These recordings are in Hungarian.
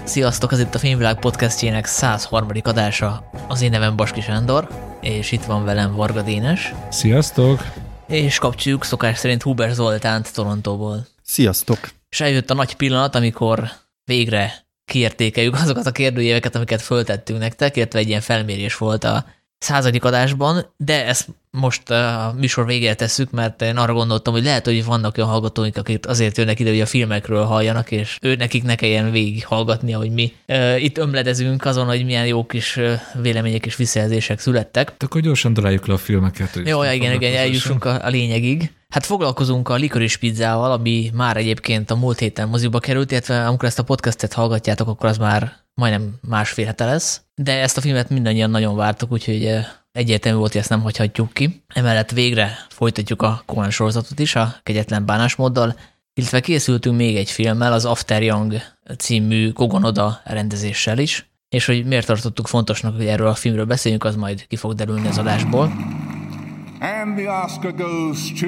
Sziasztok, ez itt a Filmvilág podcastjének 103. adása. Az én nevem Baski Sándor, és itt van velem Varga Dénes. Sziasztok! És kapcsoljuk szokás szerint Huber Zoltánt Torontóból. Sziasztok! És eljött a nagy pillanat, amikor végre kiértékeljük azokat a kérdőjéveket, amiket föltettünk nektek, illetve egy ilyen felmérés volt a 100. adásban, de ezt most a műsor végére tesszük, mert én arra gondoltam, hogy lehet, hogy vannak olyan hallgatóink, akik azért jönnek ide, hogy a filmekről halljanak, és nekik ne kelljen végighallgatni, ahogy mi itt ömledezünk azon, hogy milyen jó kis vélemények és visszajelzések születtek. Akkor gyorsan daráljuk le a filmeket. Jó, igen, eljussunk a lényegig. Hát foglalkozunk a Licorice Pizzával, ami már egyébként a múlt héten moziba került, illetve amikor ezt a podcastet hallgatjátok, akkor az már majdnem másfél hete lesz. De ezt a filmet mindannyian nagyon vártuk, úgyhogy egyértelmű volt, hogy ezt nem hagyhatjuk ki. Emellett végre folytatjuk a Coen sorozatot is, a Kegyetlen bánásmóddal, illetve készültünk még egy filmmel, az After Young című Kogon Oda rendezéssel is, és hogy miért tartottuk fontosnak, hogy erről a filmről beszéljünk, az majd ki fog derülni az adásból. And the Oscar goes to...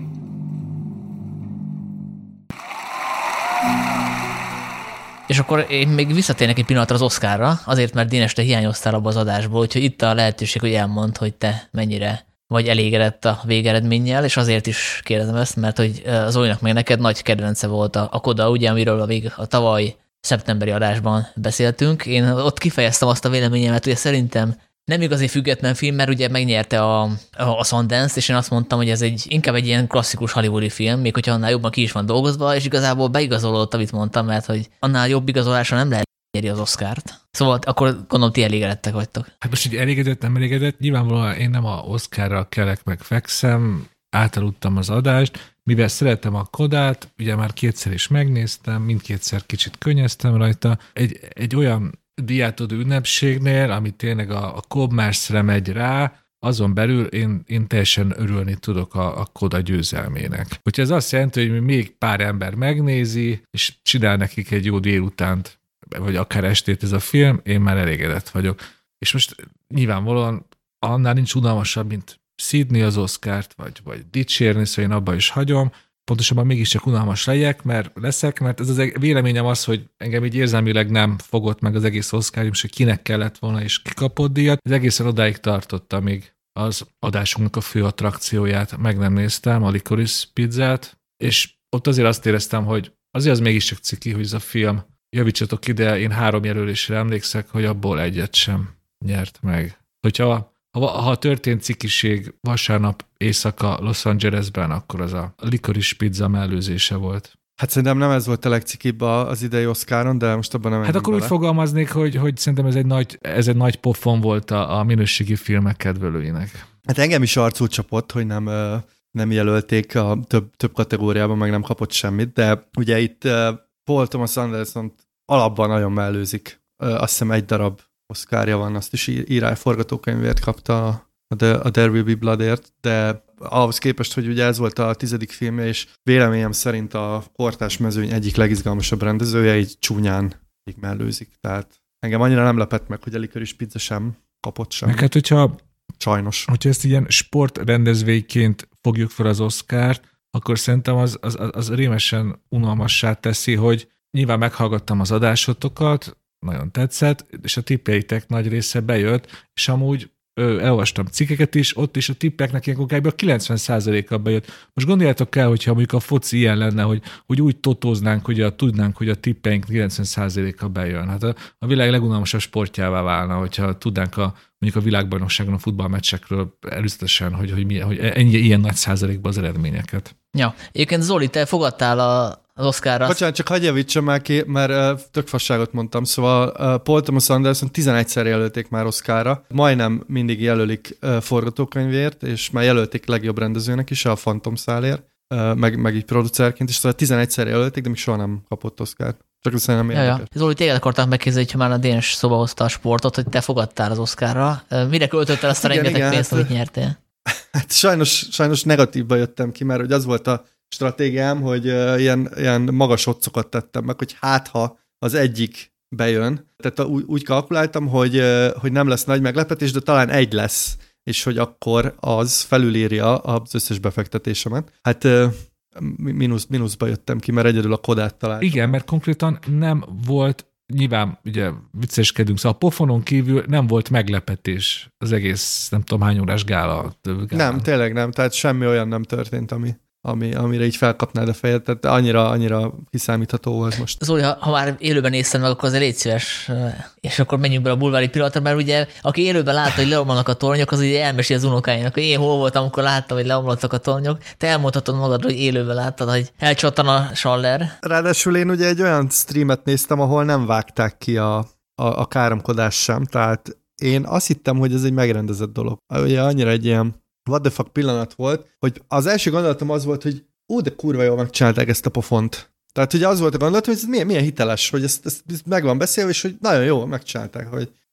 És akkor én még visszatérnek egy pillanatra az Oscarra, azért, mert Dénes, te hiányoztál abba az adásból, úgyhogy itt a lehetőség, hogy elmondd, hogy te mennyire vagy elégedett a végeredménnyel, és azért is kérdezem ezt, mert hogy az Zolinak meg neked nagy kedvence volt a Coda, ugye, amiről a tavaly szeptemberi adásban beszéltünk. Én ott kifejeztem azt a véleményemet, hogy szerintem nem igazi független film, mert ugye megnyerte a Sundance-t, és én azt mondtam, hogy ez inkább egy ilyen klasszikus hollywoodi film, még hogyha annál jobban ki is van dolgozva, és igazából beigazolódott, amit mondtam, mert hogy annál jobb igazolásra nem lehet nyerni az Oscart. Szóval akkor gondolom, ti elégedettek vagytok. Hát most így elégedett, nem elégedett, nyilvánvalóan én nem a Oscarra kelek meg fekszem, átaludtam az adást, mivel szeretem a Codát, ugye már kétszer is megnéztem, mindkétszer kicsit könnyeztem rajta, egy olyan díjátadó ünnepségnél, ami tényleg a Cobmarsre megy rá, azon belül én teljesen örülni tudok a Coda győzelmének. Hogyha ez azt jelenti, hogy még pár ember megnézi, és csinál nekik egy jó délutánt, vagy akár estét ez a film, én már elégedett vagyok. És most nyilvánvalóan annál nincs unalmasabb, mint szídni az Oscart, vagy dicsérni, szóval én abba is hagyom. Pontosabban mégiscsak unalmas leszek, mert ez az véleményem az, hogy engem így érzelmileg nem fogott meg az egész Oscar, és hogy kinek kellett volna, és ki kapott díjat. Ez egészen odáig tartott, amíg az adásunknak a fő attrakcióját meg nem néztem, a Licorice Pizzát, és ott azért azt éreztem, hogy azért az mégiscsak ciki, hogy ez a film, javítsatok ide, én 3 jelölésre emlékszek, hogy abból egyet sem nyert meg. Ha történt cikiség vasárnap éjszaka Los Angelesben, akkor az a Licorice Pizza mellőzése volt. Hát szerintem nem ez volt a legcikibb az idei Oscaron, de most abban nem Hát akkor úgy fogalmaznék, hogy szerintem ez egy nagy pofon volt a minőségi filmek kedvelőinek. Hát engem is arcul csapott, hogy nem jelölték a több kategóriában, meg nem kapott semmit, de ugye itt Paul Thomas Anderson alapban nagyon mellőzik. Azt hiszem 1 darab Oscarja van, azt is forgatókönyvért kapta a There Will Be Bloodért, de ahhoz képest, hogy ugye ez volt a 10. filmje, és véleményem szerint a kortárs mezőny egyik legizgalmasabb rendezője, így csúnyán így mellőzik. Tehát engem annyira nem lepett meg, hogy a Licorice Pizza sem kapott sem. Meg hát, sajnos. Hogyha ezt ilyen sportrendezvényként fogjuk fel az Oscart, akkor szerintem az rémesen unalmassá teszi, hogy nyilván meghallgattam az adásotokat, nagyon tetszett, és a tippjeitek nagy része bejött, és amúgy elolvastam cikkeket is, ott is a tippeknek ilyenkor kb. 90%-a bejött. Most gondoljátok el, hogyha mondjuk a foci ilyen lenne, hogy úgy totóznánk, hogy tudnánk, hogy a tippeink 90%-a bejön. Hát a világ legunalmasabb sportjává válna, hogyha tudnánk mondjuk a világbajnokságon a futballmeccsekről előzetesen, hogy ennyi ilyen nagy százalékban az eredményeket. Ja, egyébként Zoli, te fogadtál az Oscarra. Bocsánat, csak hagyj javítsam már ki, mert tök fasságot mondtam. Szóval Paul Thomas Anderson 11-szer jelölték már Oscarra. Majdnem mindig jelölik forgatókönyvért, és már jelölték legjobb rendezőnek is, a Phantom szálért, meg így producerként is. Szóval 11-szer jelölték, de még soha nem kapott Oscart. Csak szerintem érdekes. Ja. Zoli, téged akartam megkérdezni, hogyha már a Dénes szóba hozta a sportot, hogy te fogadtál az Oscarra. Mire költöttél azt a rengeteg pénzt, amit nyertél? Hát sajnos negatívba jöttem ki, mert hogy az volt a stratégiám, hogy ilyen magas otcokat tettem meg, hogy ha az egyik bejön. Tehát úgy kalkuláltam, hogy nem lesz nagy meglepetés, de talán 1 lesz, és hogy akkor az felülírja az összes befektetésemet. Hát mínuszba jöttem ki, mert egyedül a Kodát találtam. Igen, mert konkrétan nem volt nyilván ugye vicceskedünk, szóval a pofonon kívül nem volt meglepetés az egész, nem tudom hány órás gála. Nem, tényleg nem, tehát semmi olyan nem történt, amire így felkapnád a fejed, tehát annyira kiszámítható volt most. Zoli, ha már élőben nézted meg, akkor azért légy szíves, és akkor menjünk bele a bulvári pillanatra, mert ugye aki élőben látta, hogy leomlanak a tornyok, az ugye elmesél az unokáinak, hogy én hol voltam, amikor láttam, hogy leomlottak a tornyok. Te elmondhatod magadról, hogy élőben láttad, hogy elcsattan a saller. Ráadásul én ugye egy olyan streamet néztem, ahol nem vágták ki a káromkodás sem, tehát én azt hittem, hogy ez egy megrendezett dolog. Ugye annyira egy ilyen what the fuck pillanat volt, hogy az első gondolatom az volt, hogy de kurva jól megcsinálták ezt a pofont. Tehát ugye az volt a gondolatom, hogy ez milyen hiteles, hogy ezt meg van beszélve, és hogy nagyon jól megcsinálták,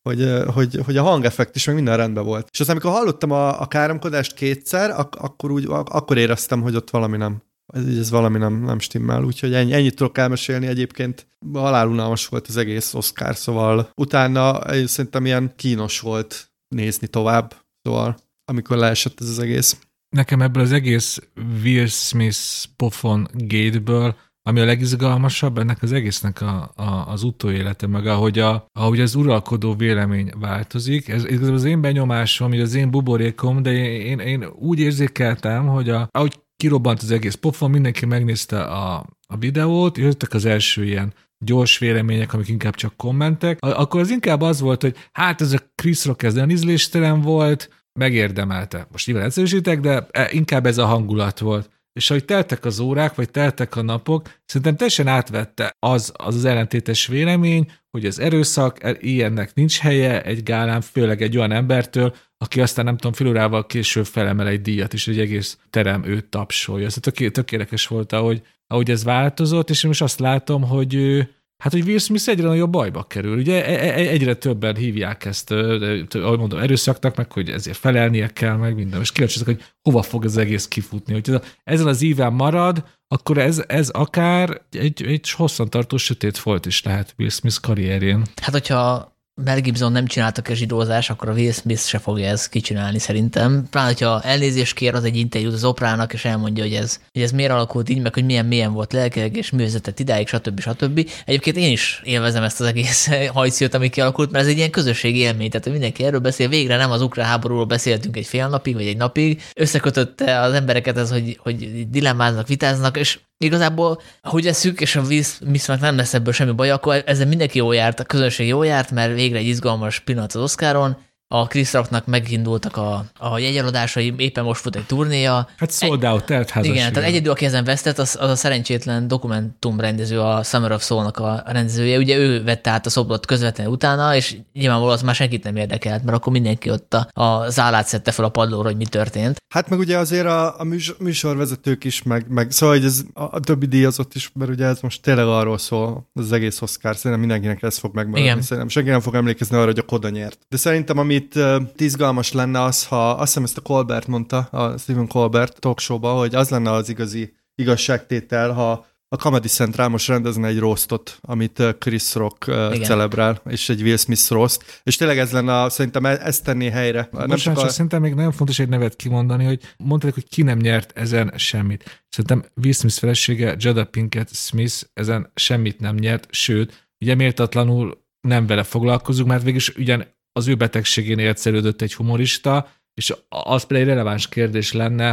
hogy a hangeffekt is meg minden rendben volt. És aztán, amikor hallottam a káromkodást kétszer, akkor éreztem, hogy ott valami nem. Ez valami nem stimmel, úgyhogy ennyit tudok elmesélni. Egyébként halálunalmas volt az egész Oscar, szóval utána szerintem ilyen kínos volt nézni tovább, szóval amikor leesett ez az egész. Nekem ebből az egész Will Smith pofon gate-ből, ami a legizgalmasabb, ennek az egésznek az utóélete, meg ahogy az uralkodó vélemény változik. Ez igazából az én benyomásom, az én buborékom, de én úgy érzékeltem, hogy ahogy kirobbant az egész pofon, mindenki megnézte a videót, jöttek az első ilyen gyors vélemények, amik inkább csak kommentek, akkor az inkább az volt, hogy hát ez a Chris Rock ez olyan ízléstelen volt, megérdemelte. Most nyilván egyszerűsítek, de inkább ez a hangulat volt. És ahogy teltek az órák, vagy teltek a napok, szerintem teljesen átvette az ellentétes vélemény, hogy az erőszak, ilyennek nincs helye egy gálán, főleg egy olyan embertől, aki aztán nem tudom, fél órával később felemel egy díjat, és egy egész terem őt tapsolja. Ez tök érdekes volt, ahogy ez változott, és én most azt látom, hogy Will Smith egyre nagyobb bajba kerül. Ugye egyre többen hívják ezt, ahogy mondom, erőszaknak, meg hogy ezért felelnie kell, meg minden. És kíváncsiak, hogy hova fog ez egész kifutni. Hogy ezen az íven marad, akkor ez akár egy hosszantartó sötét folt is lehet Will Smith karrierjén. Hát, hogyha Mel Gibson nem csináltak a zsidózás, akkor a Will Smith se fogja ezt kicsinálni szerintem. Pláne, hogyha elnézést kér, az egy interjút az Oprának, és elmondja, hogy ez miért alakult így, meg hogy milyen volt lelkileg, és mi vezetett idáig, stb. Egyébként én is élvezem ezt az egész hajszíjat, ami kialakult, mert ez egy ilyen közösségi élmény, tehát mindenki erről beszél, végre nem az ukrán háborúról beszéltünk egy fél napig, vagy egy napig, összekötötte az embereket ez, hogy dilemmáznak, vitáznak, és igazából, ahogy eszük, és a Will Smithnek nem lesz ebből semmi baj, akkor ezzel mindenki jól járt, a közönség jól járt, mert végre egy izgalmas pillanat az Oscaron, a Chris Rocknak megindultak a jegyeladásai, éppen most fut egy turnéja. Hát sold out, telt házasság. Igen, tehát egyedül, aki ezen vesztett, az a szerencsétlen dokumentumrendező, a Summer of Soul-nak a rendezője. Ugye ő vette át a szobrot közvetlenül utána, és nyilvánvalóan az már senkit nem érdekelt, mert akkor mindenki ott a zálát szedte fel a padlóra, hogy mi történt. Hát meg ugye azért a műsorvezetők is, meg szóval hogy ez a többi díjazott is, mert ugye ez most tényleg arról szól, az egész Oscar, szerintem mindenkinek ez fog megmaradni. Szerintem senki nem fog emlékezni arra, hogy a Koda nyert. De szerintem amit izgalmas lenne az, ha azt hiszem ezt a Colbert mondta, a Stephen Colbert talk show-ba, hogy az lenne az igazi igazságtétel, ha a Comedy Central most rendezne egy roastot, amit Chris Rock celebrál, és egy Will Smith roast, és tényleg ez lenne, szerintem ezt tenné helyre. Bocsánat, szerintem még nagyon fontos egy nevet kimondani, hogy mondták, hogy ki nem nyert ezen semmit. Szerintem Will Smith felesége, Jada Pinkett Smith ezen semmit nem nyert, sőt, ugye méltatlanul nem vele foglalkozunk, mert végülis ugyan az ő betegségén élszerődött egy humorista, és az például egy releváns kérdés lenne,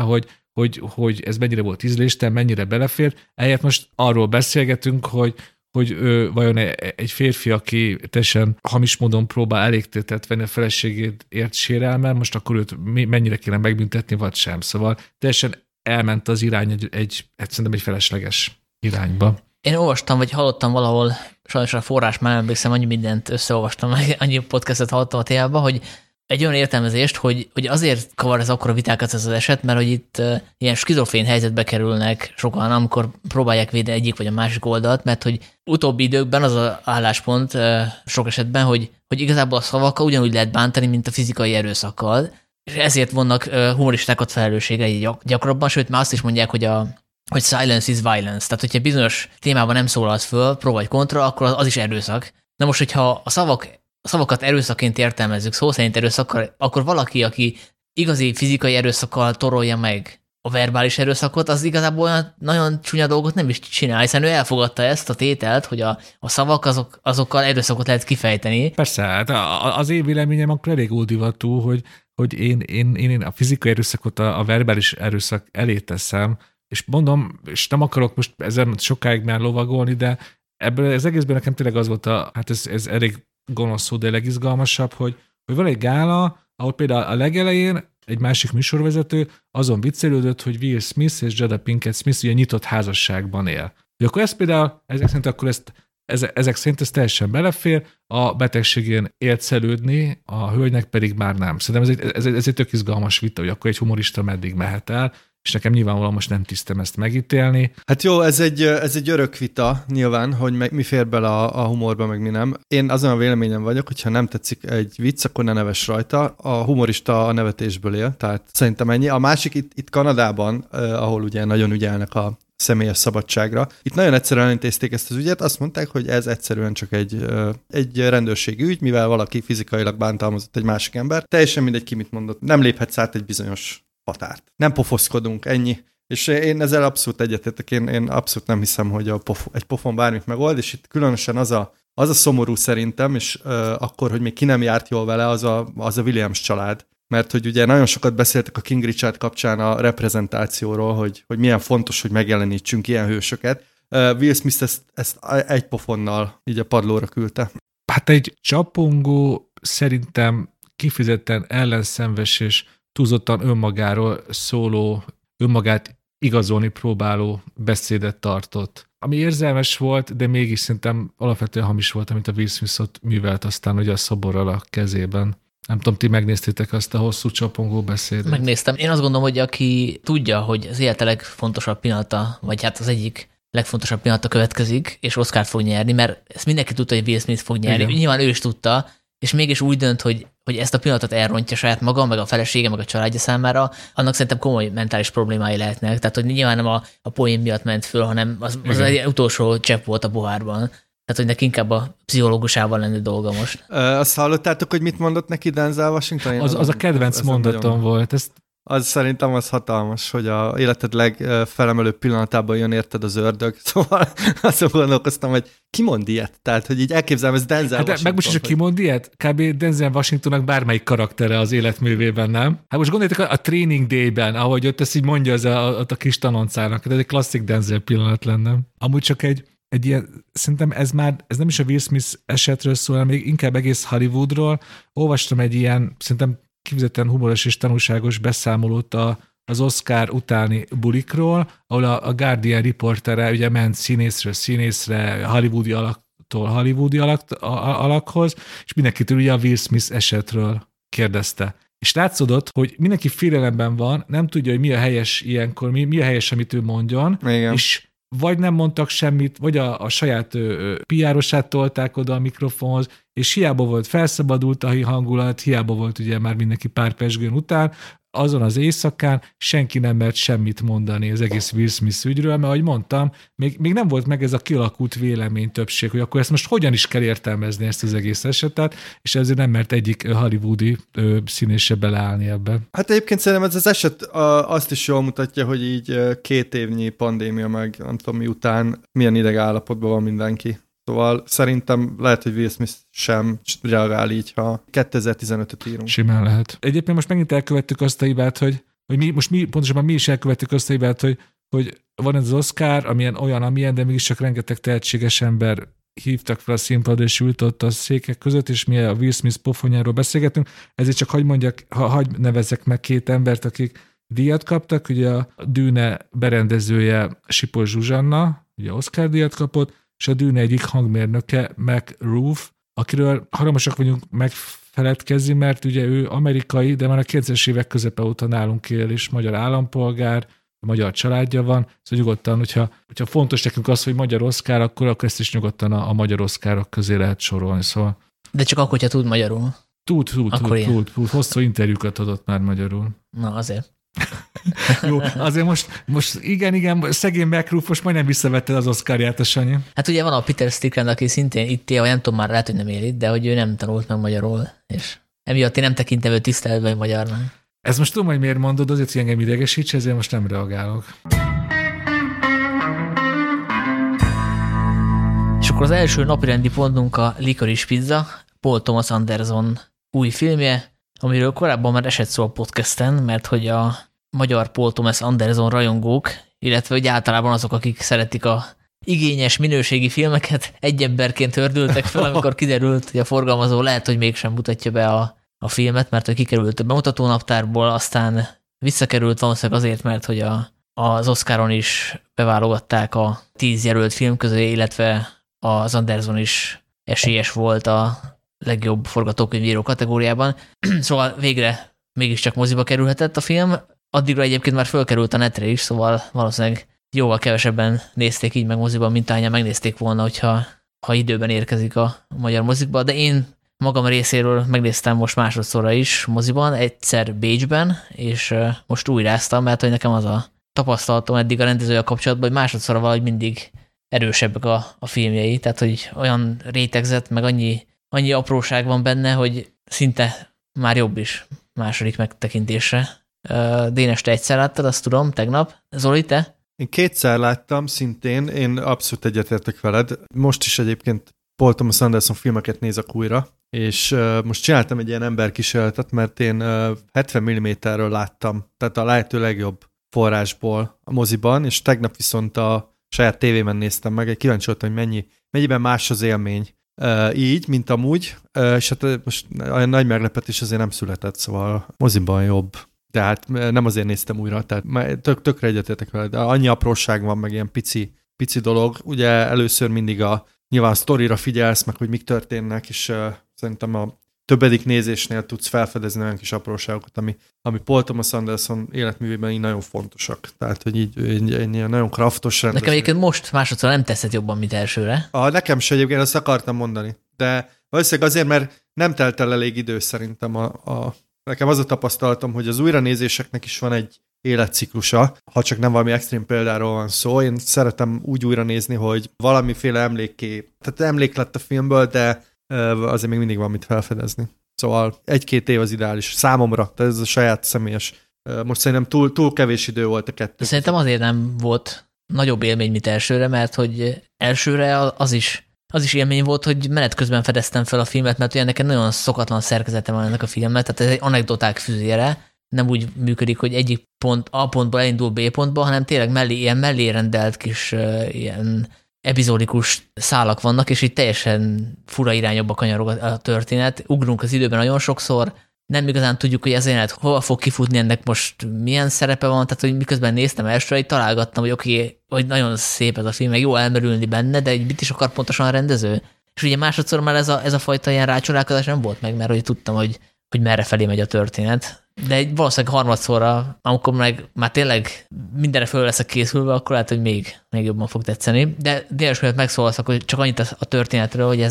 hogy ez mennyire volt ízléstelen, mennyire belefér. Ehelyett most arról beszélgetünk, hogy vajon egy férfi, aki teljesen hamis módon próbál elégtételt venni a feleségét ért sérelmel, most akkor őt mennyire kéne megbüntetni, vagy sem. Szóval teljesen elment az irány szerintem egy felesleges irányba. Én olvastam, vagy hallottam valahol, sajnos a forrás már emlékszem, annyi mindent összeolvastam, annyi podcastet hallottam a témában, hogy egy olyan értelmezést, hogy azért kavar ez akkora vitákat ez az eset, mert hogy itt ilyen skizofrén helyzetbe kerülnek sokan, amikor próbálják védeni egyik vagy a másik oldalt, mert hogy utóbbi időkben az az álláspont sok esetben, hogy igazából a szavakkal ugyanúgy lehet bántani, mint a fizikai erőszakkal, és ezért vannak humoristákat felelősségei gyakrabban, sőt már azt is mondják, hogy silence is violence. Tehát, hogyha bizonyos témában nem szólalsz föl, pro vagy kontra, akkor az is erőszak. Na most, hogyha a szavakat erőszakként értelmezzük, szó szerint erőszakkal, akkor valaki, aki igazi fizikai erőszakkal torolja meg a verbális erőszakot, az igazából olyan nagyon csúnya dolgot nem is csinál, hiszen ő elfogadta ezt a tételt, hogy a szavak azokkal erőszakot lehet kifejteni. Persze, hát az én véleményem akkor elég ódivatú, hogy én a fizikai erőszakot a verbális erőszak elé teszem, és mondom, és nem akarok most ezen sokáig már lovagolni, de ebből az egészben nekem tényleg az volt hát ez elég gonosz szó, de legizgalmasabb, hogy van egy gála, ahol például a legelején egy másik műsorvezető azon viccelődött, hogy Will Smith és Jada Pinkett Smith ugye nyitott házasságban él. Akkor ez például, ezek szerint ez teljesen belefér, a betegségén élcelődni, a hölgynek pedig már nem. Szerintem ez egy tök izgalmas vita, hogy akkor egy humorista meddig mehet el, és nekem nyilvánvalóan most nem tisztem ezt megítélni. Hát jó, ez egy örök vita nyilván, hogy mi fér bele a humorba, meg mi nem. Én azon a véleményem vagyok, hogyha nem tetszik egy vicc, akkor ne nevess rajta. A humorista a nevetésből él, tehát szerintem ennyi. A másik itt Kanadában, ahol ugye nagyon ügyelnek a személyes szabadságra. Itt nagyon egyszerűen elintézték ezt az ügyet, azt mondták, hogy ez egyszerűen csak egy rendőrségi ügy, mivel valaki fizikailag bántalmazott egy másik ember. Teljesen mindegy, ki mit mondott. Nem léphetsz át egy bizonyos határt. Nem pofoszkodunk, ennyi. És én ezzel abszolút egyetértek, én abszolút nem hiszem, hogy egy pofon bármit megold, és itt különösen az a szomorú szerintem, és akkor, hogy még ki nem járt jól vele, az a Williams család. Mert hogy ugye nagyon sokat beszéltek a King Richard kapcsán a reprezentációról, hogy milyen fontos, hogy megjelenítsünk ilyen hősöket. Will Smith ezt egy pofonnal így a padlóra küldte. Hát egy csapongó szerintem kifejezetten ellenszenves és túlzottan önmagáról szóló, önmagát igazolni próbáló beszédet tartott. Ami érzelmes volt, de mégis szerintem alapvetően hamis volt, amit a Will Smith-ot művelt aztán ugye a szoborral a kezében. Nem tudom, ti megnéztétek azt a hosszú csapongó beszédet? Megnéztem. Én azt gondolom, hogy aki tudja, hogy az élete legfontosabb pillanata, vagy hát az egyik legfontosabb pillanata következik, és Oscart fog nyerni, mert ezt mindenki tudta, hogy Will Smith fog nyerni. Igen. Nyilván ő is tudta, és mégis úgy dönt, hogy ezt a pillanatot elrontja saját maga, meg a felesége, meg a családja számára, annak szerintem komoly mentális problémái lehetnek. Tehát, hogy nyilván nem a poén miatt ment föl, hanem az egy utolsó csepp volt a pohárban. Tehát, hogy neki inkább a pszichológusával lenne dolga most. Azt hallottátok, hogy mit mondott neki Denzel Washington? Az a kedvenc mondatom volt. Az szerintem az hatalmas, hogy a életed legfelemelőbb pillanatában jön érted az ördög. Szóval azon gondolkoztam, hogy ki mond ilyet? Tehát, hogy így elképzelem, ez Denzel Washington. Meg most is, hogy ki mond ilyet? Kb. Denzel Washingtonnak bármelyik karaktere az életművében, nem? Hát most gondoljátok a Training Day-ben, ahogy ott ezt így mondja az a kis tanoncának. Ez egy klasszik Denzel pillanat lenne. Amúgy csak egy ilyen, szerintem ez nem is a Will Smith esetről szól, hanem még inkább egész Hollywoodról. Olvastam egy ilyen, szerintem kifejezetten humoros és tanulságos beszámolót az Oscar utáni bulikról, ahol a Guardian riportere ugye ment színészre, hollywoodi alaktól hollywoodi alakhoz, és mindenkitől ugye a Will Smith esetről kérdezte. És látszódott, hogy mindenki félelemben van, nem tudja, hogy mi a helyes ilyenkor, mi a helyes, amit ő mondjon, igen. És vagy nem mondtak semmit, vagy a saját PR-osát tolták oda a mikrofonhoz, és hiába volt felszabadult a hangulat, hiába volt ugye már mindenki pár pezsgőn után, azon az éjszakán senki nem mert semmit mondani az egész Will Smith ügyről, mert ahogy mondtam, még nem volt meg ez a kialakult vélemény többség, hogy akkor ezt most hogyan is kell értelmezni ezt az egész esetet, és ezért nem mert egyik hollywoodi színész se beleállni ebbe. Hát egyébként szerintem ez az eset azt is jól mutatja, hogy így 2 évnyi pandémia meg nem tudom mi után milyen ideg állapotban van mindenki. Szóval szerintem lehet, hogy Will Smith sem reagál így, ha 2015-öt írunk. Simán lehet. Egyébként most megint elkövettük azt a hibát, hogy pontosabban mi is elkövettük azt a hibát, hogy van ez az Oscar, amilyen, de mégis csak rengeteg tehetséges ember hívtak fel a színpadra, és ült ott a székek között, és mi a Will Smith pofonjáról beszélgetünk. Ezért csak hagy nevezzek meg 2 embert, akik díjat kaptak. Ugye a Dűne berendezője Sipos Zsuzsanna, ugye Oscar díjat kapott, és a Dűne egyik hangmérnöke, Mac Roof, akiről haramosak vagyunk megfeledkezni, mert ugye ő amerikai, de már a 90-es évek közepe óta nálunk él, és magyar állampolgár, magyar családja van, szóval nyugodtan, hogyha fontos nekünk az, hogy magyar Oscar, akkor ezt is nyugodtan a magyar Oscarok közé lehet sorolni, szóval. De csak akkor, hogyha tud magyarul. Tud. Hosszú interjúkat adott már magyarul. Na, azért. Jó, azért most igen, szegény McRoof most majdnem visszavetted az Oscarját a Sanyi. Hát ugye van a Peter Strickland, aki szintén itt él, vagy nem tudom már, lehet, hogy nem él itt, de hogy ő nem tanult meg magyarul, és emiatt én nem tekintem ő tiszteletben magyarnak. Ez most tudom, hogy miért mondod, azért, hogy engem idegesíts, ezért most nem reagálok. És akkor az első napirendi pontunk a Licorice Pizza, Paul Thomas Anderson új filmje, amiről korábban már esett szó a podcasten, mert hogy a magyar Paul Thomas Anderson rajongók, illetve hogy általában azok, akik szeretik a igényes minőségi filmeket, egy emberként hördültek fel, amikor kiderült, hogy a forgalmazó lehet, hogy mégsem mutatja be a filmet, mert hogy kikerült a bemutatónaptárból, aztán visszakerült valószínűleg azért, mert hogy az Oscaron is beválogatták a 10 jelölt film közé, illetve az Anderson is esélyes volt a legjobb forgatókönyvíró kategóriában. Szóval végre mégiscsak moziba kerülhetett a film. Addigra egyébként már fölkerült a netre is, szóval valószínűleg jóval kevesebben nézték így meg moziban, mint ahányan megnézték volna, hogyha időben érkezik a magyar mozikba. De én magam részéről megnéztem most másodszorra is moziban, egyszer Bécsben, és most újráztam, mert hogy nekem az a tapasztalatom eddig a rendezővel kapcsolatban, hogy másodszorra valahogy mindig erősebbek a filmjei, tehát hogy olyan rétegzett, meg annyi apróság van benne, hogy szinte már jobb is második megtekintésre. Dénes, te egyszer láttad, azt tudom, tegnap. Zoli, te? Én kétszer láttam szintén, én abszolút egyetértek veled. Most is egyébként Paul Thomas Anderson filmeket nézek újra, és most csináltam egy ilyen emberkísérletet, mert én 70 mm-ről láttam, tehát a lehető legjobb forrásból a moziban, és tegnap viszont a saját tévében néztem meg, egy kíváncsi voltam, hogy mennyiben más az élmény így, mint amúgy, és hát most olyan nagy meglepetés azért nem született, szóval moziban jobb. Tehát nem azért néztem újra, tehát tökre egyetértek vele, de annyi apróság van, meg ilyen pici dolog. Ugye először mindig nyilván a sztorira figyelsz, meg hogy mik történnek, és szerintem a többedik nézésnél tudsz felfedezni olyan kis apróságokat, ami Paul Thomas Anderson életművében így nagyon fontosak. Tehát, hogy így ilyen nagyon kraftos rendező. Nekem egyébként most másodszor nem teszed jobban, mint elsőre. Nekem se egyébként, azt akartam mondani. De valószínűleg azért, mert nem telt el elég idő szerintem nekem az a tapasztalatom, hogy az újranézéseknek is van egy életciklusa, ha csak nem valami extrém példáról van szó. Én szeretem úgy újra nézni, hogy valamiféle tehát emlék lett a filmből, de azért még mindig van mit felfedezni. Szóval 1-2 év az ideális számomra, tehát ez a saját személyes. Most szerintem túl kevés idő volt a kettő. Szerintem azért nem volt nagyobb élmény, mint elsőre, mert hogy elsőre az is élmény volt, hogy menet közben fedeztem fel a filmet, mert olyan nekem nagyon szokatlan szerkezete van ennek a filmnek, tehát ez egy anekdoták füzére, nem úgy működik, hogy egyik pont A pontból elindul B pontba, hanem tényleg ilyen mellé rendelt kis ilyen epizódikus szálak vannak, és így teljesen fura irányokba kanyarog a történet. Ugrunk az időben nagyon sokszor, nem igazán tudjuk, hogy ez a jelenet hova fog kifutni, ennek most milyen szerepe van, tehát hogy miközben néztem elsőre, így találgattam, hogy oké, hogy nagyon szép ez a film, meg jó elmerülni benne, de mit is akar pontosan a rendező? És ugye másodszor már ez a fajta ilyen rácsodálkozás nem volt meg, mert hogy tudtam, hogy mindenre felé megy a történet. De valószínűleg harmadszorra, amikor már tényleg mindenre föl leszek készülve, akkor lehet, hogy még jobban fog tetszeni. De Dénes miatt megszólalszak, hogy csak annyit a történetről, hogy ez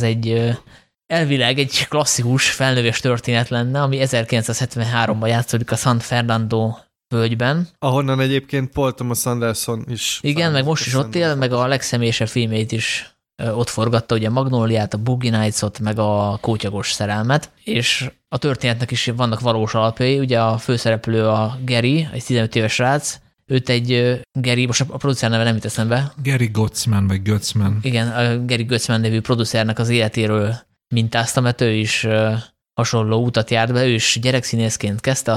elvileg egy klasszikus felnövés történet lenne, ami 1973-ban játszódik a San Fernando völgyben. Ahonnan egyébként Paul Thomas Anderson is. Igen, meg most is ott él, meg a legszemélyesebb filmjeit is ott forgatta, ugye Magnóliát, a Boogie Nights-ot, meg a Kótyagos szerelmet, és a történetnek is vannak valós alapjai, ugye a főszereplő a Gary, egy 15 éves srác, őt egy Gary, most a producer neve nem jut eszembe. Gary Götzman, vagy Götzman. Igen, a Gary Götzman nevű producernek az életéről mintázta, mert ő is hasonló utat járt be, ő is gyerekszínészként kezdte,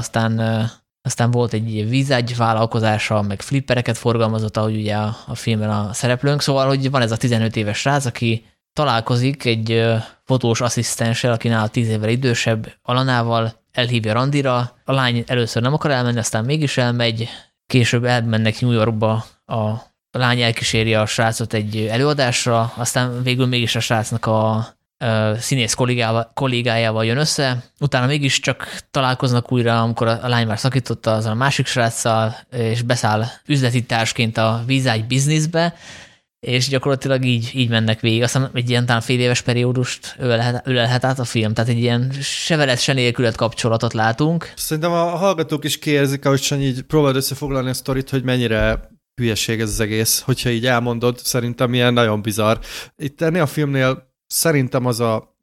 aztán volt egy vízágy vállalkozása, meg flippereket forgalmazott, ahogy ugye a filmben a szereplőnk, szóval, hogy van ez a 15 éves srác, aki találkozik egy fotós asszisztenssel, aki nála 10 évvel idősebb, Alanával, elhívja randira, a lány először nem akar elmenni, aztán mégis elmegy, később elmennek New Yorkba, a lány elkíséri a srácot egy előadásra, aztán végül mégis a srácnak a színész kollégájával jön össze, utána mégis csak találkoznak újra, amikor a lány már szakította azzal a másik sráccal, és beszáll üzleti társként a vízágy bizniszbe, és gyakorlatilag így mennek végig. Aztán egy ilyen talán fél éves periódust ölelhet át a film, tehát egy ilyen se veled, se nélkület kapcsolatot látunk. Szerintem a hallgatók is kiérzik, ahogy Sanyi így próbáld összefoglalni a sztorit, hogy mennyire hülyeség ez az egész, hogyha így elmondod, szerintem ilyen nagyon bizarr. Itt ennél a filmnél szerintem az a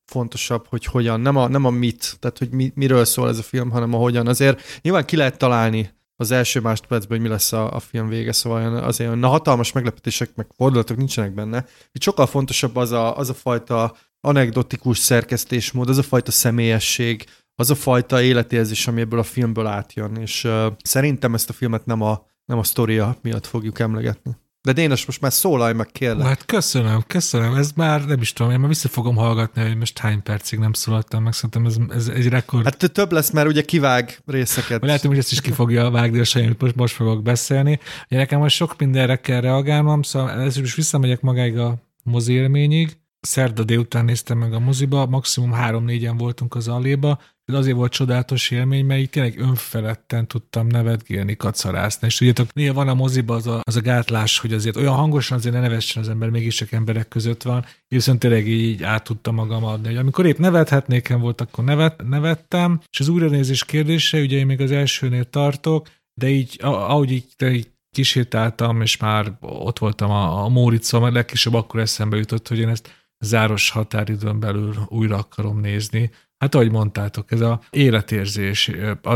fontosabb, hogy hogyan, nem a mit, tehát hogy miről szól ez a film, hanem a hogyan. Azért nyilván ki lehet találni az első másodpercben, hogy mi lesz a film vége, szóval azért hatalmas meglepetések, meg fordulatok nincsenek benne. Itt sokkal fontosabb az a fajta anekdotikus szerkesztésmód, az a fajta személyesség, az a fajta életérzés, ami ebből a filmből átjön, és szerintem ezt a filmet nem a sztoria miatt fogjuk emlegetni. De Dénes, most már szólalj meg, kérlek. Hát köszönöm. Ez már nem is tudom, én már vissza fogom hallgatni, hogy most hány percig nem szólaltam meg, szerintem ez egy rekord. Hát több lesz, mert ugye kivág részeket. Lehet, hogy ezt is ki fogja vágni, és most fogok beszélni. Ugye nekem most sok mindenre kell reagálnom, szóval először is visszamegyek magáig a mozi élményig. Szerda délután néztem meg a moziba, maximum 3-4-en voltunk az Alléba, ez azért volt csodálatos élmény, mert így tényleg önfeledten tudtam nevetgélni, kacarászni. És tudjátok, néha van a moziba az a gátlás, hogy azért olyan hangosan azért ne nevessen az ember, mégiscsak emberek között van, és viszont tényleg így át tudtam magam adni. Hogy amikor épp nevethetnékem volt, akkor nevettem, és az újranézés kérdése, ugye én még az elsőnél tartok, de így, ahogy így kisétáltam, és már ott voltam a Móriczon, mert legkisebb akkor eszembe jutott, hogy én ezt záros határidőn belül újra akarom nézni. Hát ahogy mondtátok, ez az életérzés,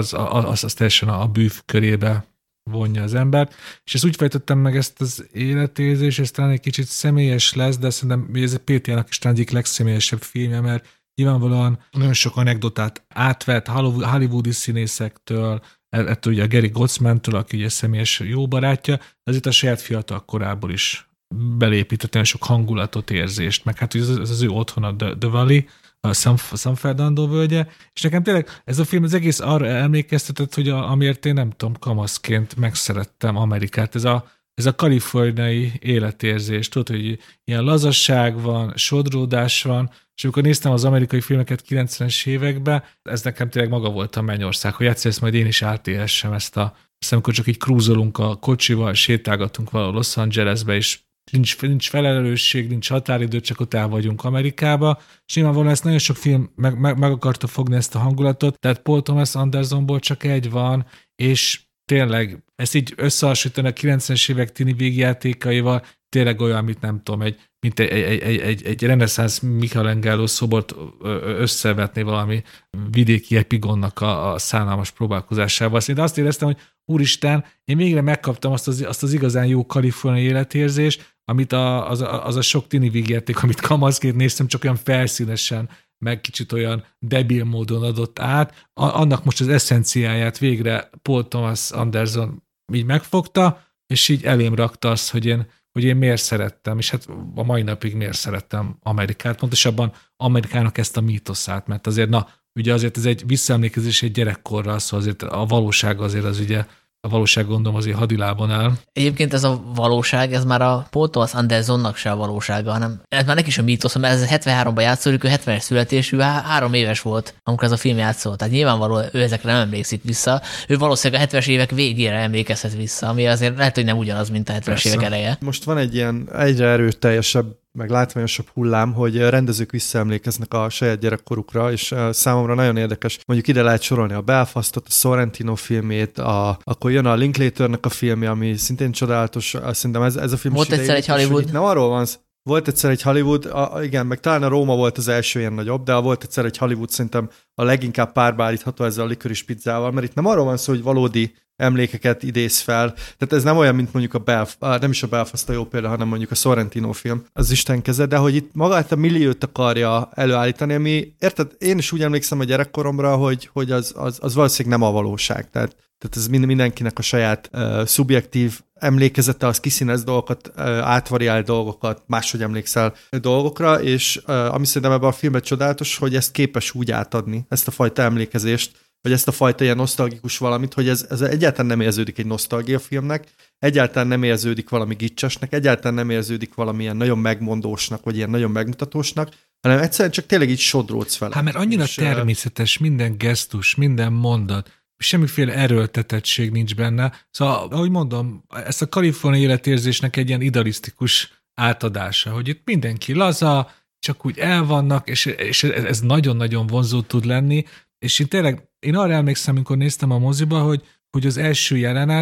az teljesen a bűv körébe vonja az embert, és ezt úgy fejtettem meg ezt az életérzés, ez talán egy kicsit személyes lesz, de szerintem ez a PTA-nak is talán egyik legszemélyesebb filmje, mert nyilvánvalóan nagyon sok anekdotát átvett hollywoodi színészektől, ettől ugye a Gary Gottsmantől, aki ugye személyes jó barátja, azért a saját fiatal korából is belépített nagyon sok hangulatot, érzést, meg hát ez az ő otthona, The Valley, a San Fernando völgye, és nekem tényleg ez a film az egész arra emlékeztetett, hogy amiért én nem tudom, kamaszként megszerettem Amerikát, ez a kaliforniai életérzés, tudod, hogy ilyen lazasság van, sodródás van, és amikor néztem az amerikai filmeket 90-es években, ez nekem tényleg maga volt a mennyország, hogy egyszer ezt majd én is átélhessem ezt amikor csak így krúzolunk a kocsival, sétálgatunk valahol Los Angelesbe, és nincs felelősség, nincs határidő, csak ott el vagyunk Amerikába, és nyilvánvalóan ezt nagyon sok film meg akarta fogni ezt a hangulatot, tehát Paul Thomas Andersonból csak egy van, és tényleg ezt így összehasonlítani a 90-es évek tini végjátékaival, tényleg olyan, mint nem tudom, mint egy reneszánsz Michelangelo szobort összevetni valami vidéki epigonnak a szánalmas próbálkozásával. Szinte azt éreztem, hogy úristen, én végre megkaptam azt az igazán jó kaliforniai életérzést, amit az a sok tini vígjáték, amit kamaszként néztem, csak olyan felszínesen, meg kicsit olyan debil módon adott át. Annak most az eszenciáját végre Paul Thomas Anderson így megfogta, és így elém rakta azt, hogy én miért szerettem, és hát a mai napig miért szerettem Amerikát, pontosabban Amerikának ezt a mítoszát, mert azért, ugye azért ez egy visszaemlékezés egy gyerekkorra, szóval azért a valóság azért az ugye, a valóság gondolom azért hadilában áll. Egyébként ez a valóság, ez már a Paul Thomas Andersonnak se a valósága, hanem ez már neki is a mítosz, mert ez 73-ban játszódik, ő 70-es születésű, 3 éves volt, amikor ez a film játszott. Tehát nyilvánvalóan ő ezekre nem emlékszik vissza. Ő valószínűleg a 70-es évek végére emlékezhet vissza, ami azért lehet, hogy nem ugyanaz, mint a 70-es évek eleje. Most van egy ilyen egyre erőteljesebb, meg látványosabb hullám, hogy rendezők visszaemlékeznek a saját gyerekkorukra, és számomra nagyon érdekes. Mondjuk ide lehet sorolni a Belfastot, a Sorrentino filmét, akkor jön a Linklaternek a filmje, ami szintén csodálatos. Szerintem ez a film volt egyszer egy Hollywood. Nem arról van, volt egyszer egy Hollywood, igen, meg talán a Róma volt az első ilyen nagyobb, de volt egyszer egy Hollywood, szerintem a leginkább párba állítható ezzel a Licorice Pizzával, mert itt nem arról van szó, hogy valódi emlékeket idéz fel. Tehát ez nem olyan, mint mondjuk nem is a Belfast a jó példa, hanem mondjuk a Sorrentino film, az Isten keze, de hogy itt magát a milliót akarja előállítani, ami, érted, én is úgy emlékszem a gyerekkoromra, hogy az valószínűleg nem a valóság. Tehát ez mindenkinek a saját szubjektív emlékezete, az kiszínez dolgokat, átvariál dolgokat, máshogy emlékszel dolgokra, és ami szerintem ebben a filmben csodálatos, hogy ezt képes úgy átadni, ezt a fajta emlékezést, vagy ezt a fajta ilyen nosztalgikus valamit, hogy ez egyáltalán nem érződik egy nosztalgia filmnek, egyáltalán nem érződik valami gicsesnek, egyáltalán nem érződik valamilyen nagyon megmondósnak, vagy ilyen nagyon megmutatósnak, hanem egyszerűen csak tényleg így sodródsz vele. Hát mert annyira természetes minden gesztus, minden mondat, semmiféle erőltetettség nincs benne. Szóval, ahogy mondom, ezt a kaliforniai életérzésnek egy ilyen idealisztikus átadása, hogy itt mindenki laza, csak úgy elvannak, és ez nagyon-nagyon vonzó tud lenni, és én arra emlékszem, amikor néztem a moziba, hogy az első jelenet,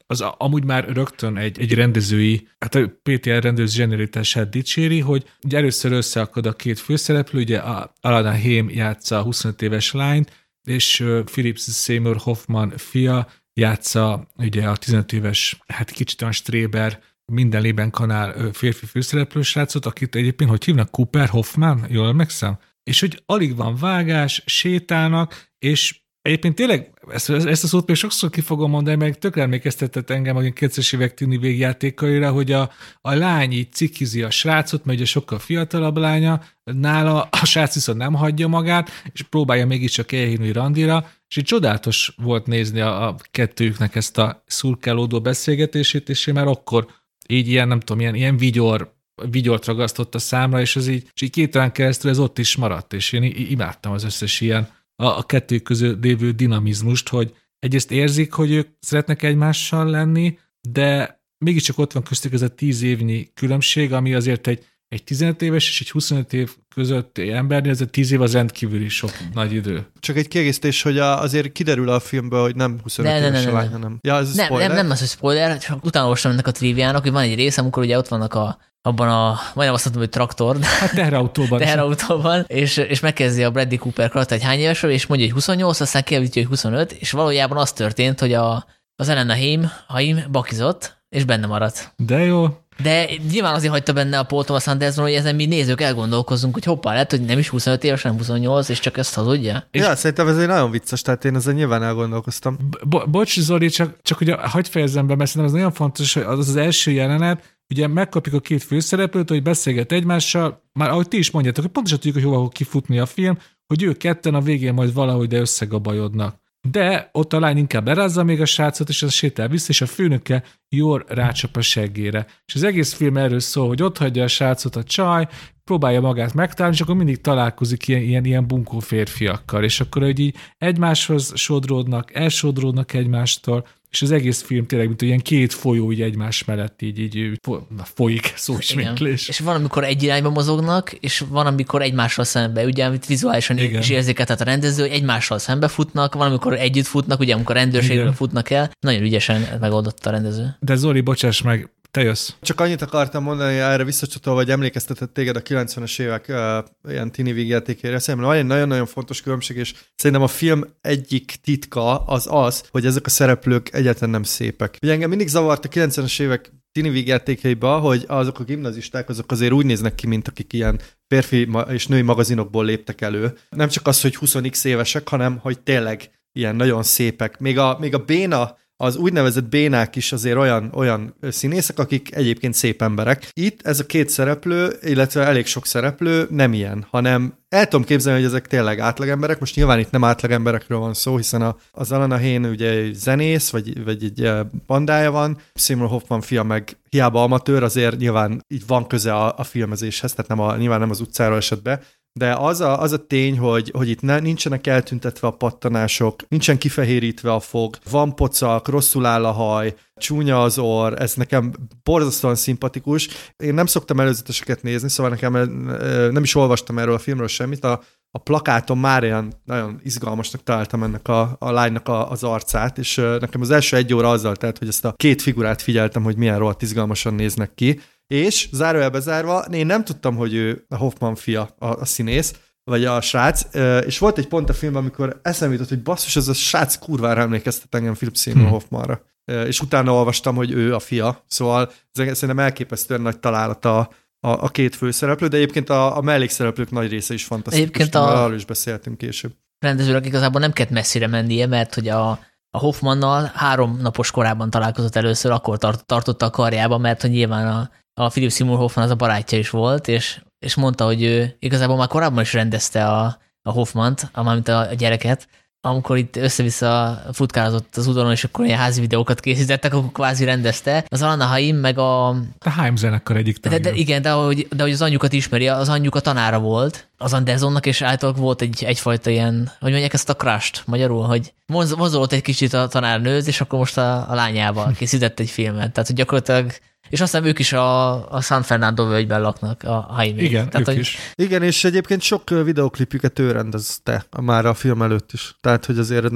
az amúgy már rögtön egy rendezői, hát a PTR rendező zsenialitását dicséri, hogy ugye először összeakad a két főszereplő, ugye Alana Haim játsza a 25 éves lányt, és Philip Seymour Hoffman fia játsza ugye a 15 éves, hát kicsit olyan stréber, minden lében kanál férfi főszereplő srácot, akit egyébként, hogy hívnak, Cooper Hoffman, jól emlékszem? És hogy alig van vágás, sétálnak, és egyébként tényleg ezt a szót még sokszor ki fogom mondani, meg tökre emlékeztetett engem a 2000-es évek tini végjátékaira, hogy a lány így cikizi a srácot, mert ugye sokkal fiatalabb lánya, nála a srác viszont nem hagyja magát, és próbálja mégiscsak elhívni randira, és így csodálatos volt nézni a kettőjüknek ezt a szurkálódó beszélgetését, és én már akkor így ilyen, nem tudom, ilyen vigyort ragasztott a számra, és ez így 2 órán keresztül ez ott is maradt, és én imádtam az összes ilyen a kettő között lévő dinamizmust, hogy egyrészt érzik, hogy ők szeretnek egymással lenni, de mégiscsak ott van köztük ez a 10 évnyi különbség, ami azért egy 15 éves és egy 25 év közötti embernél, ez a 10 év az rendkívüli sok nagy idő. Csak egy kiegészítés, hogy azért kiderül a filmből, hogy nem 25 éves a lány, hanem... Ja, ez nem az, hogy spoiler, csak utána olvastam ennek a triviának, hogy van egy rész, amikor ugye ott vannak abban majdnem azt mondtam, hogy traktor. Hát teherautóban. És megkezdi a Bradley Cooper karakter, hogy hány éves, és mondja, hogy 28, aztán kijelentje, hogy 25, és valójában az történt, hogy az Alana Haim bakizott, és benne maradt. De jó. De nyilván azért hagyta benne a Paul Thomas Anderson, hogy ezen mi nézők elgondolkozzunk, hogy hoppá, lehet, hogy nem is 25 éves, hanem 28, és csak ezt hazudja. Ja, szerintem ez egy nagyon vicces, tehát én ezen nyilván elgondolkoztam. Bocs, Zoli, csak ugye hagyd fejezzem be, mert szerintem ez nagyon fontos, hogy az első jelenet, ugye megkapjuk a két főszereplőt, hogy beszélget egymással, már ahogy ti is mondjátok, hogy pontosan tudjuk, hogy hova fog kifutni a film, hogy ők ketten a végén majd valahogy de összegabajodnak. De ott a lány inkább lerázza még a srácot, és az sétál vissza, és a főnöke jól rácsap a seggére. És az egész film erről szól, hogy ott hagyja a srácot a csaj, próbálja magát megtalálni, és akkor mindig találkozik ilyen bunkó férfiakkal, és akkor hogy így egymáshoz sodródnak, elsodródnak egymástól, és az egész film tényleg, mint ilyen 2 folyó így egymás mellett így folyik, szóismétlés. És van, amikor egy irányba mozognak, és van, amikor egymással szembe, ugye, amit vizuálisan is érzékeltet a rendező, hogy egymással szembe futnak, van, amikor együtt futnak, ugye, amikor rendőrségről futnak el. Nagyon ügyesen megoldott a rendező. De Zoli, bocsáss meg, te jössz. Csak annyit akartam mondani, erre visszacsatolva, vagy emlékeztetett téged a 90-es évek ilyen tini vígjátékére. Szerintem van egy nagyon-nagyon fontos különbség, és szerintem a film egyik titka az, hogy ezek a szereplők egyáltalán nem szépek. Ugye engem mindig zavart a 90-es évek tini vígjátékaiba, hogy azok a gimnazisták azok azért úgy néznek ki, mint akik ilyen férfi és női magazinokból léptek elő. Nem csak az, hogy 20x évesek, hanem hogy tényleg ilyen nagyon szépek. Még a béna, az úgynevezett bénák is azért olyan színészek, akik egyébként szép emberek. Itt ez a 2 szereplő, illetve elég sok szereplő nem ilyen, hanem el tudom képzelni, hogy ezek tényleg átlagemberek. Most nyilván itt nem átlagemberekről van szó, hiszen az Alana Haim ugye egy zenész, vagy egy bandája van, Seymour Hoffman fia meg hiába amatőr, azért nyilván így van köze a filmezéshez, tehát nyilván nem az utcáról esett be. De az a tény, hogy itt nincsenek eltüntetve a pattanások, nincsen kifehérítve a fog, van pocak, rosszul áll a haj, csúnya az orr, ez nekem borzasztóan szimpatikus. Én nem szoktam előzeteseket nézni, szóval nekem nem is olvastam erről a filmről semmit. A plakáton már ilyen nagyon izgalmasnak találtam ennek a lánynak az arcát, és nekem az első 1 óra azzal telt, hogy ezt a 2 figurát figyeltem, hogy milyen rohadt izgalmasan néznek ki. És zárójelbe zárva, én nem tudtam, hogy ő a Hoffman fia a színész, vagy a srác, és volt egy pont a filmben, amikor eszembe jutott, hogy basszus, ez a srác kurvára emlékeztet engem Philip Seymour Hoffmanra. És utána olvastam, hogy ő a fia, szóval szerintem elképesztően nagy találata a 2 főszereplő, de egyébként a mellékszereplők nagy része is fantasztikus, arról is beszéltünk később. Rendezőnek igazából nem kellett messzire mennie, mert hogy a Hoffmannal 3 napos korában találkozott először, akkor tartotta a karjába, mert hogy nyilván a Philip Seymour Hoffman az a barátja is volt, és mondta, hogy ő igazából már korábban is rendezte a Hoffmant, mármint a gyereket, amikor itt össze-vissza futkározott az udvaron, és akkor ilyen házi videókat készítettek, akkor kvázi rendezte. Az Alana Haim meg a Haim zenekar egyik tagja. De igen, de hogy az anyjukat ismeri, az anyjuk a tanára volt az Andersonnak, és általában volt egyfajta ilyen, hogy mondják ezt a crusht magyarul, hogy vonzolott egy kicsit a tanárnőz, és akkor most a lányával készített egy filmet. Tehát, hogy gyakorlatilag és aztán ők is a San Fernando völgyben laknak, a Haimék. Igen, tehát, ők is. Igen, és egyébként sok videoklipjüket ő rendezte már a film előtt is. Tehát, hogy azért nem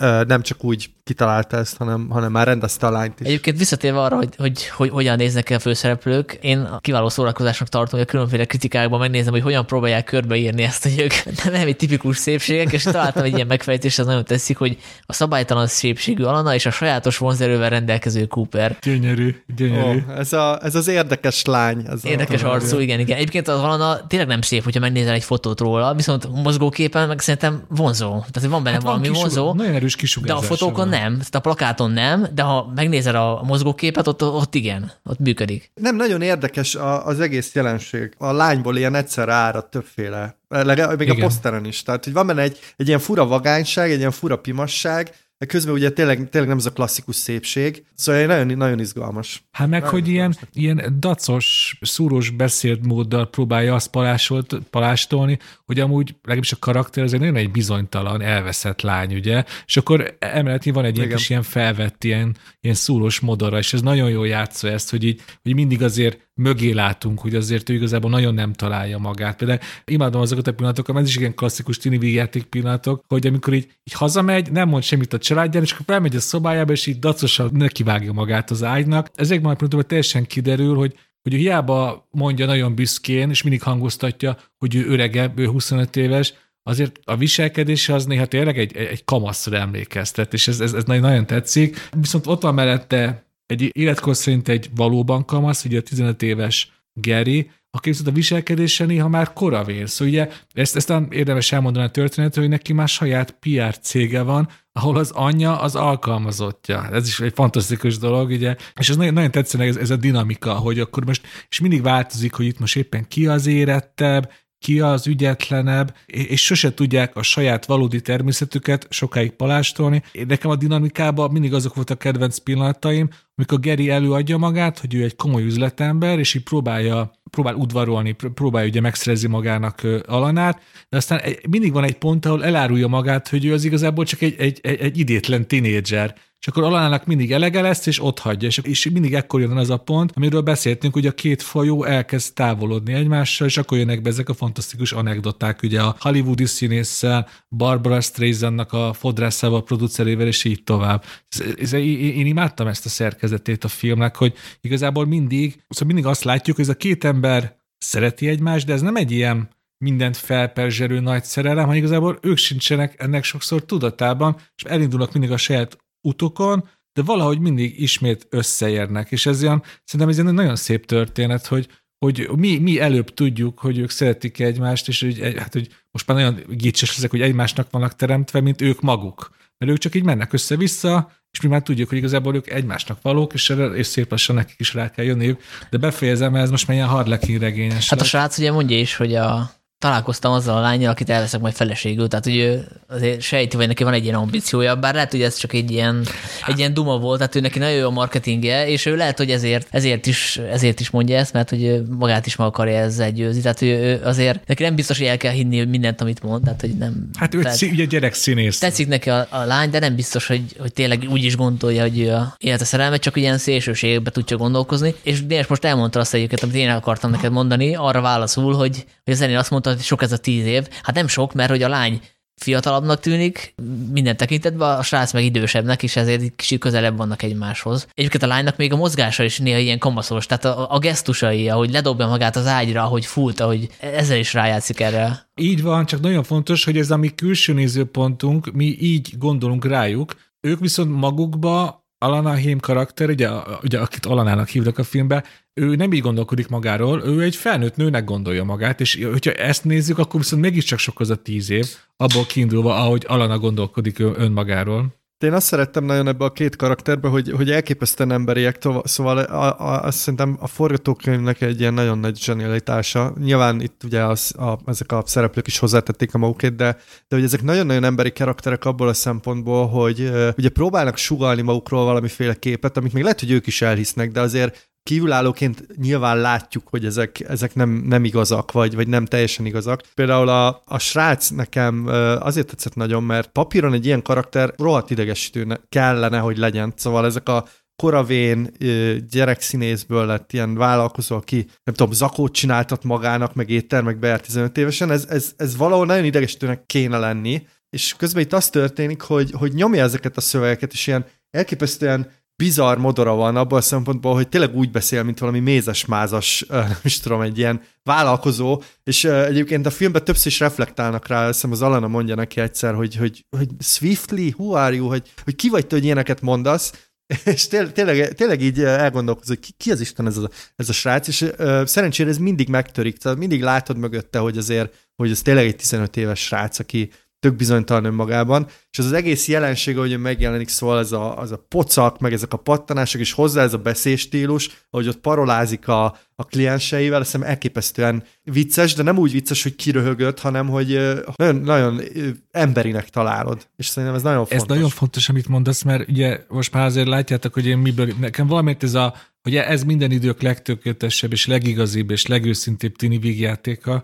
nem csak úgy kitalálta ezt, hanem már rendezte a lányt is. Egyébként visszatérve arra, hogy hogyan néznek ki a főszereplők, én kiváló szórakozásnak tartom, hogy a különféle kritikákban megnézem, hogy hogyan próbálják körbeírni ezt, hogy ők nem egy tipikus szépségek, és találtam egy ilyen megfejtést, az nagyon tetszik, hogy a szabálytalan szépségű Alana és a sajátos vonzerővel rendelkező Cooper. Gyönyörű. Ez az érdekes lány. Érdekes arcú, igen. Egyébként az Alana tényleg nem szép, hogyha megnézel egy fotót róla, viszont mozgóképen meg szerintem vonzó. Tehát, hogy van benne valami vonzó. Nagyon erős kisugárzás. De a fotókon nem, tehát a plakáton nem, de ha megnézel a mozgóképet, ott igen, ott működik. Nem, nagyon érdekes az egész jelenség. A lányból ilyen egyszerre árad többféle. Még igen. A poszteren is. Tehát, hogy van benne egy ilyen fura vagányság, egy ilyen fura pimasság, de közben ugye tényleg nem ez a klasszikus szépség. Szóval nagyon, nagyon izgalmas. Hát meg, nagyon hogy ilyen dacos, szúrós beszédmóddal próbálja azt palástolni, hogy amúgy legalábbis a karakter az nagyon egy bizonytalan, elveszett lány, ugye? És akkor emellett van egy ilyen kis ilyen felvett, ilyen szúrós modora, és ez nagyon jól játssza ezt, hogy mindig azért mögé látunk, hogy azért ő igazából nagyon nem találja magát. Például imádom azokat a pillanatokat, ez is ilyen klasszikus tini vígjáték pillanatok, hogy amikor így hazamegy, nem mond semmit a családján, és akkor felmegy a szobájába, és így dacosan nekivágja magát az ágynak. Ezekben a pillanatokban teljesen kiderül, hogy ő hiába mondja nagyon büszkén, és mindig hangoztatja, hogy ő öregebb, ő 25 éves, azért a viselkedése az néha tényleg egy kamaszra emlékeztet, és ez nagyon tetszik. Viszont ott van mellette egy életkor szerint egy valóban kamasz, ugye a 15 éves Gary, aki viszont a viselkedése néha már koravér. Szóval ugye ezt érdemes elmondani a történetet, hogy neki már saját PR cége van, ahol az anyja az alkalmazottja. Ez is egy fantasztikus dolog, ugye, és ez nagyon, nagyon tetszenek ez a dinamika, hogy akkor most, és mindig változik, hogy itt most éppen ki az érettebb, ki az ügyetlenebb, és sose tudják a saját valódi természetüket sokáig palástolni. Nekem a dinamikában mindig azok voltak a kedvenc pillanataim, amikor Gary előadja magát, hogy ő egy komoly üzletember, és így próbál udvarolni, próbálja ugye megszerezni magának Alanát, de aztán mindig van egy pont, ahol elárulja magát, hogy ő az igazából csak egy idétlen tinédzser. És akkor Alanának mindig elege lesz, és ott hagyja. És mindig ekkor jön az a pont, amiről beszéltünk, hogy a két fajó elkezd távolodni egymással, és akkor jönnek be ezek a fantasztikus anekdoták, ugye a hollywoodi színésszel, Barbara Streisandnak a fodrászával, a producerével, és így tovább. Én imádtam ezt a szerkezetét a filmnek, hogy igazából mindig azt látjuk, hogy ez a két ember szereti egymást, de ez nem egy ilyen mindent felperzselő nagy szerelem, hanem igazából ők sincsenek ennek sokszor tudatában, és elindulnak mindig a saját utukon, de valahogy mindig ismét összeérnek, és szerintem ez egy nagyon szép történet, hogy mi előbb tudjuk, hogy ők szeretik egymást, és hogy most már nagyon gicses leszek, hogy egymásnak vannak teremtve, mint ők maguk. Mert ők csak így mennek össze-vissza, és mi már tudjuk, hogy igazából ők egymásnak valók, és szép lassan nekik is rá kell jönniük, de befejezem, ez most már ilyen Harlequin regényes. Hát a srác ugye mondja is, hogy találkoztam azzal a lánnyal, akit elveszek majd feleségül, tehát hogy ő azért sejti, hogy neki van egy ilyen ambíciója, bár lehet, hogy ez csak egy ilyen duma volt, tehát ő neki nagyon jó a marketingje, és ő lehet, hogy ezért is mondja ezt, mert hogy magát is meg akarja ezzel győzni, tehát ő azért neki nem biztos, hogy el kell hinni mindent, amit mond, tehát hogy nem. Hát ő ugye gyerekszínész. Tetszik neki a lány, de nem biztos, hogy tényleg úgy is gondolja, hogy ő a élete szerelmet, csak ilyen szélsőségbe tudja gondolkozni, és Dénes most elmondta azt egyébként, amit én akartam neked mondani, arra válaszul, hogy a zenén azt mondta, hogy sok ez a 10 év. Hát nem sok, mert hogy a lány fiatalabbnak tűnik, minden tekintetben, a srác meg idősebbnek, és ezért kicsit közelebb vannak egymáshoz. Egyébként a lánynak még a mozgása is néha ilyen kamaszos, tehát a gesztusai, ahogy ledobja magát az ágyra, ahogy fut, ahogy ezzel is rájátszik erre. Így van, csak nagyon fontos, hogy ez a mi külső nézőpontunk, mi így gondolunk rájuk, ők viszont magukba Alana Haim karakter, ugye akit Alanának hívnak a filmbe, ő nem így gondolkodik magáról, ő egy felnőtt nőnek gondolja magát, és hogyha ezt nézzük, akkor viszont mégiscsak sok az a 10 év, abból kiindulva, ahogy Alana gondolkodik önmagáról. Én azt szerettem nagyon ebbe a két karakterbe, hogy elképesztően emberiek, szóval azt szerintem a forgatókönyvnek egy ilyen nagyon nagy zsenialitása. Nyilván itt ugye ezek a szereplők is hozzátették a magukét, de hogy ezek nagyon-nagyon emberi karakterek abból a szempontból, hogy ugye próbálnak sugallni magukról valamiféle képet, amit még lehet, hogy ők is elhisznek, de azért kívülállóként nyilván látjuk, hogy ezek nem igazak, vagy nem teljesen igazak. Például a srác nekem azért tetszett nagyon, mert papíron egy ilyen karakter rohadt idegesítő kellene, hogy legyen. Szóval ezek a koravén gyerekszínészből lett ilyen vállalkozó, aki nem tudom, zakót csináltat magának, meg éttermekbe jár 15 évesen, ez valahol nagyon idegesítőnek kéne lenni, és közben itt az történik, hogy nyomja ezeket a szövegeket, és ilyen elképesztően bizarr modora van abban a szempontból, hogy tényleg úgy beszél, mint valami mézes-mázas, nem is tudom, egy ilyen vállalkozó, és egyébként a filmben többször is reflektálnak rá, azt hiszem az Alana mondja neki egyszer, hogy Swiftly, who are you, hogy ki vagy te, hogy ilyeneket mondasz, és tényleg így elgondolkozol, hogy ki az Isten ez a srác, és szerencsére ez mindig megtörik, tehát mindig látod mögötte, hogy ez tényleg egy 15 éves srác, aki tök bizonytalan önmagában, és az egész jelenség, ahogy megjelenik, szóval az a pocak, meg ezek a pattanások, és hozzá ez a beszélstílus, ahogy ott parolázik a klienseivel, azt hiszem elképesztően vicces, de nem úgy vicces, hogy kiröhögött, hanem hogy nagyon, nagyon emberinek találod. És szerintem ez nagyon fontos. Ez nagyon fontos, amit mondasz, mert ugye most már azért látjátok, hogy nekem valamiért hogy ez minden idők legtökéletesebb, és legigazibb, és legőszintébb tini vígjátéka,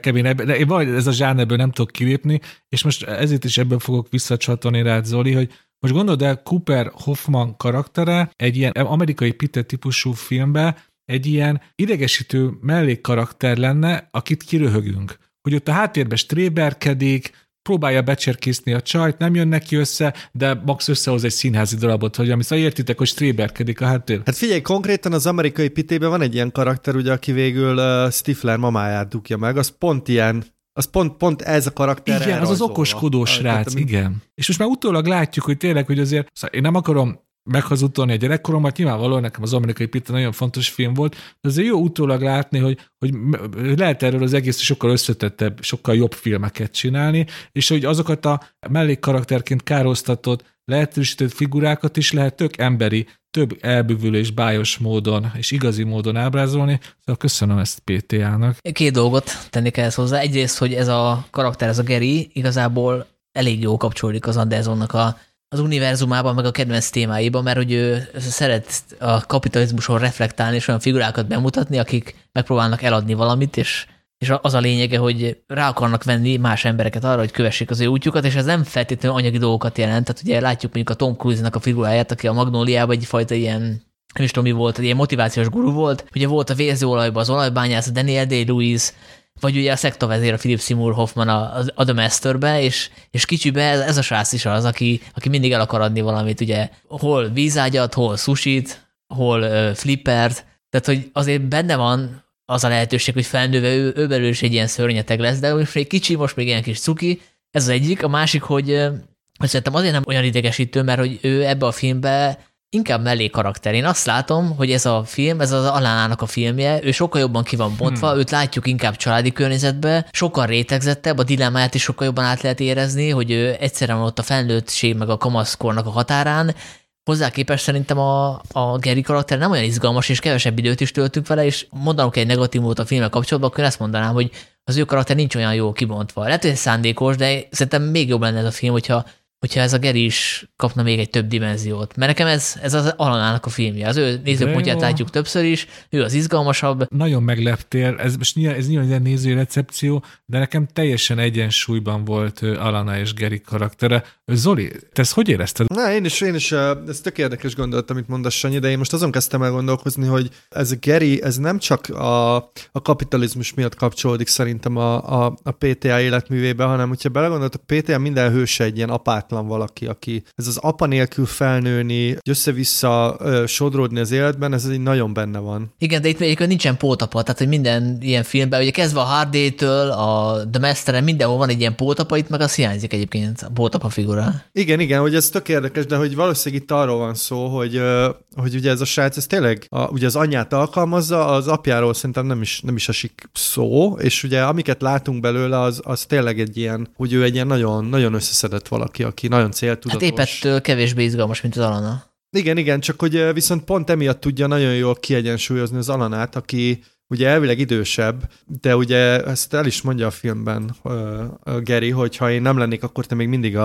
de én ez a zsánerből nem tudok kilépni, és most ezért is ebből fogok visszacsatolni rád, Zoli, hogy most gondold el, Cooper Hoffman karaktere egy ilyen amerikai Peter típusú filmben egy ilyen idegesítő mellékkarakter lenne, akit kiröhögünk. Hogy ott a háttérben stréberkedik, próbálja becserkészni a csajt, nem jön neki össze, de max összehoz egy színházi darabot, hogy amit értitek, hogy stréberkedik a háttér. Hát figyelj, konkrétan az amerikai pitében van egy ilyen karakter, ugye, aki végül Stifler mamáját dugja meg, az pont ilyen, az pont ez a karakter. Igen, az okoskodó srác, igen. És most már utólag látjuk, hogy tényleg, hogy azért, szóval én nem akarom meghazudtolni a gyerekkoromat, nyilvánvalóan nekem az amerikai Pita nagyon fontos film volt, de azért jó utólag látni, hogy lehet erről az egész sokkal összetettebb, sokkal jobb filmeket csinálni, és hogy azokat a mellékkarakterként károsztatott, lehetősített figurákat is lehet tök emberi, több elbűvülő és bájos módon, és igazi módon ábrázolni, szóval köszönöm ezt PTA-nak. 2 dolgot tennék ehhez hozzá. Egyrészt, hogy ez a karakter, ez a Gary igazából elég jól kapcsolódik az Andersonnak az univerzumában, meg a kedvenc témáiban, mert hogy ő szeret a kapitalizmuson reflektálni, és olyan figurákat bemutatni, akik megpróbálnak eladni valamit, és az a lényege, hogy rá akarnak venni más embereket arra, hogy kövessék az ő útjukat, és ez nem feltétlenül anyagi dolgokat jelent. Tehát ugye látjuk mondjuk a Tom Cruise-nak a figuráját, aki a Magnóliában egyfajta ilyen, nem is tudom mi volt, egy ilyen motivációs guru volt. Ugye volt a Vérzőolajban az olajbányász, a Daniel Day-Lewis, vagy ugye a szektavezér, a Philip Seymour Hoffman a The Masterbe, és kicsibe ez a srác is az, aki mindig el akar adni valamit, ugye hol vízágyat, hol sushit, hol flippert, tehát hogy azért benne van az a lehetőség, hogy felnőve ő belül is egy ilyen szörnyeteg lesz, de most még kicsi, most még ilyen kis cuki, ez az egyik. A másik, hogy szerintem azért nem olyan idegesítő, mert hogy ő ebbe a filmbe inkább mellékkarakter. Én azt látom, hogy ez a film, ez az Alanának a filmje, ő sokkal jobban ki van bontva, őt látjuk inkább családi környezetbe, sokkal rétegzettebb, a dilemmáját is sokkal jobban át lehet érezni, hogy ő egyszerűen ott a felnőttség meg a kamaszkornak a határán. Hozzá képest szerintem a Gary karakter nem olyan izgalmas, és kevesebb időt is töltünk vele, és mondanom egy negatívumot a filmmel kapcsolatban, akkor ezt mondanám, hogy az ő karakter nincs olyan jól kibontva. Lehet, hogy ez szándékos, de szerintem még jobb lenne ez a film, hogyha ez a Gary is kapna még egy több dimenziót. Mert nekem ez az Alanának a filmje. Az ő nézőpontját látjuk többször is, ő az izgalmasabb. Nagyon megleptél, ez nyilván egy nézői recepció, de nekem teljesen egyensúlyban volt Alana és Gary karaktere. Zoli, te ezt hogy érezted? Na, én is, ez tök érdekes gondolat, amit mondasz, Sanyi, de én most azon kezdtem el gondolkozni, hogy ez a Gary, ez nem csak a kapitalizmus miatt kapcsolódik szerintem a PTA életművébe, hanem hogyha belegondolt, a PTA minden hőse egy ilyen apátlan valaki, aki ez az apa nélkül felnőni, össze-vissza sodródni az életben, ez így nagyon benne van. Igen, de itt egyébként nincsen pótapa, tehát hogy minden ilyen filmben, ugye kezdve a Hardy-től, a The Masteren, mindenhol van egy ilyen pótapa, itt meg az hiányzik egyébként a pótapa figura. Igen, hogy ez tök érdekes, de hogy valószínűleg itt arról van szó, hogy ugye ez a srác, ez tényleg ugye az anyját alkalmazza, az apjáról szerintem nem is esik szó, és ugye amiket látunk belőle, az tényleg egy ilyen, hogy ő egy ilyen nagyon, nagyon összeszedett valaki, aki nagyon céltudatos. Hát épp ettől kevésbé izgalmas, mint az Alana. Igen, csak hogy viszont pont emiatt tudja nagyon jól kiegyensúlyozni az Alanát, aki ugye elvileg idősebb, de ugye ezt el is mondja a filmben Gary, hogy ha én nem lennék, akkor te még mindig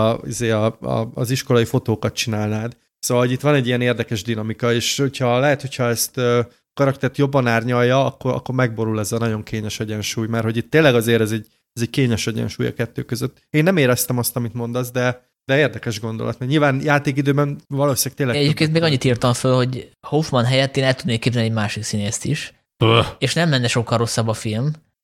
az iskolai fotókat csinálnád. Szóval hogy itt van egy ilyen érdekes dinamika, és hogyha ezt karaktert jobban árnyalja, akkor megborul ez a nagyon kényes egyensúly, mert hogy itt tényleg azért ez egy kényes egyensúly a kettő között. Én nem éreztem azt, amit mondasz, de érdekes gondolat, mert nyilván játékidőben valószínűleg tényleg... Egyébként még annyit írtam föl, hogy Hoffman helyett én el tudnék képzelni egy másik színészt is, és nem lenne sokkal rosszabb a film.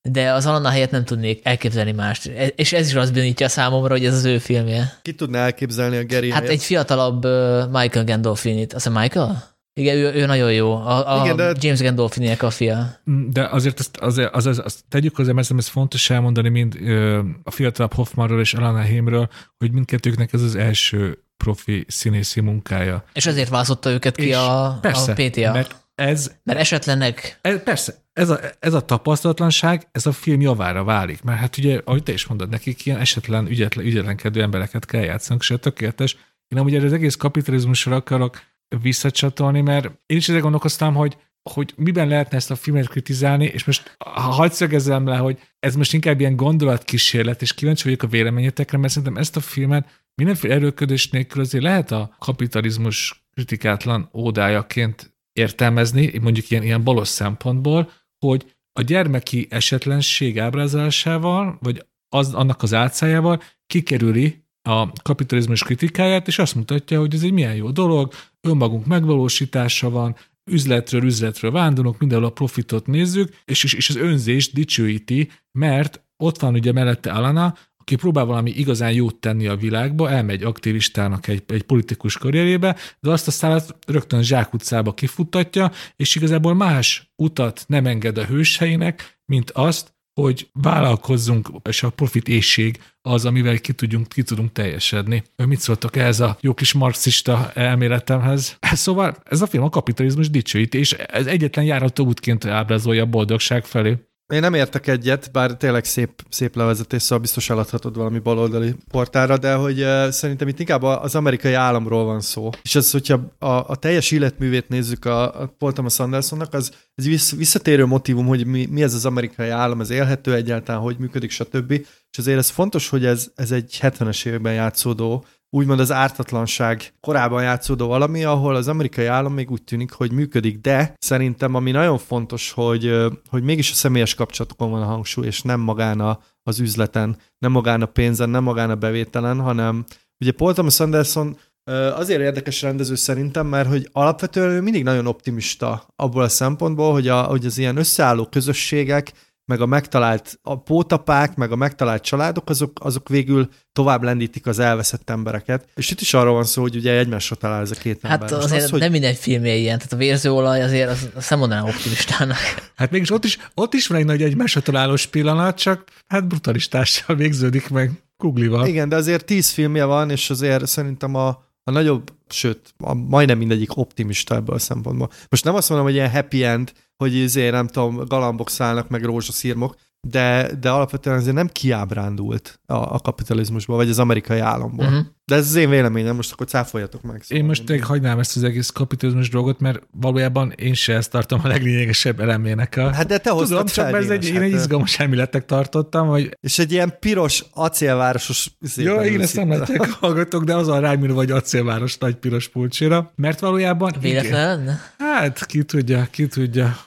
de az Alana helyett nem tudnék elképzelni mást. És ez is azt bizonyítja számomra, hogy ez az ő filmje. Ki tudná elképzelni a Gary Hát helyett? egy fiatalabb Michael Gandolfinit. Azt hiszem Michael? Igen, ő nagyon jó. Igen, de... James Gandolfininek a fia. De azért azt tegyük hozzá, mert ez fontos elmondani mind a fiatalabb Hoffmanról és Alana Haimről, hogy mindkettőknek ez az első profi színészi munkája. És ezért választotta őket ki a PTA. Mert esetlenek. Persze, ez a tapasztalatlanság, ez a film javára válik. Mert hát ugye, ahogy te is mondod, nekik ilyen esetlen, ügyetlenkedő embereket kell játszanunk, és tökéletes. Én amúgy az egész kapitalizmusra akarok visszacsatolni, mert én is ezzel gondolkoztam, hogy miben lehetne ezt a filmet kritizálni, és most hadd szögezzem le, hogy ez most inkább ilyen gondolatkísérlet, és kíváncsi vagyok a véleményetekre, mert szerintem ezt a filmet mindenféle erőködés nélkül azért lehet a kapitalizmus kritikátlan ódájaként értelmezni, mondjuk ilyen balos szempontból, hogy a gyermeki esetlenség ábrázolásával, vagy annak az álcájával kikerüli a kapitalizmus kritikáját, és azt mutatja, hogy ez egy milyen jó dolog, önmagunk megvalósítása van, üzletről vándorunk, mindenhol a profitot nézzük, és az önzést dicsőíti, mert ott van ugye mellette Alana, aki próbál valami igazán jót tenni a világba, elmegy aktivistának egy politikus karrierébe, de azt a szállat rögtön zsákutcába kifuttatja, és igazából más utat nem enged a hőseinek, mint azt, hogy vállalkozzunk, és a profit éhség az, amivel ki tudunk teljesedni. Mit szóltok ehhez a jó kis marxista elméletemhez? Szóval ez a film a kapitalizmus dicsőíti, és ez egyetlen járható útként ábrázolja a boldogság felé. Én nem értek egyet, bár tényleg szép levezetés, szóval biztos eladhatod valami baloldali portára, de hogy szerintem itt inkább az amerikai államról van szó. És ez, hogyha a teljes életművét nézzük a Paul Thomas Andersonnak, az egy visszatérő motívum, hogy mi ez az amerikai állam, ez élhető egyáltalán, hogy működik, stb. És azért ez fontos, hogy ez egy 70-es években játszódó, úgymond az ártatlanság korában játszódó valami, ahol az amerikai állam még úgy tűnik, hogy működik, de szerintem ami nagyon fontos, hogy mégis a személyes kapcsolatokon van a hangsúly, és nem magán az üzleten, nem magán a pénzen, nem magán a bevételen, hanem ugye Paul Thomas Anderson azért érdekes rendező szerintem, mert hogy alapvetően ő mindig nagyon optimista abból a szempontból, hogy az ilyen összeálló közösségek, meg a megtalált pótapák, meg a megtalált családok, azok végül tovább lendítik az elveszett embereket. És itt is arról van szó, hogy ugye egymásra talál ez a két ember. Hát azért nem minden filmje ilyen, tehát a Vérzőolaj azért azt nem mondanám optimistának. Hát mégis ott is van egy nagy egymásra találós pillanat, csak hát brutalistással végződik meg Googlival. Igen, de azért 10 filmje van, és azért szerintem a nagyobb, sőt, majdnem mindegyik optimista ebből a szempontból. Most nem azt mondom, hogy ilyen happy end, hogy azért nem tudom, galambok szállnak meg rózsaszírmok, de alapvetően azért nem kiábrándult a kapitalizmusból, vagy az amerikai államból. Uh-huh. De ez az én véleményem, most akkor cáfoljatok meg. Szóval én most hagynám ezt az egész kapitalizmus dolgot, mert valójában én se ezt tartom a leglényegesebb elemének. Hát de te hoztad fel, mert én egy izgalmas elméletnek tartottam. Hogy... És egy ilyen piros, acélvárosos... Jó, én ezt nem lettek hallgatok, de az a ráműr vagy acélváros nagy piros pulcsira, mert valójában... Véletlen? Hát ki tudja,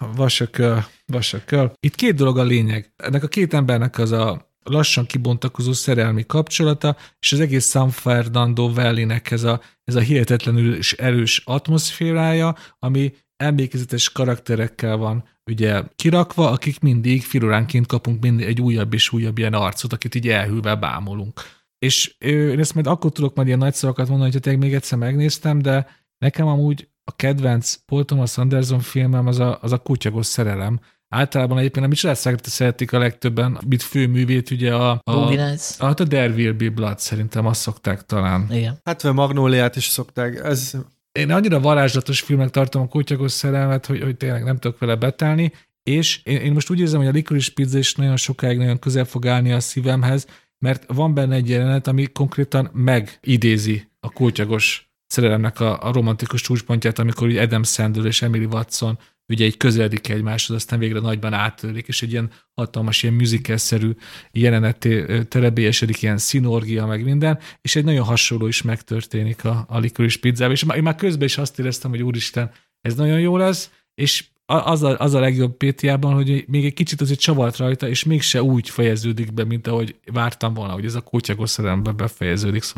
vasaköl. Itt két dolog a lényeg. Ennek a két embernek az a lassan kibontakozó szerelmi kapcsolata, és az egész San Fernando Valley-nek ez a hihetetlenül erős atmoszférája, ami emlékezetes karakterekkel van ugye kirakva, akik mindig filoránként kapunk mindig egy újabb és újabb ilyen arcot, akit így elhűlve bámulunk. És én ezt majd akkor tudok majd ilyen nagy szavakat mondani, hogyha még egyszer megnéztem, de nekem amúgy a kedvenc Paul Thomas Anderson filmem az a Kutyagos szerelem. Általában egyébként a Micsodászságot szeretik a legtöbben, mint főművét, ugye a There Will Be Blood, szerintem azt szokták talán. Igen. Hát vagy Magnóliát is szokták. Én annyira varázslatos filmnek tartom a Kutyagos szerelmet, hogy tényleg nem tudok vele betelni, és én most úgy érzem, hogy a Licorice Pizza is nagyon sokáig nagyon közel fog állni a szívemhez, mert van benne egy jelenet, ami konkrétan megidézi a Kutyagos szerelemnek a romantikus csúcspontját, amikor ugye Adam Sandler és Emily Watson ugye így közeledik egymáshoz, aztán végre nagyban áttörik, és egy ilyen hatalmas, ilyen musical-szerű jeleneté terebélyesedik, ilyen színorgia, meg minden, és egy nagyon hasonló is megtörténik a Licorice Pizzával, és én már közben is azt éreztem, hogy úristen, ez nagyon jó lesz, és az a legjobb PTA-ban, hogy még egy kicsit azért csavart rajta, és mégse úgy fejeződik be, mint ahogy vártam volna, hogy ez a Kutyagos szerelemben befejeződik, szóval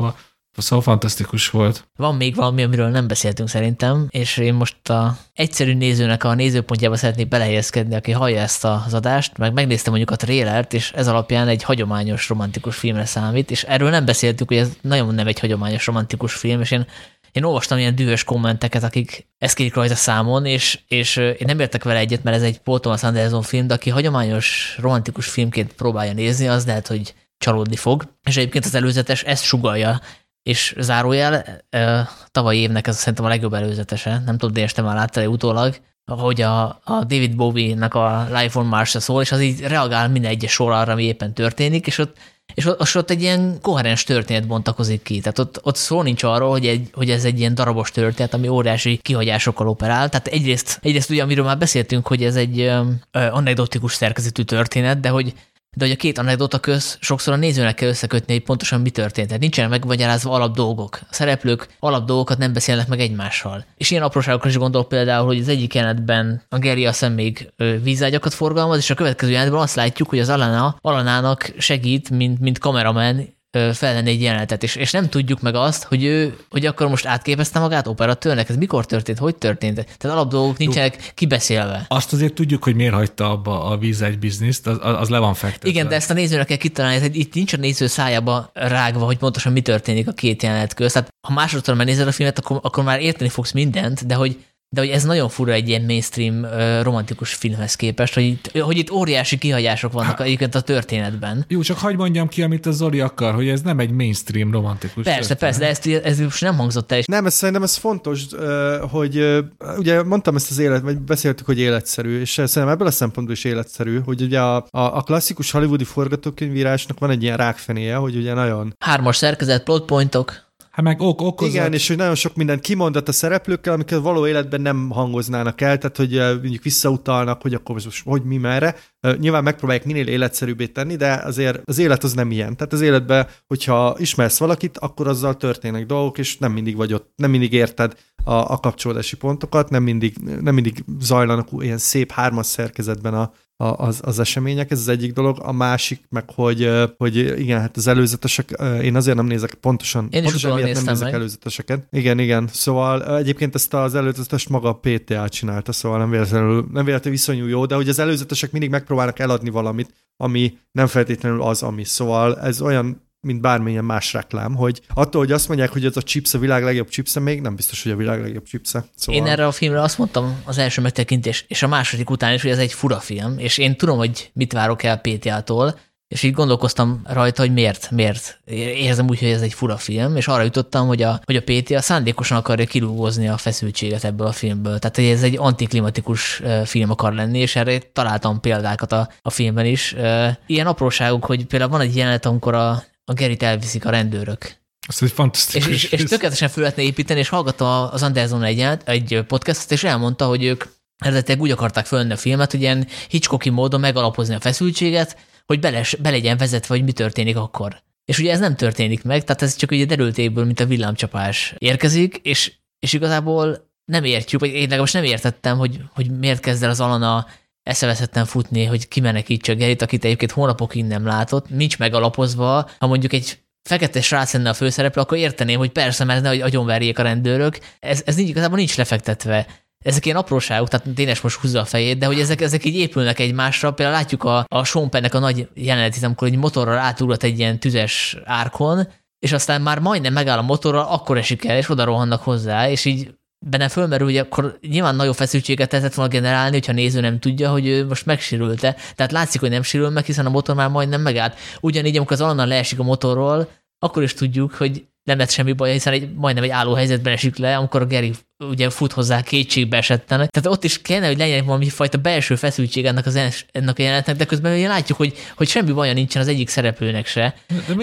Szóval fantasztikus volt. Van még valami, amiről nem beszéltünk szerintem, és én most a egyszerű nézőnek a nézőpontjába szeretnék belehelyezkedni, aki hallja ezt az adást, meg megnéztem mondjuk a trélert, és ez alapján egy hagyományos romantikus filmre számít, és erről nem beszéltük, hogy ez nagyon nem egy hagyományos romantikus film, és én olvastam ilyen dühös kommenteket, akik ezt kérik rajta számon, és én nem értek vele egyet, mert ez egy Paul Thomas Anderson film, de aki hagyományos romantikus filmként próbálja nézni, az lehet, hogy csalódni fog. És egyébként az előzetes ezt sugallja, és zárójel, tavalyi évnek ez szerintem a legjobb előzetese, nem tudom, de te már láttál utólag, ahogy a David Bowie-nak a Life on Mars-ra szól, és az így reagál minden egyes sor arra, ami éppen történik, és ott egy ilyen koherens történet bontakozik ki. Tehát ott szó nincs arról, hogy ez egy ilyen darabos történet, ami óriási kihagyásokkal operál. Tehát egyrészt ugye, amiről már beszéltünk, hogy ez egy anekdotikus szerkezetű történet, de hogy a két anekdota köz sokszor a nézőnek kell összekötni, hogy pontosan mi történt. Tehát nincsenek megmagyarázva alapdolgok. A szereplők alapdolgokat nem beszélnek meg egymással. És ilyen apróságokra is gondol például, hogy az egyik jelenetben a Gary azt hiszem még vízágyakat forgalmaz, és a következő jelenetben azt látjuk, hogy az Alanának segít, mint kameraman felvenni egy jelenetet, és nem tudjuk meg azt, hogy akkor most átképezte magát operatőrnek, ez mikor történt, hogy történt. Tehát alapdolgok nincsenek kibeszélve. Azt azért tudjuk, hogy miért hagyta abba a vízegy bizniszt, az le van fektetve. Igen, de ezt a nézőnek kell kitalálni, hogy itt nincs a néző szájába rágva, hogy pontosan mi történik a két jelenet közt. Tehát ha másodszor már nézed a filmet, akkor már érteni fogsz mindent, de hogy ez nagyon fura egy ilyen mainstream romantikus filmhez képest, hogy itt óriási kihagyások vannak egyébként a történetben. Jó, csak hadd mondjam ki, amit a Zoli akar, hogy ez nem egy mainstream romantikus Persze, de ez most nem hangzott el. Nem, szerintem ez fontos, hogy ugye mondtam ezt az vagy beszéltük, hogy életszerű, és szerintem ebből a szempontból is életszerű, hogy ugye a klasszikus hollywoodi forgatókönyvírásnak van egy ilyen rákfenéje, hogy ugye nagyon... 3-as szerkezet, plotpointok. Hát meg okozat. Igen, és hogy nagyon sok mindent kimondat a szereplőkkel, amiket való életben nem hangoznának el, tehát hogy mondjuk visszautalnak, hogy akkor most hogy mi merre. Nyilván megpróbálják minél életszerűbbé tenni, de azért az élet az nem ilyen. Tehát az életben, hogyha ismersz valakit, akkor azzal történnek dolgok, és nem mindig vagy ott, nem mindig érted a kapcsolódási pontokat, nem mindig zajlanak ilyen szép 3-as szerkezetben az események, ez az egyik dolog. A másik meg, hogy igen, hát az előzetesek, én azért nem nézek pontosan miért nem nézek előzeteseket. Igen. Szóval egyébként ezt az előzetest maga a PTA csinálta, szóval nem véletlenül viszonyú jó, de hogy az előzetesek mindig megpróbálnak eladni valamit, ami nem feltétlenül az, ami. Szóval ez olyan, mint bármilyen más reklám, hogy attól, hogy azt mondják, hogy ez a chips a világ legjobb chipse, még nem biztos, hogy a világ legjobb chipse. Szóval... Én erre a filmre azt mondtam az első megtekintés, és a második után is, hogy ez egy fura film, és én tudom, hogy mit várok el PTA-tól, és így gondolkoztam rajta, hogy miért érzem úgy, hogy ez egy fura film, és arra jutottam, hogy a PTA szándékosan akarja kirúgozni a feszültséget ebből a filmből. Tehát, hogy ez egy antiklimatikus film akar lenni, és erre találtam példákat a filmben is. Ilyen apróságok, hogy például van egy jelenet, amikor a Garyt elviszik a rendőrök. Az egy fantasztikus. És tökéletesen föl lehetne építeni, és hallgattam az Anderson egy podcastot, és elmondta, hogy ők eredetileg úgy akarták fölvenni a filmet, hogy ilyen Hitchcocki módon megalapozni a feszültséget, hogy be legyen vezetve, hogy mi történik akkor. És ugye ez nem történik meg, tehát ez csak ugye derültékből, mint a villámcsapás érkezik, és igazából nem értjük, vagy én legalábbis nem értettem, hogy miért kezd el az Alana eszeveszetten futni, hogy kimenekítse Garyt, akit egyébként hónapokig nem látott, nincs megalapozva. Ha mondjuk egy fekete srác lenne a főszereplő, akkor érteném, hogy persze, mert nehogy agyonverjék a rendőrök. Ez igazából nincs lefektetve. Ezek ilyen apróságok, tehát Dénes most húzza a fejét, de hogy ezek így épülnek egymásra. Például látjuk a Sean Penn-nek a nagy jelenetét, amikor egy motorral átugrat egy ilyen tüzes árkon, és aztán már majdnem megáll a motorral, akkor esik el, és oda rohannak hozzá, és így benne fölmerül, hogy akkor nyilván nagyobb feszültséget lehetett volna generálni, hogyha a néző nem tudja, hogy ő most megsérült-e. Tehát látszik, hogy nem sérül meg, hiszen a motor már majdnem megállt. Ugyanígy, amikor az Alana leesik a motorról, akkor is tudjuk, hogy nem lett semmi baj, hiszen majdnem egy álló helyzetben esik le, amikor a Gary ugye fut hozzá kétségbe esetten. Tehát ott is kellene, hogy legyen valami fajta belső feszültség ennek a jelenetnek, de közben ugye látjuk, hogy semmi baja nincsen az egyik szereplőnek se.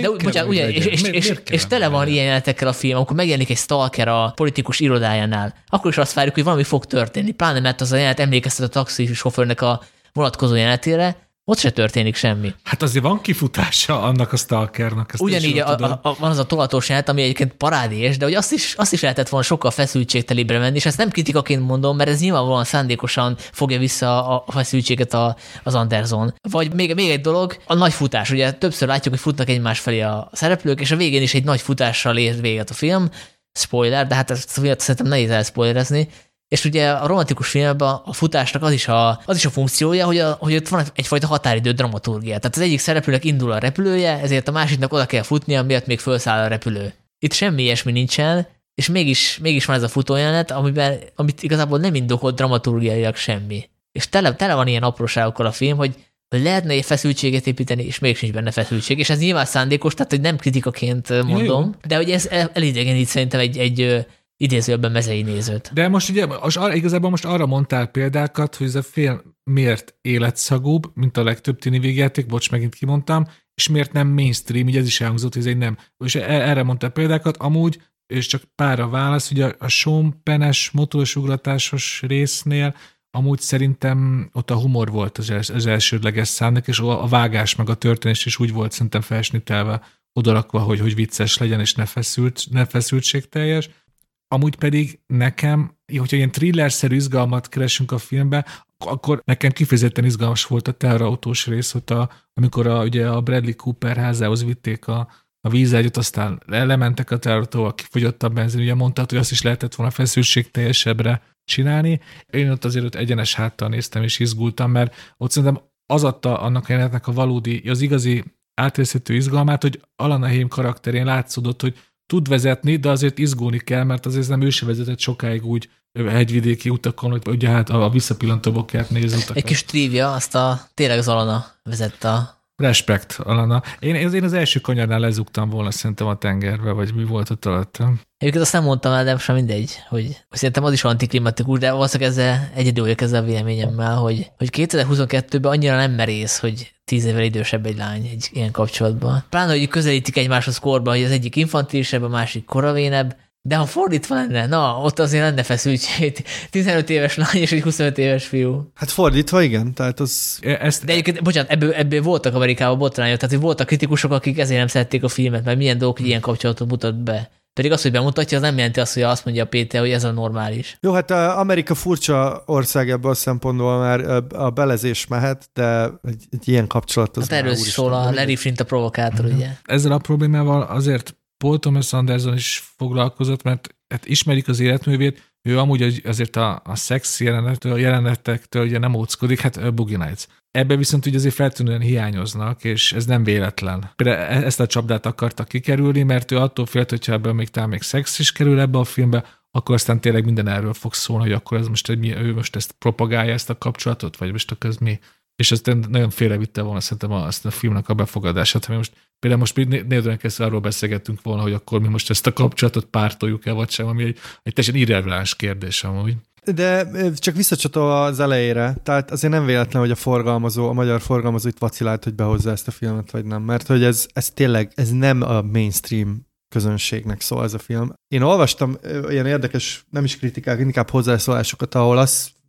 És tele van ilyen jelenetekkel a film, amikor megjelenik egy stalker a politikus irodájánál, akkor is azt várjuk, hogy valami fog történni. Pláne mert az a jelenet emlékeztet a taxisofőrnek a vonatkozó jelenetére, Ott se történik semmi. Hát azért van kifutása annak a stalkernak. Ugyanígy van az a tolatós jelenet, ami egyébként parádés, de hogy azt is lehetett volna sokkal feszültségtelébbre menni, és ezt nem kritikaként mondom, mert ez nyilvánvalóan szándékosan fogja vissza a feszültséget az Anderson. Vagy még egy dolog, a nagy futás. Ugye többször látjuk, hogy futnak egymás felé a szereplők, és a végén is egy nagy futással ér véget a film. Spoiler, de hát ezt szerintem nehéz elspoilerezni. És ugye a romantikus filmben a futásnak az is a funkciója, hogy ott van egyfajta határidő dramaturgia. Tehát az egyik szereplőnek indul a repülője, ezért a másiknak oda kell futnia, miatt még felszáll a repülő. Itt semmi ilyesmi nincsen, és mégis van ez a futójelenet, amit igazából nem indokolt dramaturgiailag semmi. És tele van ilyen apróságokkal a film, hogy lehetne egy feszültséget építeni, és még sincs benne feszültség. És ez nyilván szándékos, tehát hogy nem kritikaként mondom, de hogy ez elidegenít szerintem egy idézőjelben mezei nézőt. De most ugye igazából most arra mondtál példákat, hogy ez a film miért életszagúbb, mint a legtöbb tini végjáték, bocs, megint kimondtam, és miért nem mainstream, ugye ez is elhangzott, hogy ez egy nem. És erre mondtál példákat, amúgy, és csak pár a válasz, ugye a Sean Penn-es motoros ugratásos résznél amúgy szerintem ott a humor volt az elsődleges szándék, és a vágás meg a történés is úgy volt szerintem felsnitelve, odarakva, hogy vicces legyen, és ne feszültségteljes. Amúgy pedig nekem, hogyha ilyen thrillerszerű izgalmat keresünk a filmbe, akkor nekem kifejezetten izgalmas volt a terrautós rész, amikor ugye a Bradley Cooper házához vitték a vízágyat, aztán lementek a terrautóval, kifogyott a benzin, ugye mondtad, hogy azt is lehetett volna feszültségteljesebbre csinálni. Én ott azért egyenes háttal néztem és izgultam, mert ott szerintem az adta annak a jelenetnek a valódi, az igazi átérezhető izgalmát, hogy Alana Haim karakterén látszódott, hogy tud vezetni, de azért izgulni kell, mert azért nem ő se vezetett sokáig úgy hegyvidéki utakon, hogy ugye hát a visszapillantó bokját néz utakon. Egy kis trivia, azt tényleg az Alana vezette a... Respekt, Alana. Én az első kanyarnál lezugtam volna szerintem a tengerbe, vagy mi volt ott alattam. Egyébként azt nem mondtam el, de most mindegy, hogy szerintem az is antiklimatikus, de valószínűleg ezzel egyedül vagyok ezzel a véleményemmel, hogy 2022-ben annyira nem merész, hogy 10 évvel idősebb egy lány egy ilyen kapcsolatban. Pláne, hogy közelítik egymáshoz korban, hogy az egyik infantilisebb, a másik koravénebb, de ha fordítva lenne, ott azért lenne feszültség. 15 éves lány és egy 25 éves fiú. Hát fordítva, igen. Tehát az... De egyébként, bocsánat, ebből voltak Amerikában botrányok, tehát hogy voltak kritikusok, akik ezért nem szerették a filmet, mert milyen dolgok, hogy ilyen kapcsolatot mutat be. Pedig az, hogy bemutatja, az nem jelenti azt, hogy azt mondja a Péter, hogy ez a normális. Jó, hát Amerika furcsa ország ebből a szempontból, már a belezés mehet, de egy ilyen kapcsolat az... Hát erről is szól a Larry Flint a provokátor, ugye? Ezzel a problémával azért Paul Thomas Anderson is foglalkozott, mert hát ismerik az életművét, ő amúgy azért a szex jelenetektől ugye nem óckodik, hát Boogie Nights. Ebben viszont ugye azért feltűnően hiányoznak, és ez nem véletlen. Például ezt a csapdát akarta kikerülni, mert ő attól félt, hogyha ebből még talán még szex is kerül ebbe a filmbe, akkor aztán tényleg minden erről fog szólni, hogy akkor ez most ő most ezt propagálja, ezt a kapcsolatot, vagy most akkor ez mi. És ez nagyon félrevitte volna szerintem azt a filmnek a befogadását. Ha például most nézően kezdve arról beszélgettünk volna, hogy akkor mi most ezt a kapcsolatot pártoljuk el, vagy sem, ami egy teljesen irreleváns kérdés amúgy. De csak visszacsatolva az elejére, tehát azért nem véletlen, hogy a magyar forgalmazó itt vacilált, hogy behozza ezt a filmet, vagy nem. Mert hogy ez tényleg, ez nem a mainstream közönségnek szól ez a film. Én olvastam ilyen érdekes, nem is kritikák, inkább hozzászólásokat, ahol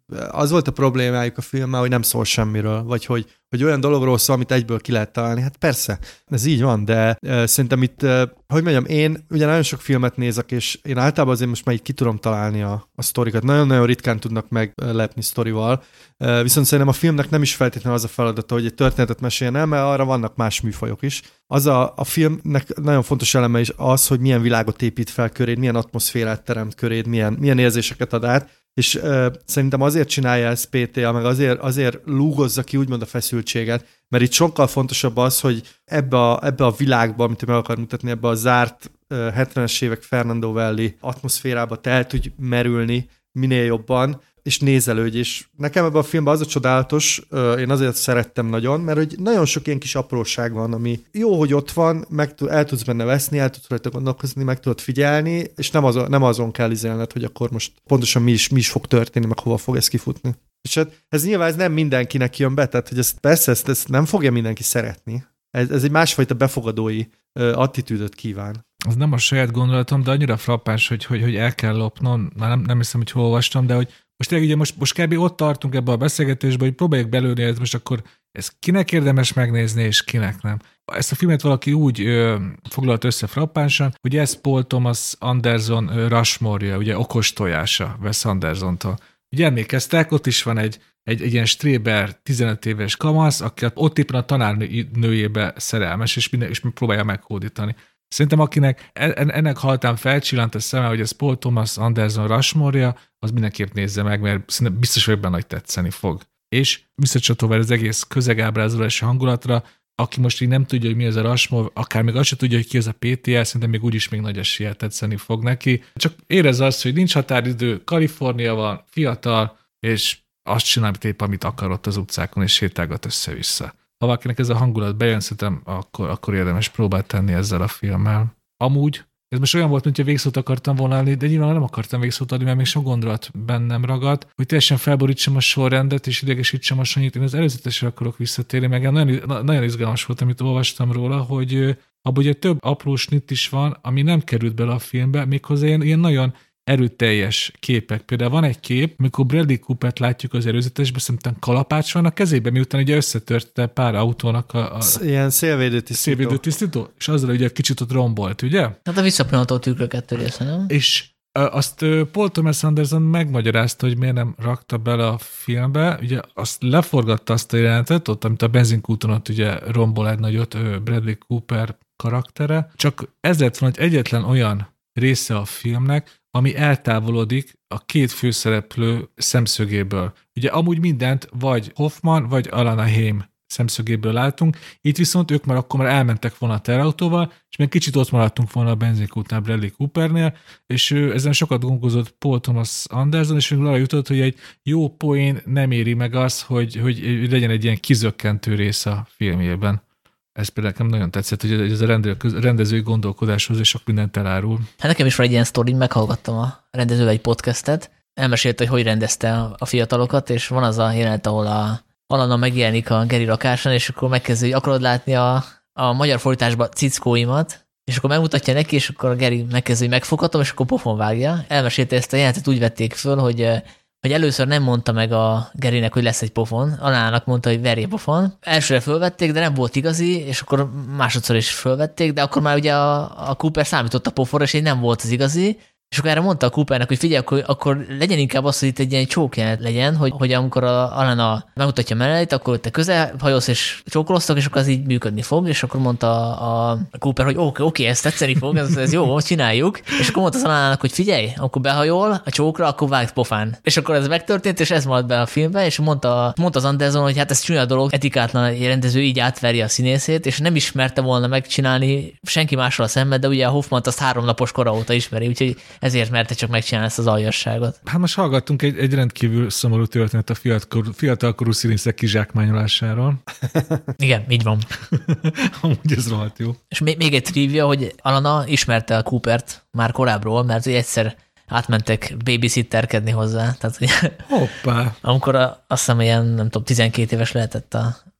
az volt a problémájuk a filmmel, hogy nem szól semmiről, vagy hogy olyan dologról szól, amit egyből ki lehet találni. Hát persze, ez így van, de szerintem itt, hogy mondjam, én ugye nagyon sok filmet nézek, és én általában azért most már így ki tudom találni a sztorikat. Nagyon-nagyon ritkán tudnak meglepni sztorival, viszont szerintem a filmnek nem is feltétlenül az a feladata, hogy egy történetet meséljen el, mert arra vannak más műfajok is. A filmnek nagyon fontos eleme is az, hogy milyen világot épít fel köréd, milyen atmoszférát teremt köréd, milyen érzéseket ad át, és szerintem azért csinálja ezt PTA, meg azért lúgozza ki úgymond a feszültséget, mert itt sokkal fontosabb az, hogy ebbe a világba, amit meg akar mutatni, ebbe a zárt 70-es évek Fernando Valley atmoszférába te el tudj merülni minél jobban, és nézelődj. És nekem ebben a filmben az a csodálatos, én azért szerettem nagyon, mert hogy nagyon sok ilyen kis apróság van, ami jó, hogy ott van, el tudsz benne veszni, el tudsz rajta gondolkozni, meg tudod figyelni, és nem azon kell izélned, hogy akkor most pontosan mi is fog történni, meg hova fog ez kifutni. És hát ez nyilván nem mindenkinek jön be, tehát hogy ezt nem fogja mindenki szeretni. Ez egy másfajta befogadói attitűdöt kíván. Az nem a saját gondolatom, de annyira frappáns, hogy el kell lopnom, már nem hiszem, hogy hol olvastam, de hogy most tényleg ugye most kb. Ott tartunk ebbe a beszélgetésben, hogy próbáljuk belőni, ez most akkor ez kinek érdemes megnézni, és kinek nem. Ezt a filmet valaki úgy foglalt össze frappánsan, hogy ez Paul Thomas Anderson Rushmore-ja, ugye okos tojása Wes Andersontól. Ugye emlékeztek, ott is van egy ilyen stréber 15 éves kamasz, aki ott éppen a tanárnőjébe szerelmes, és próbálja meghódítani. Szerintem akinek ennek haltán felcsillant a szeme, hogy ez Paul Thomas Anderson Rushmore-ja, az mindenképp nézze meg, mert szerintem biztos vagyok benne, hogy tetszeni fog. És visszacsatolva az egész közegábrázolási hangulatra, aki most így nem tudja, hogy mi ez a Rushmore, akár még azt sem tudja, hogy ki ez a PTL, szerintem még úgyis még nagy eséllyel tetszeni fog neki. Csak érez azt, hogy nincs határidő, Kalifornia van, fiatal, és azt csinál épp, amit akarott az utcákon, és sétálgat össze-vissza. Ha valakinek ez a hangulat bejön, szerintem akkor érdemes próbát tenni ezzel a filmmel. Amúgy, ez most olyan volt, mintha végszót akartam volna adni, de nyilván nem akartam végszót adni, mert még sok gondolat bennem ragadt, hogy teljesen felborítsam a sorrendet, és idegesítsem a Sanyit. Én az előzetesre akarok visszatérni, meg nagyon izgalmas volt, amit olvastam róla, hogy abban ugye több apró snitt is van, ami nem került bele a filmbe, méghozzá ilyen nagyon erőteljes képek. Például van egy kép, amikor Bradley Coopert látjuk az előzetesben, szerintem kalapács van a kezében, miután ugye összetörte pár autónak ilyen szélvédőtisztító. És azzal ugye kicsit ott rombolt, ugye? Hát a visszapillantó tükröket törészt, nem? És azt Paul Thomas Anderson megmagyarázta, hogy miért nem rakta bele a filmbe. Ugye azt leforgatta azt a jelenetet, ott, amit a benzinkúton ott ugye rombol egy nagyot Bradley Cooper karaktere. Csak ez lett volna egyetlen olyan része a filmnek, ami eltávolodik a két főszereplő szemszögéből. Ugye amúgy mindent vagy Hoffman, vagy Alana Haim szemszögéből látunk, itt viszont ők akkor már elmentek volna a terautóval, és még kicsit ott maradtunk volna a benzinkútnál Bradley Coopernél, és ezen sokat gondolkozott Paul Thomas Anderson, és még arra jutott, hogy egy jó poén nem éri meg az, hogy legyen egy ilyen kizökkentő rész a filmjében. Ez például nekem nagyon tetszett, hogy ez a rendezői gondolkodáshoz és sok mindent elárul. Hát nekem is van egy ilyen sztori, meghallgattam a rendezővel egy podcastet, elmesélte, hogy rendezte a fiatalokat, és van az a jelenet, ahol a Alana megjelenik a Geri lakáson, és akkor megkezdő, hogy akarod látni a magyar fordításban cickóimat, és akkor megmutatja neki, és akkor a Geri megkezdő, hogy megfoghatom, és akkor pofon vágja. Elmesélte ezt a jelenetet, úgy vették föl, hogy először nem mondta meg a Gerinek, hogy lesz egy pofon, Alanának mondta, hogy verje pofon. Elsőre fölvették, de nem volt igazi, és akkor másodszor is fölvették, de akkor már ugye a Cooper számított a pofonra, és így nem volt az igazi. És akkor erre mondta a Coopernek, hogy figyelj, akkor legyen inkább az, hogy itt egy ilyen csókjelenet legyen, hogy amikor Alana megmutatja melleit, akkor te közel hajolsz és csókoloztak, és akkor az így működni fog, és akkor mondta a Cooper, hogy oké, ezt tetszeni fog, ez jó, csináljuk. És akkor mondta az Alanának, hogy figyelj, akkor behajol a csókra, akkor vágsz pofán. És akkor ez megtörtént, és ez maradt be a filmbe, és mondta az Anderson, hogy hát ez csúnya dolog, etikátlan egy rendező így átverje a színészét, és nem ismerte volna megcsinálni senki mással szemben, de ugye a Hoffmant azt 3 napos kora óta ismeri, úgyhogy ezért merte csak megcsinálni ezt az aljasságot. Hát most hallgattunk egy rendkívül szomorú történet a fiatalkorú színészek kizsákmányolásáról. Igen, így van. Amúgy ez rohadt jó. És még egy trivia, hogy Alana ismerte a Coopert már korábbról, mert egyszer átmentek babysitterkedni hozzá. Tehát, ugye, hoppá! Amikor azt hiszem ilyen, nem tudom, 12 éves lehetett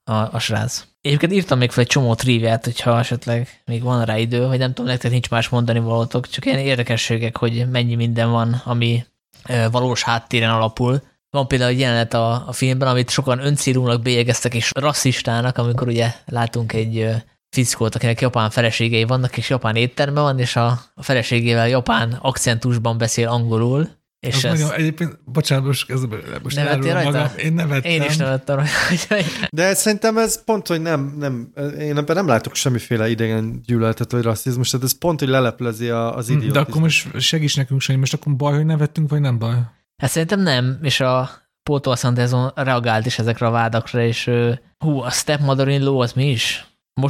a srác. Egyébként írtam még fel egy csomó triviát, hogyha esetleg még van rá idő, hogy nem tudom, nektek nincs más mondani valótok, csak ilyen érdekességek, hogy mennyi minden van, ami valós háttéren alapul. Van például egy jelenet a filmben, amit sokan öncélúnak bélyegeztek és rasszistának, amikor ugye látunk egy fickót, akinek japán feleségei vannak, és japán étterme van, és a feleségével japán akcentusban beszél angolul. És ez nagyon, egyébként, bocsánat, most nevettél rajta? Magam, én nevettem. Én is nevettem rajta. De szerintem ez pont, hogy én ebben nem látok semmiféle idegen gyűlöletet vagy rasszizmus, tehát ez pont, hogy leleplezi az idiotizmus. De akkor most segíts nekünk, Sanyi, most akkor baj, hogy nevettünk, vagy nem baj? Hát szerintem nem, és a Paul Thomas Anderson reagált is ezekre a vádakra, és a stepmother-in-law az mi is?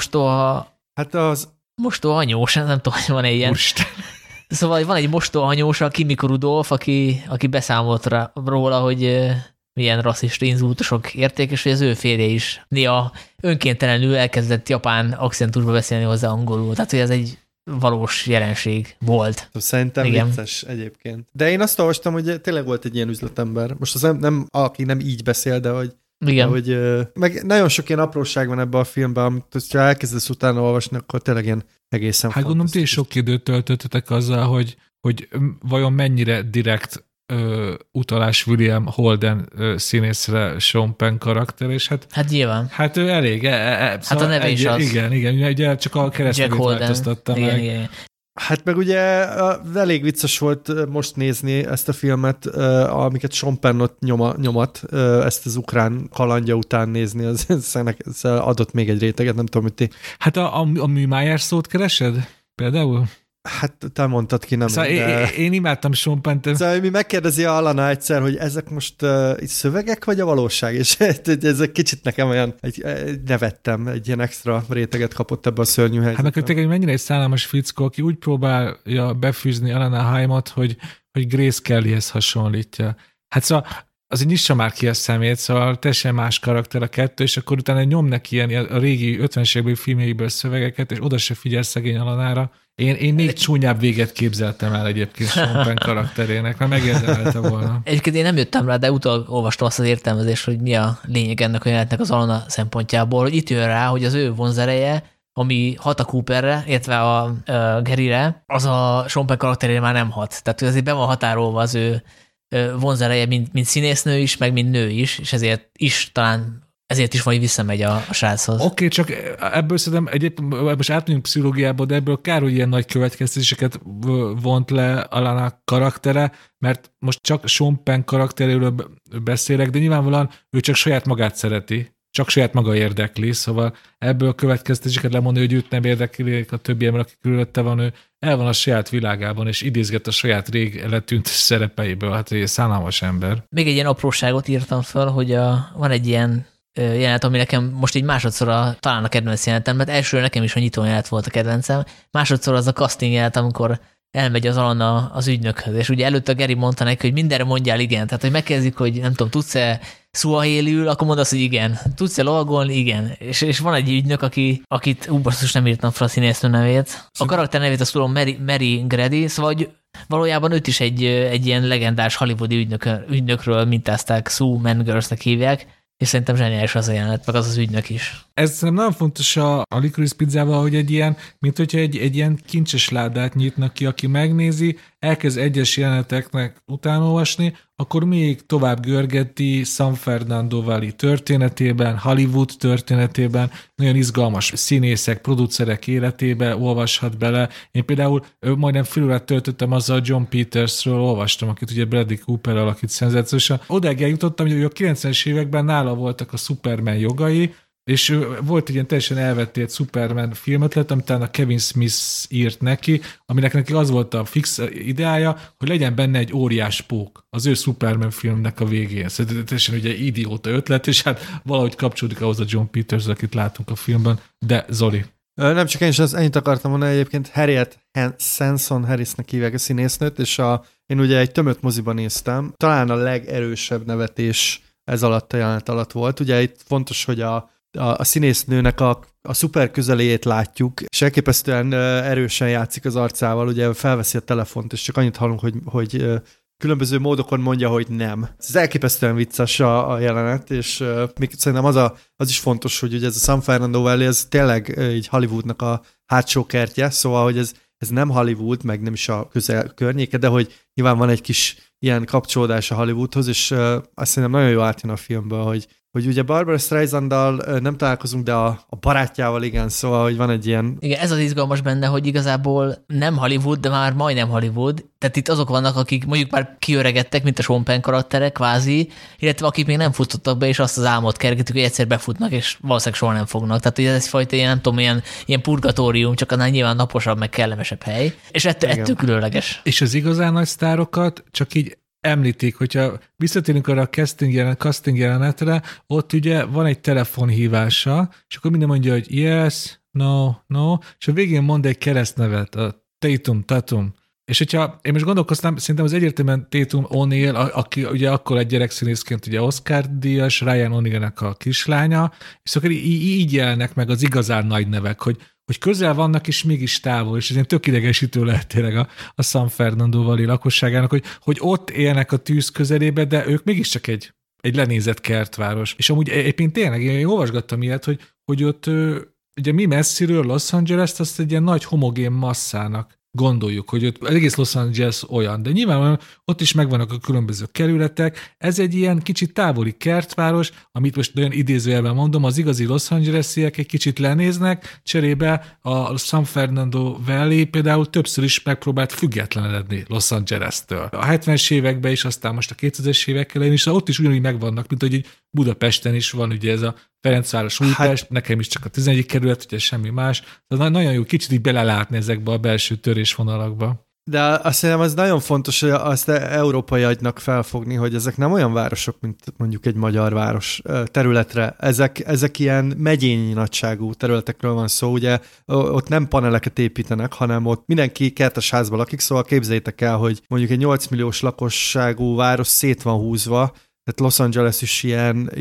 Mostó anyós, nem tudom, hogy van ilyen. Úristen. Szóval van egy mostohanyós, a Kimiko Rudolph, aki beszámolt róla, hogy milyen rasszista inzultusok érték, és hogy az ő férje is néha önkéntelenül elkezdett japán akcentusba beszélni hozzá angolul. Tehát, hogy ez egy valós jelenség volt. Szerintem vicces egyébként. De én azt olvastam, hogy tényleg volt egy ilyen üzletember. Most az nem aki nem így beszél, de hogy igen. Meg nagyon sok ilyen apróság van ebben a filmben, amit ha elkezdesz utána olvasni, akkor tényleg ilyen egészen hát gondolom, ti is sok időt töltöttetek azzal, hogy vajon mennyire direkt utalás William Holden színészre Sean Penn karakter, és hát nyilván. Hát ő elég. Hát a neve is az. Igen, ugye csak a keresztnevét változtatta meg. Igen. Hát meg ugye elég vicces volt most nézni ezt a filmet, amiket Sean Penn ott nyomat, ezt az ukrán kalandja után nézni, az adott még egy réteget, nem tudom, hogy ti. Hát a Műmájás szót keresed például? Hát te mondtad ki, nem. Szóval én imádtam Sean Penn-t. Szóval mi megkérdezi Alana egyszer, hogy ezek most szövegek vagy a valóság, és ezek kicsit nekem olyan, nevettem, egy ilyen extra réteget kapott ebbe a szörnyű helyzetbe. Hát meg tényleg mennyire egy szállalmas fickó, aki úgy próbálja befűzni Alana Haimot, hogy Grace Kellyhez hasonlítja. Hát szóval azért nyissa már ki a szemét, szóval teljesen más karakter a kettő, és akkor utána nyom neki ilyen a régi 50-es évekbeli filmjeiből szövegeket, és oda se figyel szegény Alanára. Én még csúnyább véget képzeltem el egyébként Sean Penn karakterének, mert megérdemelte volna. Egyébként én nem jöttem rá, de utána olvastam azt az értelmezést, hogy mi a lényeg ennek a jelenetnek az Alana szempontjából, hogy itt jön rá, hogy az ő vonzereje, ami hat a Cooperre, illetve a Garyre, az a Sean Penn karakterére már nem hat. Tehát azért be van határolva az ő vonzereje, mint színésznő is, meg mint nő is, és ezért is majd visszamegy a sráchoz. Oké, csak ebből szerintem egyébként most átmegyünk pszichológiába, de ebből kár, hogy ilyen nagy következtetéseket vont le Alana karaktere, mert most csak Sean Penn karakteréről beszélek, de nyilvánvalóan ő csak saját magát szereti, csak saját maga érdekli, szóval ebből a következtetéseket lemondani, hogy őt nem érdekli a többi ember, aki körülötte van, ő el van a saját világában, és idézget a saját rég eltűnt szerepeiből, hát egy szánalmas ember. Még egy ilyen apróságot írtam fel, hogy van egy ilyen jelenet, ami nekem most így másodszor talán a kedvenc jelenetem, mert elsőre nekem is a nyitó jelenet volt a kedvencem, másodszor az a casting jelenet, amikor elmegy az Alana az ügynökhöz, és ugye előtte a Gary mondta neki, hogy mindenre mondjál igen, tehát hogy megkezdik, hogy nem tudom, tudsz-e szuahélül, akkor mondasz, hogy igen. Tudsz-e lovagolni? Igen. És van egy ügynök, akit basszus, nem írtam fel a színésznő nevét. A karakter nevét azt tudom, Mary Grady, szóval hogy valójában őt is egy ilyen legendás hollywoodi ügynökről mintázták, Sue Mangers-nek hívják, és szerintem zseniális az a jelenet, meg az ügynök is. Ez szerintem nagyon fontos a Licorice Pizzával, hogy egy ilyen, mint hogyha egy ilyen kincses ládát nyitnak ki, aki megnézi, elkezd egyes jeleneteknek utánolvasni, akkor még tovább görgeti San Fernando Valley történetében, Hollywood történetében, nagyon izgalmas színészek, producerek életébe olvashat bele. Én például majdnem fél órát töltöttem azzal, John Petersről olvastam, akit ugye Bradley Cooper alakít szenzációsan. Odáig eljutottam, hogy a 90-es években nála voltak a Superman jogai, és volt egy ilyen teljesen elvettélt Superman filmötlet, amit a Kevin Smith írt neki, aminek neki az volt a fix ideája, hogy legyen benne egy óriás pók az ő Superman filmnek a végén. Szóval teljesen ugye idióta ötlet, és hát valahogy kapcsolódik ahhoz a John Peters, akit látunk a filmben. De Zoli. Nem csak én is ennyit akartam mondani, egyébként Harriet Sanson Harrisnek hívják a színésznőt, és én ugye egy tömött moziban néztem. Talán a legerősebb nevetés ez alatt a jelenet alatt volt. Ugye itt fontos, hogy a színésznőnek a szuper közeléjét látjuk, és elképesztően erősen játszik az arcával, ugye felveszi a telefont, és csak annyit hallunk, hogy különböző módokon mondja, hogy nem. Ez elképesztően vicces a jelenet, és még szerintem az is fontos, hogy ugye ez a San Fernando Valley, ez tényleg így Hollywoodnak a hátsó kertje, szóval, hogy ez nem Hollywood, meg nem is a közel környéke, de hogy nyilván van egy kis ilyen kapcsolódás a Hollywoodhoz, és azt szerintem nagyon jó átjön a filmből, hogy ugye Barbara Streisanddal nem találkozunk, de a barátjával igen, szóval, hogy van egy ilyen... Igen, ez az izgalmas benne, hogy igazából nem Hollywood, de már majdnem Hollywood, tehát itt azok vannak, akik mondjuk már kiöregedtek, mint a Sean Penn karakterek, kvázi, illetve akik még nem futottak be, és azt az álmot kergetük, hogy egyszer befutnak, és valószínűleg soha nem fognak. Tehát ugye ez egyfajta ilyen, nem tudom, ilyen purgatórium, csak annál nyilván naposabb, meg kellemesebb hely, és ettől különleges. És az igazán nagy sztárokat csak így említik, hogyha visszatérünk arra a casting jelenetre, ott ugye van egy telefonhívása, és akkor minden mondja, hogy yes, no, és a végén mond egy keresztnevet, a Tatum. És hogyha én most gondolkoztam, szerintem az egyértelműen Tatum O'Neil, aki ugye akkor egy gyerekszínészként ugye Oscar-díjas, Ryan O'Neilnek a kislánya, és akkor így jelnek meg az igazán nagy nevek, hogy közel vannak, és mégis távol, és ez ilyen tök idegesítő lehet tényleg a San Fernando Valley lakosságának, hogy ott élnek a tűz közelébe, de ők mégiscsak egy lenézett kertváros. És amúgy éppen tényleg, én olvasgattam ilyet, hogy ott ugye mi messziről Los Angeles-t azt egy ilyen nagy homogén masszának gondoljuk, hogy ott egész Los Angeles olyan, de nyilván ott is megvannak a különböző kerületek. Ez egy ilyen kicsit távoli kertváros, amit most olyan idézőjelben mondom, az igazi Los Angeles-iek egy kicsit lenéznek, cserébe a San Fernando Valley például többször is megpróbált függetlenedni Los Angeles-től. A 70-es években is, aztán most a 2000-es évek elején is, ott is ugyanúgy megvannak, mint hogy Budapesten is van ugye ez a Ferencváros, Újpest, nekem is csak a 11. kerület, ugye semmi más. De nagyon jó kicsit így belelátni ezekbe a belső törésvonalakba. De azt hiszem, az nagyon fontos, hogy azt európai agynak felfogni, hogy ezek nem olyan városok, mint mondjuk egy magyar város területre. Ezek ilyen megyényi nagyságú területekről van szó, ugye ott nem paneleket építenek, hanem ott mindenki kertes házban lakik, szóval képzeljétek el, hogy mondjuk egy 8 milliós lakosságú város szét van húzva, tehát Los Angeles is ilyen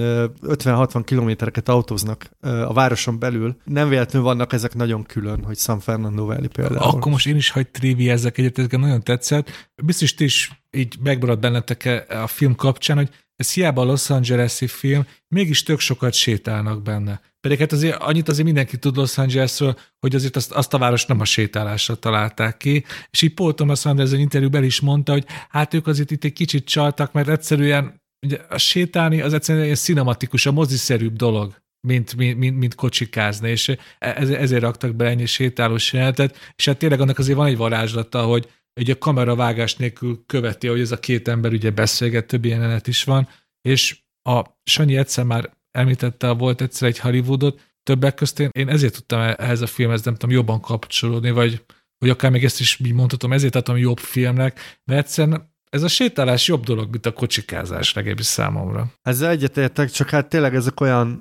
50-60 kilométereket autóznak a városon belül. Nem véletlenül vannak ezek nagyon külön, hogy San Fernando Valley például. Akkor most én is hagy triviázzak egyet, ezeket nagyon tetszett. Biztos ti is így megmaradt bennetek a film kapcsán, hogy ez hiába a Los Angeles-i film, mégis tök sokat sétálnak benne. Pedig hát azért annyit azért mindenki tud Los Angelesről, hogy azért azt a város nem a sétálásra találták ki, és így Paul Thomas Anderson interjúban is mondta, hogy hát ők azért itt egy kicsit csaltak, mert egyszerűen ugye a sétálni az egyszerűen ilyen cinematikus, a moziszerűbb dolog, mint kocsikázni, és ezért raktak be ennyi sétálós jelenetet, és hát tényleg annak azért van egy varázslata, hogy ugye a kameravágás nélkül követi, hogy ez a két ember ugye beszélget, több jelenet is van, és a Sanyi egyszer már említette, volt egyszer egy Hollywoodot, többek közt én ezért tudtam ehhez a filmhez, nem tudom, jobban kapcsolódni, vagy akár még ezt is így mondhatom, ezért adtam jobb filmnek, mert egyszerűen ez a sétálás jobb dolog, mint a kocsikázás, legalábbis számomra. Ezzel egyetértek, csak hát tényleg ezek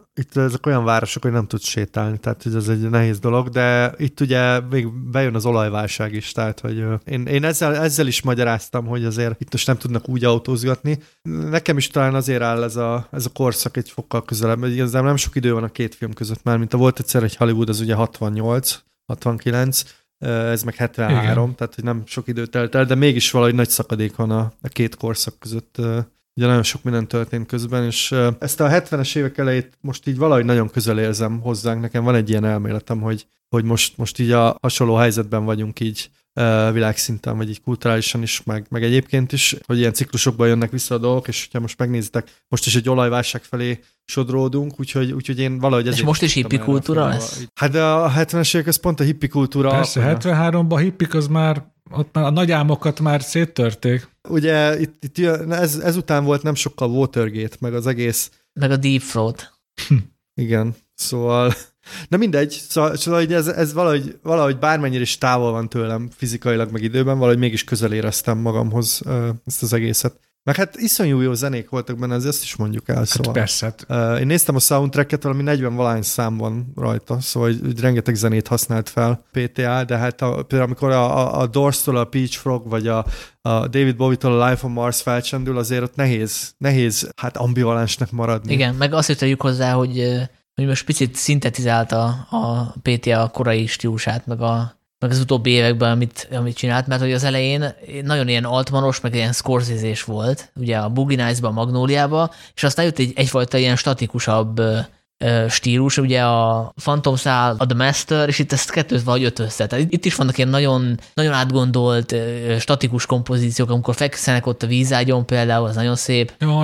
olyan városok, hogy nem tudsz sétálni, tehát ez egy nehéz dolog, de itt ugye még bejön az olajválság is, tehát hogy én ezzel is magyaráztam, hogy azért itt most nem tudnak úgy autózgatni. Nekem is talán azért áll ez a korszak egy fokkal közelebb, mert igazából nem sok idő van a két film között már, mint a volt egyszer egy Hollywood, az ugye 68, 69, ez meg 73, igen. Tehát hogy nem sok idő telt el, de mégis valahogy nagy szakadék van a két korszak között. Ugye nagyon sok minden történt közben, és ezt a 70-es évek elejét most így valahogy nagyon közel érzem hozzánk. Nekem van egy ilyen elméletem, hogy most így a hasonló helyzetben vagyunk így világszinten, vagy így kulturálisan is, meg egyébként is, hogy ilyen ciklusokban jönnek vissza a dolgok, és hogyha most megnézitek, most is egy olajválság felé sodródunk, úgyhogy én valahogy ezért... És most is hippi kultúra lesz? Hát a 70-es évek, ez pont a hippi kultúra. Persze, 73-ban a hippik az már, ott már a nagy álmokat már széttörték. Ugye itt ezután volt nem sokkal Watergate, meg az egész... Meg a Deep Throat. Igen, szóval... Na mindegy, szóval ez valahogy bármennyire is távol van tőlem fizikailag, meg időben, valahogy mégis közel éreztem magamhoz ezt az egészet. Meg hát iszonyú jó zenék voltak benne, ezt is mondjuk el. Szóval. Persze. Én néztem a soundtracket, valami 40-valány szám van rajta, szóval hogy rengeteg zenét használt fel PTA, de hát például amikor a Doors-tól a Peach Frog, vagy a David Bowie-tól a Life on Mars felcsendül, azért ott nehéz hát ambivalensnek maradni. Igen, meg azt tegyük hozzá, hogy most picit szintetizálta a PTA korai stílusát, meg az utóbbi években, amit csinált, mert hogy az elején nagyon ilyen altmanos, meg ilyen Scorsese-s volt, ugye a Boogie Nights-ban, a Magnóliában, és aztán jött egyfajta ilyen statikusabb stílus, ugye a Phantom Szál, a The Master, és itt ezt kettőt valahogy ötvözte. Tehát itt is vannak ilyen nagyon, nagyon átgondolt, statikus kompozíciók, amikor fekszenek ott a vízágyon például, az nagyon szép. Jó,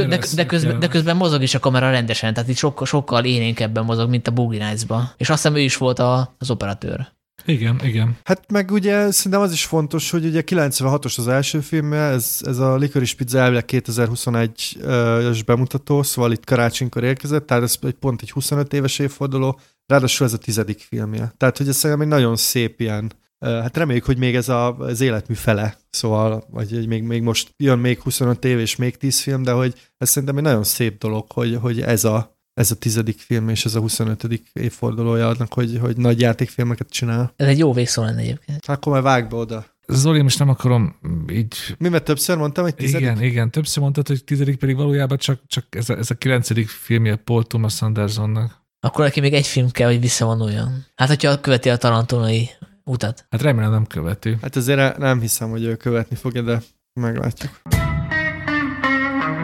de közben mozog is a kamera rendesen, tehát itt sokkal élénkebben mozog, mint a Boogie Nights-ban. És azt hiszem ő is volt az operatőr. Igen. Hát meg ugye szerintem az is fontos, hogy ugye 96-os az első filmje, ez a Licorice Pizza elvileg 2021-es bemutató, szóval itt karácsonykor érkezett, tehát ez pont egy 25 éves évforduló, ráadásul ez a 10. filmje. Tehát, hogy ez szerintem egy nagyon szép ilyen, hát reméljük, hogy még ez az életmű fele, szóval, vagy még most jön még 25 év és még 10 film, de hogy ez szerintem egy nagyon szép dolog, hogy ez a 10. film és ez a 25. évfordulója adnak, hogy nagy játékfilmeket csinál. Ez egy jó végszó lenne egyébként. Akkor már vágd be oda. Zoli, most nem akarom így... Mi, mert többször mondtam, hogy 10. Igen, többször mondtad, hogy 10. pedig valójában csak ez a 9. filmje Paul Thomas Andersonnak. Akkor neki még egy film kell, hogy visszavonuljon. Hát, hogyha követi a tarantonai utat. Hát remélem nem követi. Hát azért nem hiszem, hogy ő követni fogja, de meglátjuk.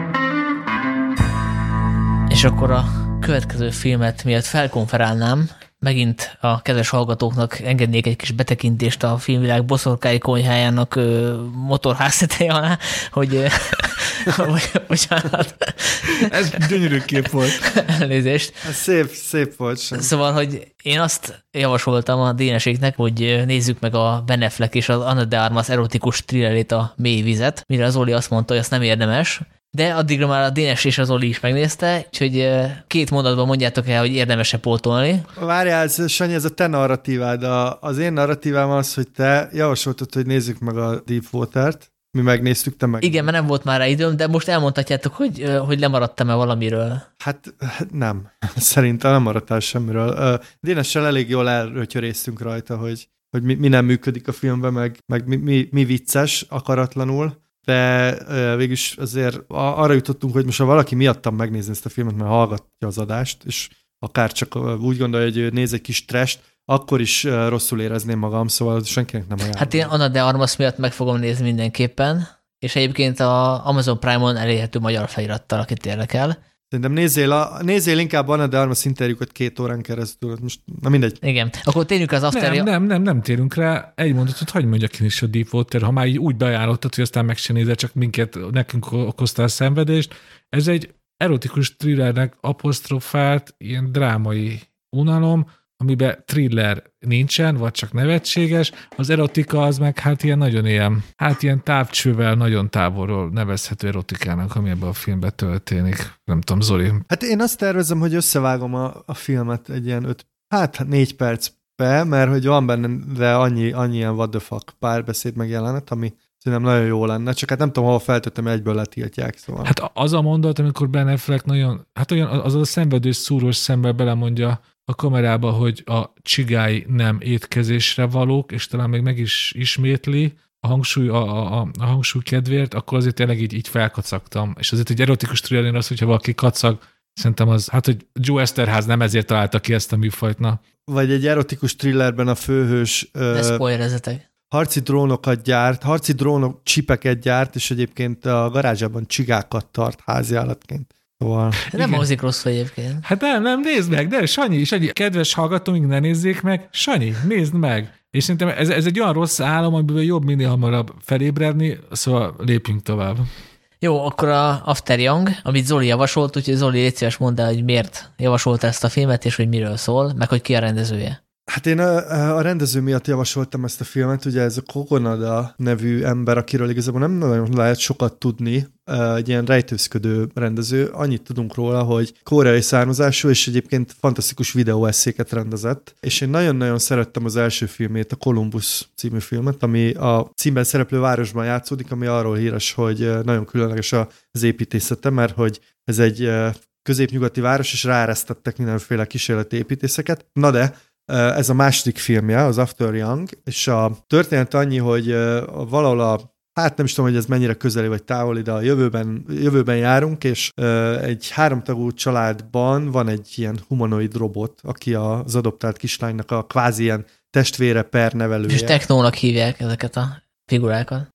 És akkor a következő filmet miatt felkonferálnám, megint a kedves hallgatóknak engednék egy kis betekintést a filmvilág boszorkái konyhájának motorházteteje alá, hogy bocsánat. Ez gyönyörű kép volt. Elnézést. Szép volt sem. Szóval, hogy én azt javasoltam a déneséknek, hogy nézzük meg a Ben Affleck és az Ana de Armas erotikus thrillerét, a Mély vizet, mire az Oli azt mondta, hogy azt nem érdemes, de addigra már a Dénes és az Oli is megnézte, úgyhogy 2 mondatban mondjátok el, hogy érdemes-e pótolni. Várjál, Sanyi, ez a te narratívád. Az én narratívám az, hogy te javasoltad, hogy nézzük meg a Deepwater-t. Mi megnéztük, te meg. Igen, mert nem volt már rá időm, de most elmondhatjátok, hogy lemaradtam-e valamiről. Hát nem. Szerintem nem maradtál semmiről. Dénessel elég jól elrötyörésztünk rajta, hogy mi nem működik a filmben, meg mi vicces akaratlanul, de végülis azért arra jutottunk, hogy most ha valaki miattam megnézni ezt a filmet, mert hallgatja az adást, és akár csak úgy gondolja, hogy ő néz egy kis trash-t, akkor is rosszul érezném magam, szóval senkinek nem ajánlom. Hát én Ana de Armas miatt meg fogom nézni mindenképpen, és egyébként a Amazon Prime-on elérhető magyar felirattal, akit érdekel. Szerintem nézzél inkább Ana de Armas interjúkat 2 órán keresztül. Most, na mindegy. Igen. Akkor térjünk az after... Nem térünk rá. Egy mondatot, hagyj mondjak én is a Deepwater, ha már így úgy beajánlottad, hogy aztán meg se nézel, csak nekünk okoztál szenvedést. Ez egy erotikus thrillernek apostrofált, ilyen drámai unalom, amiben thriller nincsen, vagy csak nevetséges. Az erotika az meg hát ilyen távcsővel nagyon távolról nevezhető erotikának, ami ebben a filmben történik. Nem tudom, Zoli. Hát én azt tervezem, hogy összevágom a filmet egy ilyen 4 percbe, mert hogy van benne annyi ilyen what the fuck párbeszéd megjelenet, ami szerintem nagyon jó lenne, csak hát nem tudom, hova feltöltöm, egyből letiltják, szóval. Hát az a mondat, amikor Ben Affleck nagyon, hát olyan, az a szenvedős szúrós szemben belemondja a kamerába, hogy a csigái nem étkezésre valók, és talán még meg is ismétli a hangsúly kedvéért, akkor azért tényleg így felkacagtam. És azért egy erotikus thrillernél az, hogyha valaki kacag, szerintem az, hát hogy Joe Eszterház nem ezért találta ki ezt a műfajt, na. Vagy egy erotikus thrillerben a főhős ne spoilerezetek. Harci drónok csipeket gyárt, és egyébként a garázsában csigákat tart háziállatként. Szóval... Nem hangzik rosszul egyébként. Hát nem, nézd meg, de Sanyi, kedves hallgatóink, ne nézzék meg, Sanyi, nézd meg. És szerintem ez egy olyan rossz álom, amiből jobb minél hamarabb felébredni, szóval lépjünk tovább. Jó, akkor a After Young, amit Zoli javasolt, úgyhogy Zoli, légy szíves, mondd el, hogy miért javasolta ezt a filmet, és hogy miről szól, meg hogy ki a rendezője. Hát én a rendező miatt javasoltam ezt a filmet, ugye ez a Kogonada nevű ember, akiről igazából nem nagyon lehet sokat tudni, egy ilyen rejtőzködő rendező. Annyit tudunk róla, hogy koreai származású, és egyébként fantasztikus videóesszéket rendezett, és én nagyon-nagyon szerettem az első filmét, a Columbus című filmet, ami a címben szereplő városban játszódik, ami arról híres, hogy nagyon különleges az építészete, mert hogy ez egy középnyugati város, és ráeresztettek mindenféle kísérleti építészeket. Na de ez a második filmje, az After Young, és a történet annyi, hogy valahol hát nem is tudom, hogy ez mennyire közeli vagy távoli, de a jövőben járunk, és egy 3-tagú családban van egy ilyen humanoid robot, aki az adoptált kislánynak a kvázi ilyen testvére per nevelője. És Technónak hívják ezeket a figurákat.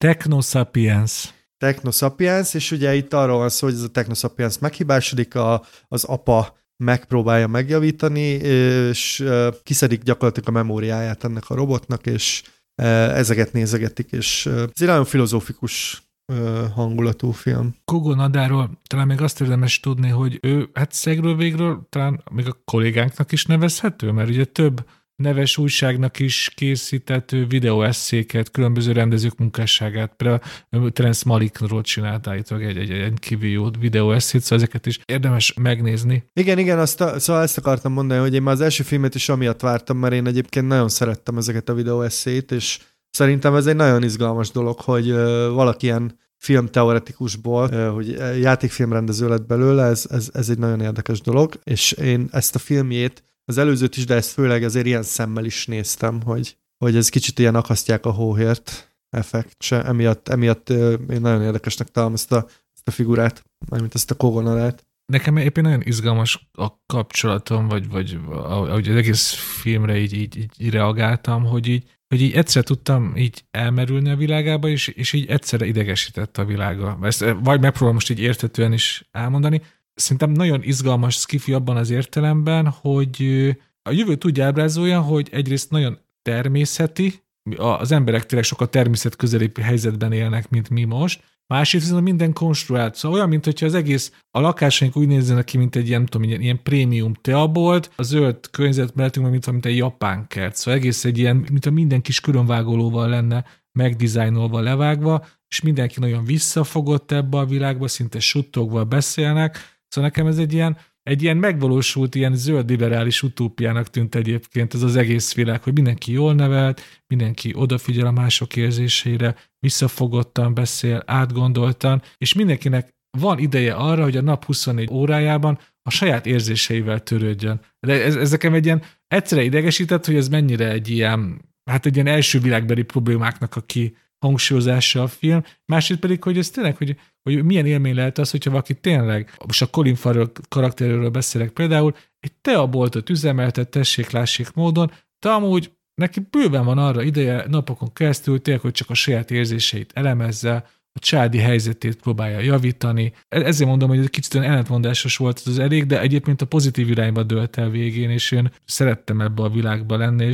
Technosapiens, és ugye itt arról van szó, hogy ez a Technosapiens meghibásodik, az apa megpróbálja megjavítani, és kiszedik gyakorlatilag a memóriáját ennek a robotnak, és ezeket nézegetik, és ez egy nagyon filozófikus hangulatú film. Kogonadáról talán még azt érdemes tudni, hogy ő hát szegről végről talán még a kollégánknak is nevezhető, mert ugye több neves újságnak is készített videóesszéket, különböző rendezők munkásságát. Például Terence Malickról csinált állítólag egy kívül jó videóesszét, szóval ezeket is érdemes megnézni. Igen, szóval ezt akartam mondani, hogy én már az első filmet is amiatt vártam, mert én egyébként nagyon szerettem ezeket a videóesszét, és szerintem ez egy nagyon izgalmas dolog, hogy valaki ilyen filmteoretikusból, hogy játékfilmrendező lett belőle, ez egy nagyon érdekes dolog, és én ezt a filmjét, az előzőt is, de ezt főleg azért ilyen szemmel is néztem, hogy ez kicsit ilyen akasztják a hóhért effekt, emiatt én nagyon érdekesnek találom ezt a figurát, mármint ezt a Kogonadát. Nekem éppen nagyon izgalmas a kapcsolatom, vagy ahogy az egész filmre így reagáltam, hogy így egyszerre tudtam így elmerülni a világába, és így egyszerre idegesített a világa. Ezt vagy megpróbálom most így érthetően is elmondani. Szerintem nagyon izgalmas sci-fi abban az értelemben, hogy a jövőt úgy ábrázolja, hogy egyrészt nagyon természeti, az emberek tényleg sokkal természetközeli helyzetben élnek, mint mi most, másrészt viszont minden konstruált. Szóval olyan, mint hogyha az egész, a lakásaink úgy nézzenek ki, mint egy ilyen, nem tudom, ilyen prémium teabolt, a zöld környezet mellettünk, mint egy japán kert. Szóval egész egy ilyen, mint a minden kis különvágolóval lenne megdizájnolva, levágva, és mindenki nagyon visszafogott ebbe a világba, szinte suttogva beszélnek. Szóval nekem ez egy ilyen megvalósult, ilyen zöld liberális utópiának tűnt egyébként ez az egész világ, hogy mindenki jól nevelt, mindenki odafigyel a mások érzéseire, visszafogottan beszél, átgondoltan, és mindenkinek van ideje arra, hogy a nap 24 órájában a saját érzéseivel törődjön. De ez nekem egy ilyen egyszerre idegesített, hogy ez mennyire egy ilyen első világbeli problémáknak a hangsúlyozása a film, másrészt pedig, hogy ez tényleg, hogy milyen élmény lehet az, hogyha valaki tényleg, most a Colin Farrell karakteréről beszélek például, egy teaboltot üzemeltet, tessék-lássék módon, de amúgy neki bőven van arra ideje napokon keresztül, tényleg, hogy csak a saját érzéseit elemezze, a családi helyzetét próbálja javítani. Ezért mondom, hogy egy kicsit olyan ellentmondásos volt az elég, de egyébként a pozitív irányba dőlt el végén, és én szerettem ebbe a világba lenni,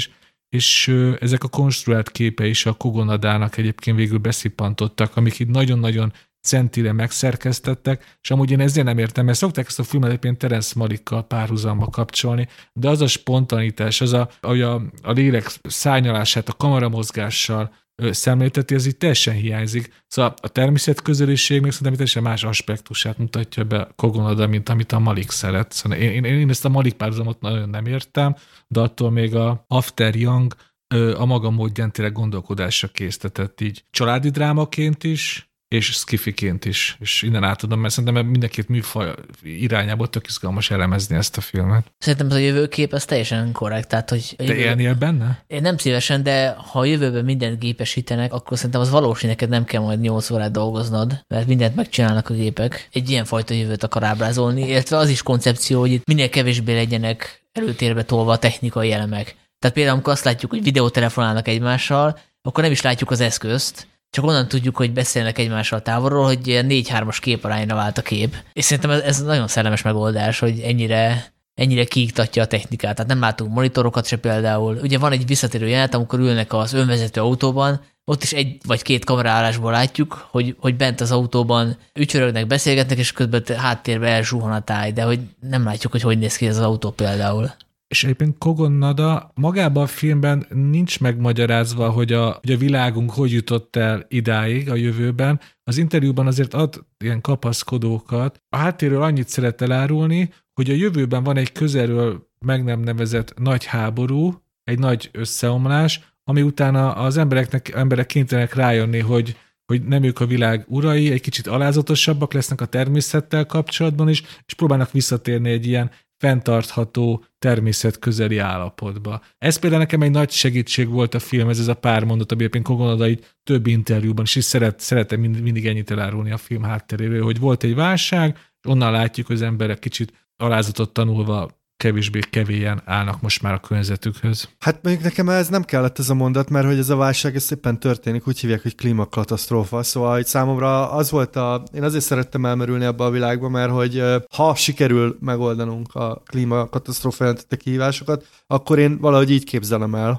és ezek a konstruált képe is a Kogonadának egyébként végül beszippantottak, amik így nagyon-nagyon centire megszerkesztettek, és amúgy én ezért nem értem, mert szokták ezt a filmet egyébként Terence Malickkal párhuzamba kapcsolni, de az a spontanitás, ahogy a lélek szárnyalását a kameramozgással szemlélteti, ez így teljesen hiányzik. Szóval a természetközeliség még szerintem teljesen más aspektusát mutatja be Kogonada, mint amit a Malik szeret. Szóval én ezt a Malik párhuzamot nagyon nem értem, de attól még a After Young a maga módján tényleg gondolkodásra késztetett így családi drámaként is, és skifiként is, és innen átadom, mert szerintem mindenkit műfaj irányából tök izgalmas elemezni ezt a filmet. Szerintem ez a jövőkép, ez teljesen korrekt. Tehát, hogy te élnél benne? Én nem szívesen, de ha a jövőben mindent gépesítenek, akkor szerintem az valós, hogy neked nem kell majd 8 órát dolgoznod, mert mindent megcsinálnak a gépek. Egy ilyenfajta jövőt akar ábrázolni, illetve az is koncepció, hogy itt minél kevésbé legyenek előtérbe tolva a technikai elemek. Tehát például, amikor azt látjuk, hogy videótelefonálnak egymással, akkor nem is látjuk az eszközt, csak onnan tudjuk, hogy beszélnek egymással távolról, hogy ilyen 4-3-as képarányra vált a kép. És szerintem ez nagyon szellemes megoldás, hogy ennyire kiiktatja a technikát. Tehát nem látunk monitorokat se például. Ugye van egy visszatérő jelenet, amikor ülnek az önvezető autóban, ott is 1 vagy 2 kameraállásból látjuk, hogy bent az autóban ücsörögnek, beszélgetnek, és közben háttérben elzsuhan a táj, de hogy nem látjuk, hogy néz ki ez az autó például. És egyébként Kogonada magában a filmben nincs megmagyarázva, hogy a világunk hogy jutott el idáig a jövőben. Az interjúban azért ad ilyen kapaszkodókat. A háttérről annyit szeret elárulni, hogy a jövőben van egy közelről meg nem nevezett nagy háború, egy nagy összeomlás, ami utána az emberek kénytelenek rájönni, hogy nem ők a világ urai, egy kicsit alázatosabbak lesznek a természettel kapcsolatban is, és próbálnak visszatérni egy ilyen fenntartható, természetközeli állapotba. Ez például nekem egy nagy segítség volt a film, ez a pár mondat, ami éppen Kogonada így több interjúban is szeretem mindig ennyit elárulni a film hátteréről, hogy volt egy válság, és onnan látjuk, hogy az emberek kicsit alázatot tanulva kevésbé kevélyen állnak most már a környezetükhöz. Hát mondjuk nekem ez nem kellett ez a mondat, mert hogy ez a válság ez szépen történik, úgy hívják, hogy klímakatasztrófa. Szóval hogy számomra az volt én azért szerettem elmerülni abba a világba, mert hogy ha sikerül megoldanunk a klímakatasztrófa jelentette kihívásokat, akkor én valahogy így képzelem el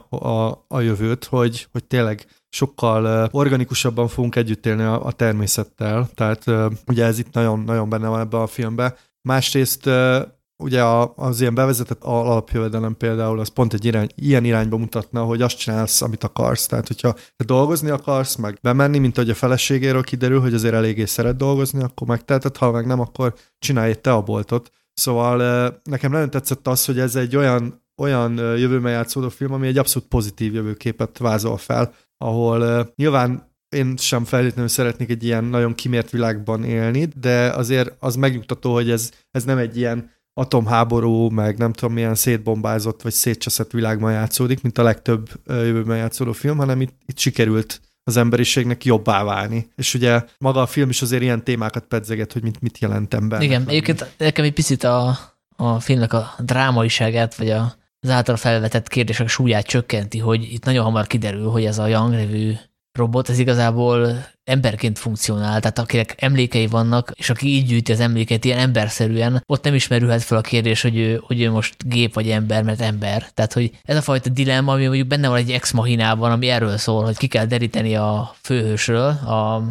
a jövőt, hogy tényleg sokkal organikusabban fogunk együtt élni a természettel. Tehát ugye ez itt nagyon-nagyon benne van ebben a filmben. Másrészt ugye az ilyen bevezetett alapjövedelem például az pont egy ilyen irányba mutatna, hogy azt csinálsz, amit akarsz. Tehát, hogyha te dolgozni akarsz, meg bemenni, mint ahogy a feleségéről kiderül, hogy azért eléggé szeret dolgozni, akkor megteheted, ha meg nem, akkor csinálj egy teaboltot. Szóval nekem nagyon tetszett az, hogy ez egy olyan jövőben játszódó film, ami egy abszolút pozitív jövőképet vázol fel, ahol nyilván én sem feltétlenül szeretnék egy ilyen nagyon kimért világban élni, de azért az megnyugtató, hogy ez nem egy ilyen atomháború, meg nem tudom milyen szétbombázott vagy szétcseszett világban játszódik, mint a legtöbb jövőben játszódó film, hanem itt sikerült az emberiségnek jobbá válni. És ugye maga a film is azért ilyen témákat pedzeget, hogy mit jelent ember. Igen, egyébként nekem egy picit a filmnek a drámaiságát, vagy az által felvetett kérdések súlyát csökkenti, hogy itt nagyon hamar kiderül, hogy ez a Young nevű robot, ez igazából emberként funkcionál, tehát akinek emlékei vannak, és aki így gyűjti az emlékeit ilyen emberszerűen, ott nem is merülhet fel a kérdés, hogy ő most gép vagy ember, mert ember. Tehát, hogy ez a fajta dilemma, ami mondjuk benne van egy Ex Machinában, ami erről szól, hogy ki kell deríteni a főhősről, a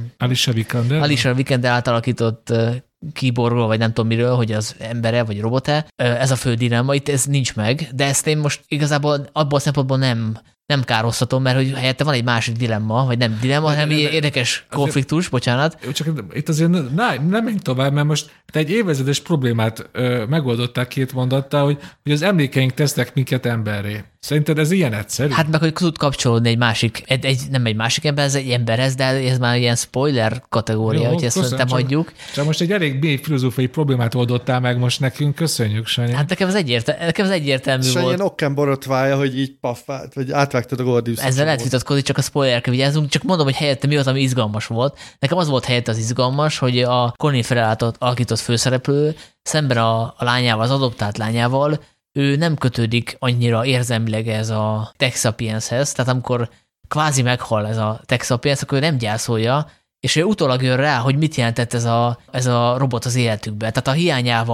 Alicia Vikander átalakított kiborgról, vagy nem tudom miről, hogy az embere, vagy robot-e. Ez a fő dilemma, itt ez nincs meg, de ezt én most igazából abból a szempontból nem károztatom, mert hogy helyette van egy másik dilemma, vagy nem dilemma, hanem érdekes konfliktus, bocsánat. Csak itt azért nem menj tovább, mert most te egy évezredes problémát megoldották 2 mondattal, hogy az emlékeink tesznek minket emberré. Szerinted ez ilyen egyszerű? Hát meg, hogy tud kapcsolódni egy másik, nem egy másik ember, ez egy emberhez, de ez már ilyen spoiler kategória, hogy ezt szerintem hagyjuk. Csak most egy elég mély filozófiai problémát oldottál meg most nekünk, köszönjük, Sanyi. Hát nekem ez egyértelmű volt. Sanyi okken borotvája, hogy így paffát, vagy átvágtad a Gordius. Ezzel lehet vitatkozni, csak a spoilerre vigyázzunk, csak mondom, hogy helyette mi az, ami izgalmas volt. Nekem az volt helyette az izgalmas, hogy a Colin Farrell alakított főszereplő szemben a lányával, az adoptált lányával, ő nem kötődik annyira érzelmileg ez a Tech Sapienshez, tehát amikor kvázi meghal ez a Tech Sapiens, akkor ő nem gyászolja, és ő utólag jön rá, hogy mit jelentett ez a robot az életükben. Tehát a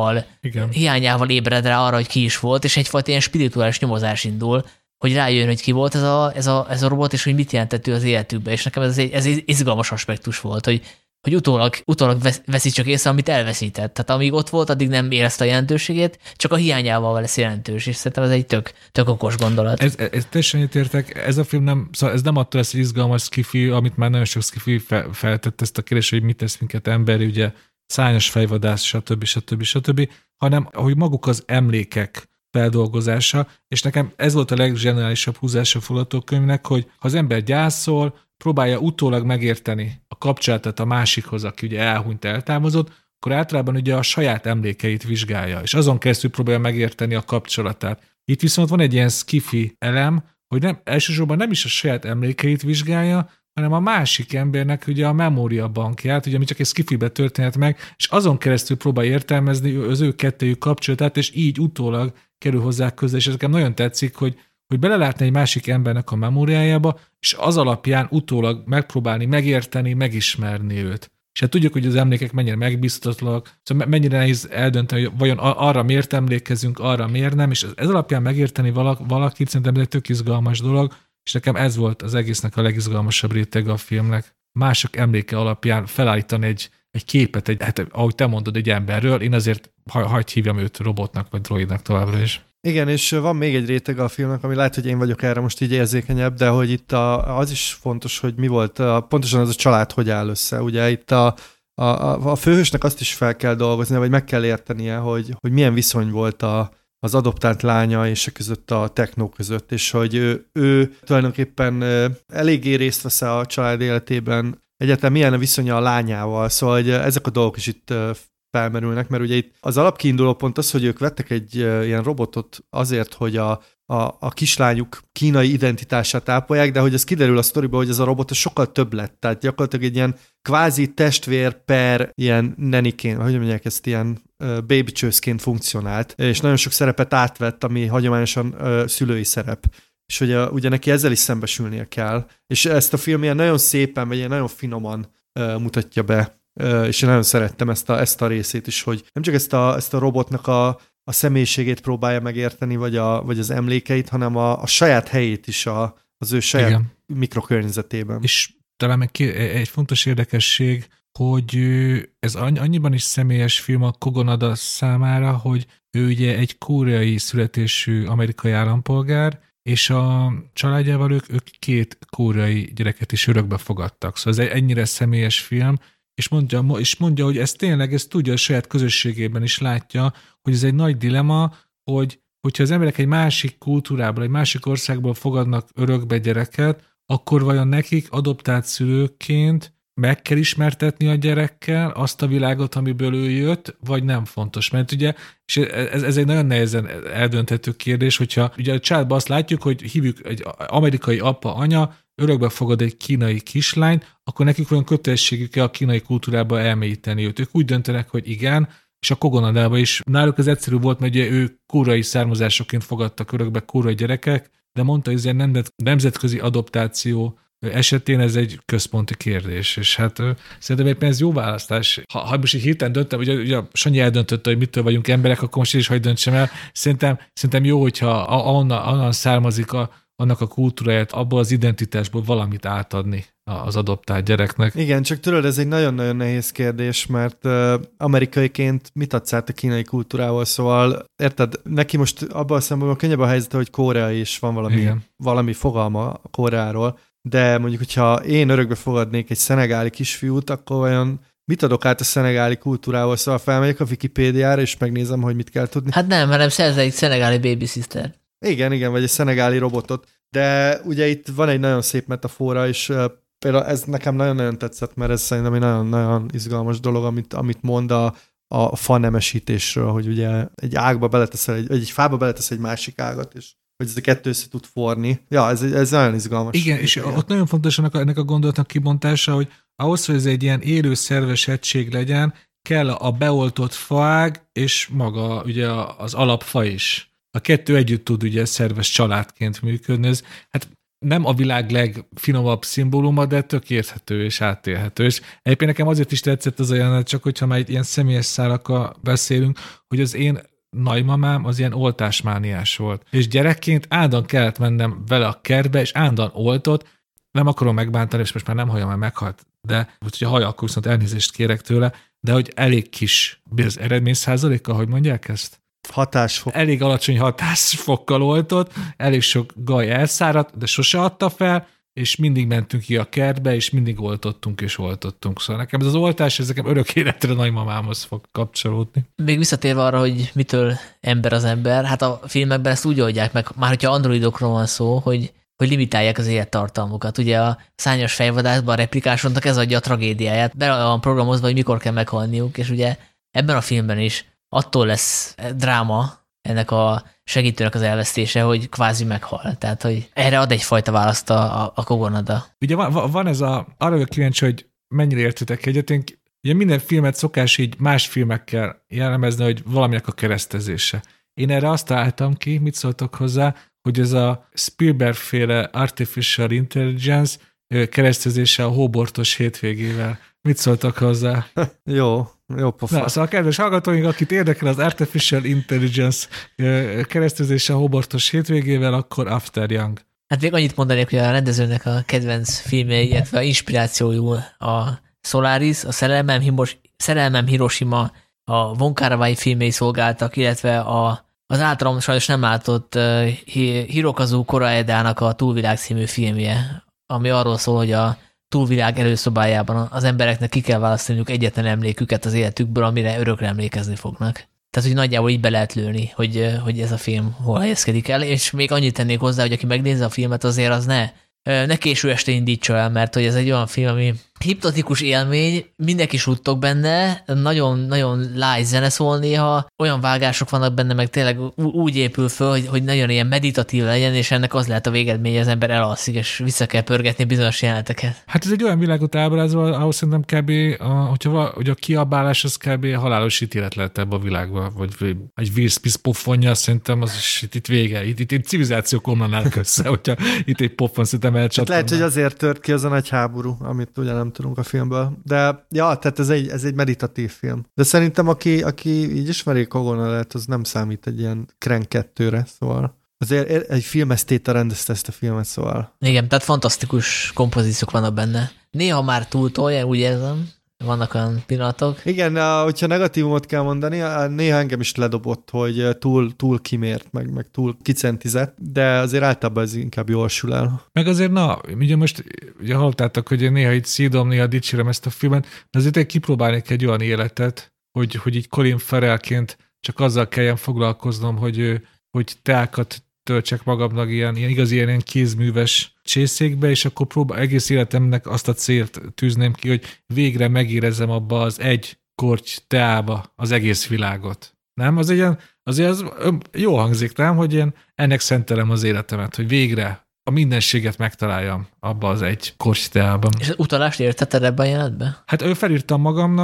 hiányával ébred rá arra, hogy ki is volt, és egyfajta ilyen spirituális nyomozás indul, hogy rájön, hogy ki volt ez a robot, és hogy mit jelentett ő az életükben. És nekem ez egy izgalmas aspektus volt, hogy utólag veszi csak észre, amit elveszített. Tehát amíg ott volt, addig nem érezte a jelentőségét, csak a hiányával lesz jelentős, és szerintem ez egy tök okos gondolat. Ez teljesen értek, ez a film ez nem attól lesz egy izgalmas skifi, amit már nagyon sok skifi feltett ezt a kérdést, hogy mit tesz minket emberi, ugye szárnyas fejvadász, stb., hanem hogy maguk az emlékek feldolgozása, és nekem ez volt a leggeniálisabb húzása a forgatókönyvnek, hogy ha az ember gyászol, próbálja utólag megérteni a kapcsolatot a másikhoz, aki ugye elhunyt, eltávozott, akkor általában ugye a saját emlékeit vizsgálja, és azon keresztül próbálja megérteni a kapcsolatát. Itt viszont van egy ilyen skifi elem, hogy elsősorban nem is a saját emlékeit vizsgálja, hanem a másik embernek ugye a memóriabankját, ugye ami csak egy skifibe történhet meg, és azon keresztül próbálja értelmezni az ő kettőjük kapcsolatát, és így utólag kerül hozzá közel, és ez nekem nagyon tetszik, hogy belelátni egy másik embernek a memóriájába, és az alapján utólag megpróbálni megérteni, megismerni őt. És hát tudjuk, hogy az emlékek mennyire megbízhatatlanak, szóval mennyire nehéz eldönteni, hogy vajon arra miért emlékezünk, arra miért nem, és ez alapján megérteni valakit, szerintem ez egy tök izgalmas dolog, és nekem ez volt az egésznek a legizgalmasabb rétege a filmnek. Mások emléke alapján felállítani egy képet, hát, ahogy te mondod, egy emberről, én azért hagyd hívjam őt robotnak, vagy droidnak továbbra is. Igen, és van még egy rétege a filmnek, ami lehet, hogy én vagyok erre most így érzékenyebb, de hogy itt az is fontos, hogy mi volt, pontosan az a család hogy áll össze. Ugye itt a főhősnek azt is fel kell dolgozni, vagy meg kell értenie, hogy milyen viszony volt az adoptált lánya és között a technó között, és hogy ő tulajdonképpen eléggé részt vesz a család életében, egyáltalán milyen a viszonya a lányával, szóval hogy ezek a dolgok is itt felmerülnek, mert ugye itt az alapkiinduló pont az, hogy ők vettek egy ilyen robotot azért, hogy a kislányuk kínai identitását ápolják, de hogy ez kiderül a sztoriba, hogy ez a robot sokkal több lett, tehát gyakorlatilag egy ilyen kvázi testvér per ilyen neniként, hogy mondják ezt, ilyen babycsőszként funkcionált, és nagyon sok szerepet átvett, ami hagyományosan szülői szerep. És ugye neki ezzel is szembesülnie kell. És ezt a film ilyen nagyon szépen, vagy ilyen nagyon finoman mutatja be, és én nagyon szerettem ezt a részét is, hogy nem csak ezt a robotnak a személyiségét próbálja megérteni, vagy az emlékeit, hanem a saját helyét is az ő saját mikrokörnyezetében. És talán meg egy fontos érdekesség, hogy ez annyiban is személyes film a Kogonada számára, hogy ő ugye egy koreai születésű amerikai állampolgár, és a családjával ők 2 koreai gyereket is örökbe fogadtak. Szóval ez ennyire személyes film, és mondja, hogy ez tényleg, ezt tudja a saját közösségében is látja, hogy ez egy nagy dilema, hogyha az emberek egy másik kultúrából, egy másik országból fogadnak örökbe gyereket, akkor vajon nekik adoptált szülőként meg kell ismertetni a gyerekkel azt a világot, amiből ő jött, vagy nem fontos. Mert ugye, és ez egy nagyon nehezen eldönthető kérdés, hogyha ugye a családban azt látjuk, hogy hívjuk egy amerikai apa, anya, örökbe fogad egy kínai kislányt, akkor nekik olyan kötelességük a kínai kultúrába elmélyíteni őt. Ők úgy döntenek, hogy igen, és a Kogonadában is. Náluk ez egyszerű volt, mert ugye ő koreai származásoként fogadtak örökbe koreai gyerekek, de mondta, hogy ez ilyen nemzetközi adoptáció esetén ez egy központi kérdés, és hát szerintem éppen ez jó választás. Ha most így hirtelen döntem, ugye Sanyi eldöntötte, hogy mitől vagyunk emberek, akkor most is hagy döntsem el. Szerintem jó, hogyha onnan származik annak a kultúráját, abból az identitásból valamit átadni az adoptált gyereknek. Igen, csak tudod, ez egy nagyon-nagyon nehéz kérdés, mert amerikaiként mit adsz át a kínai kultúrával, szóval érted, neki most abban a szempontból könnyebb a helyzete, hogy koreai is van valami fogalma a Koreáról, de mondjuk, hogyha én örökbe fogadnék egy szenegáli kisfiút, akkor olyan mit adok át a szenegáli kultúrával, szóval felmegyek a Wikipédiára, és megnézem, hogy mit kell tudni. Hát nem, hanem szerzel egy szenegáli babysitter. Igen, vagy egy szenegáli robotot. De ugye itt van egy nagyon szép metafora, és például ez nekem nagyon-nagyon tetszett, mert ez szerintem egy nagyon-nagyon izgalmas dolog, amit mond a fanemesítésről, hogy ugye egy ágba beleteszel, egy fába beleteszel egy másik ágat, és hogy ez a kettő össze tud forni. Ja, ez nagyon izgalmas. Igen, és ott nagyon fontos ennek a gondolatnak kibontása, hogy ahhoz, hogy ez egy ilyen élő szerves egység legyen, kell a beoltott faág, és maga ugye az alapfa is. A kettő együtt tud ugye szerves családként működni. Ez, hát nem a világ legfinomabb szimbóluma, de tök érthető és átélhető. És egyébként nekem azért is tetszett az a jelenet, csak hogyha már ilyen személyes szálakkal beszélünk, hogy az én nagymamám az ilyen oltásmániás volt. És gyerekként állandóan kellett mennem vele a kertbe, és állandóan oltott. Nem akarom megbántani, és most már nem hallja, mert meghalt. De hogyha hallja, akkor viszont elnézést kérek tőle, de hogy elég kis az eredményszázaléka, hogy mondják ezt? Hatásfok. Elég alacsony hatásfokkal oltott, elég sok gaj elszáradt, de sose adta fel, és mindig mentünk ki a kertbe, és mindig oltottunk. Szóval nekem ez az oltás, ez nekem örök életre nagymamámhoz fog kapcsolódni. Még visszatérve arra, hogy mitől ember az ember, hát a filmekben ezt úgy oldják meg, már hogyha androidokról van szó, hogy limitálják az élettartalmukat. Ugye a szárnyas fejvadászban a replikásoknak ez adja a tragédiáját. Be van programozva, hogy mikor kell meghalniuk, és ugye ebben a filmben is attól lesz dráma ennek a segítőnek az elvesztése, hogy kvázi meghal. Tehát, hogy erre ad egyfajta választ a Kogonada. Ugye van ez arra vagyok kíváncsi, hogy mennyire értitek egyet. Ugye minden filmet szokás így más filmekkel jellemezni, hogy valaminek a keresztezése. Én erre azt találtam ki, mit szóltok hozzá, hogy ez a Spielberg-féle Artificial Intelligence keresztezése a hóbortos hétvégével. Mit szóltak hozzá? Jó pofa. Na, szóval kedves hallgatóink, akit érdekel az Artificial Intelligence keresztezése a hóbortos hétvégével, akkor After Young. Hát még annyit mondanék, hogy a rendezőnek a kedvenc filmje, illetve a inspirációjú a Solaris, a Szerelmem Hiroshima, a Wong Kar-wai filmjei szolgáltak, illetve az általam sajnos nem látott Hirokazu Koreedának a Túlvilág című filmje, ami arról szól, hogy a túlvilág előszobájában az embereknek ki kell választaniuk egyetlen emléküket az életükből, amire örökre emlékezni fognak. Tehát, hogy nagyjából így be lehet lőni, hogy ez a film hol helyezkedik el, és még annyit tennék hozzá, hogy aki megnézze a filmet, azért az ne késő este indítsa el, mert hogy ez egy olyan film, ami hipnotikus élmény, mindenki suttog benne, nagyon light zene szól néha, olyan vágások vannak benne, meg tényleg úgy épül föl, hogy nagyon ilyen meditatív legyen, és ennek az lehet a végeredmény, az ember elalszik, és vissza kell pörgetni bizonyos jeleneteket. Hát ez egy olyan világot ábrázol, ahhoz szerintem kb. Hogy a kiabálás az kb. Halálos ítélet lehet ebbe a világba, vagy egy Will Smith pofonja, szerintem az is itt vége. Itt civilizációk omlanának össze, hogyha itt egy pofon szerintem elcsatolnak. Lehet, hogy azért tört ki az a nagy háború, amit ugye nem tudunk a filmből. De ja, tehát ez egy meditatív film. De szerintem aki így ismeri Kogonadát, az nem számít egy ilyen Crank 2-re, szóval azért egy filmesztéta rendezte ezt a filmet, szóval. Igen, tehát fantasztikus kompozíciók vannak benne. Néha már túltolja, úgy érzem. Vannak olyan pillanatok. Igen, hogyha negatívumot kell mondani, néha engem is ledobott, hogy túl kimért, meg túl kicentizett, de azért általában ez inkább jól sül el. Meg azért, ugye most ugye hallottátok, hogy én néha így szídom, néha dicsérem ezt a filmet, de azért én kipróbálnék egy olyan életet, hogy így Colin Farrellként csak azzal kelljen foglalkoznom, hogy teákat töltsek magamnak ilyen igazi ilyen kézműves csészékbe, és akkor egész életemnek azt a célt tűzném ki, hogy végre megérezzem abba az egy korty teába az egész világot. Nem? Azért az jó hangzik, nem? Hogy én ennek szentelem az életemet, hogy végre a mindenséget megtaláljam abba az egy korty teában. És utalást értetted ebben a jelenetben? Hát felírtam magamnak,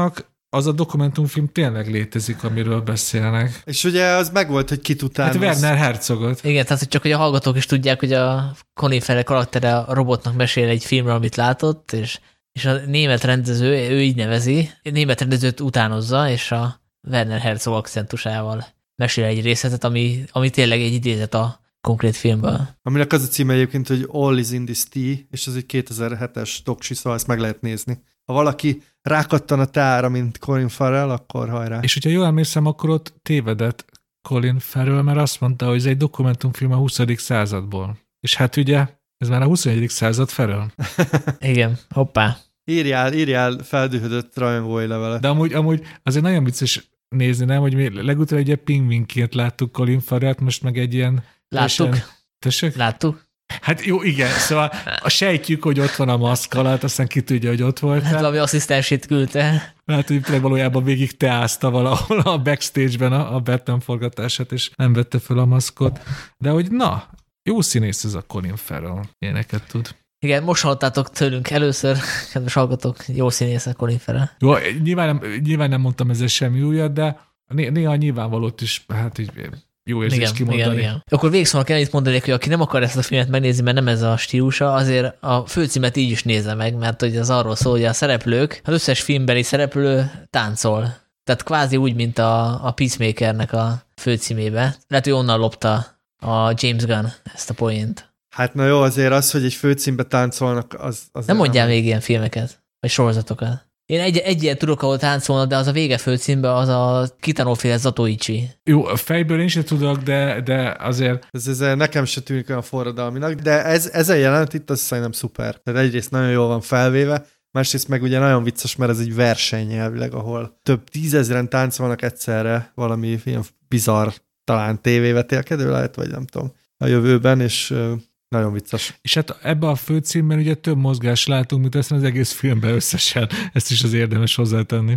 az a dokumentumfilm tényleg létezik, amiről beszélnek. És ugye az megvolt, hogy kit utánoz. Hát Werner Herzogot. Igen, tehát hogy csak hogy a hallgatók is tudják, hogy a Colin Farrell karaktere a robotnak mesél egy filmről, amit látott, és a német rendező, ő így nevezi, a német rendezőt utánozza, és a Werner Herzog akcentusával mesél egy részletet, ami tényleg egy idézet a konkrét filmből. Aminek az a címe egyébként, hogy All is in this tea, és ez egy 2007-es doksi, szóval ezt meg lehet nézni. Ha valaki rákattan a teára, mint Colin Farrell, akkor hajrá. És hogyha jól emlékszem, akkor ott tévedett Colin Farrell, mert azt mondta, hogy ez egy dokumentumfilm a 20. századból. És hát ugye, ez már a 21. század Farrell. Igen, hoppá. Írjál feldühödött rajongói levelet. De amúgy azért nagyon vicces nézni, nem? Hogy mi legutóbb egy pingvinként láttuk Colin Farrellt, most meg egy ilyen... Láttuk? Tessék? Láttuk? Hát jó, igen, szóval sejtjük, hogy ott van a maszk alatt, aztán ki tudja, hogy ott volt. Hát valami asszisztensét küldte. Hát, hogy tényleg valójában végig teázta valahol a backstage-ben a Batman forgatását, és nem vette fel a maszkot. De hogy na, jó színész ez a Colin Farrell, ilyeneket tud. Igen, most hallottátok tőlünk először, kedves hallgatók, jó színész a Colin Farrell. Jó, nyilván nem mondtam ezzel semmi újat, de néha nyilvánvalót is, hát így jó érzés kimondani. Igen. Akkor végszónak kell itt mondani, hogy aki nem akar ezt a filmet megnézni, mert nem ez a stílusa, azért a főcímet így is nézze meg, mert hogy az arról szól, hogy a szereplők, az összes filmbeli szereplő táncol. Tehát kvázi úgy, mint a Peacemakernek a főcímébe. Lehet, hogy onnan lopta a James Gunn ezt a poént. Hát na jó, azért az, hogy egy főcímbe táncolnak, az nem mondjál még ilyen filmeket, vagy sorozatokat. Én egy ilyen tudok, ahol táncolnak, de az a vége főcímbe, az a Kitano-féle Zatoichi. Jó, a fejből én sem tudok, de azért... Ez nekem se tűnik olyan forradalminak, de ez a jelenet itt, azt szerintem szuper. Tehát egyrészt nagyon jól van felvéve, másrészt meg ugye nagyon vicces, mert ez egy verseny nyelvileg, ahol több 10 000 táncolnak egyszerre valami ilyen bizarr, talán tévévetélkedő lehet, vagy nem tudom, a jövőben, és nagyon vicces. És hát ebben a főcímben ugye több mozgást látunk, mint aztán az egész filmben összesen. Ezt is az érdemes hozzátenni.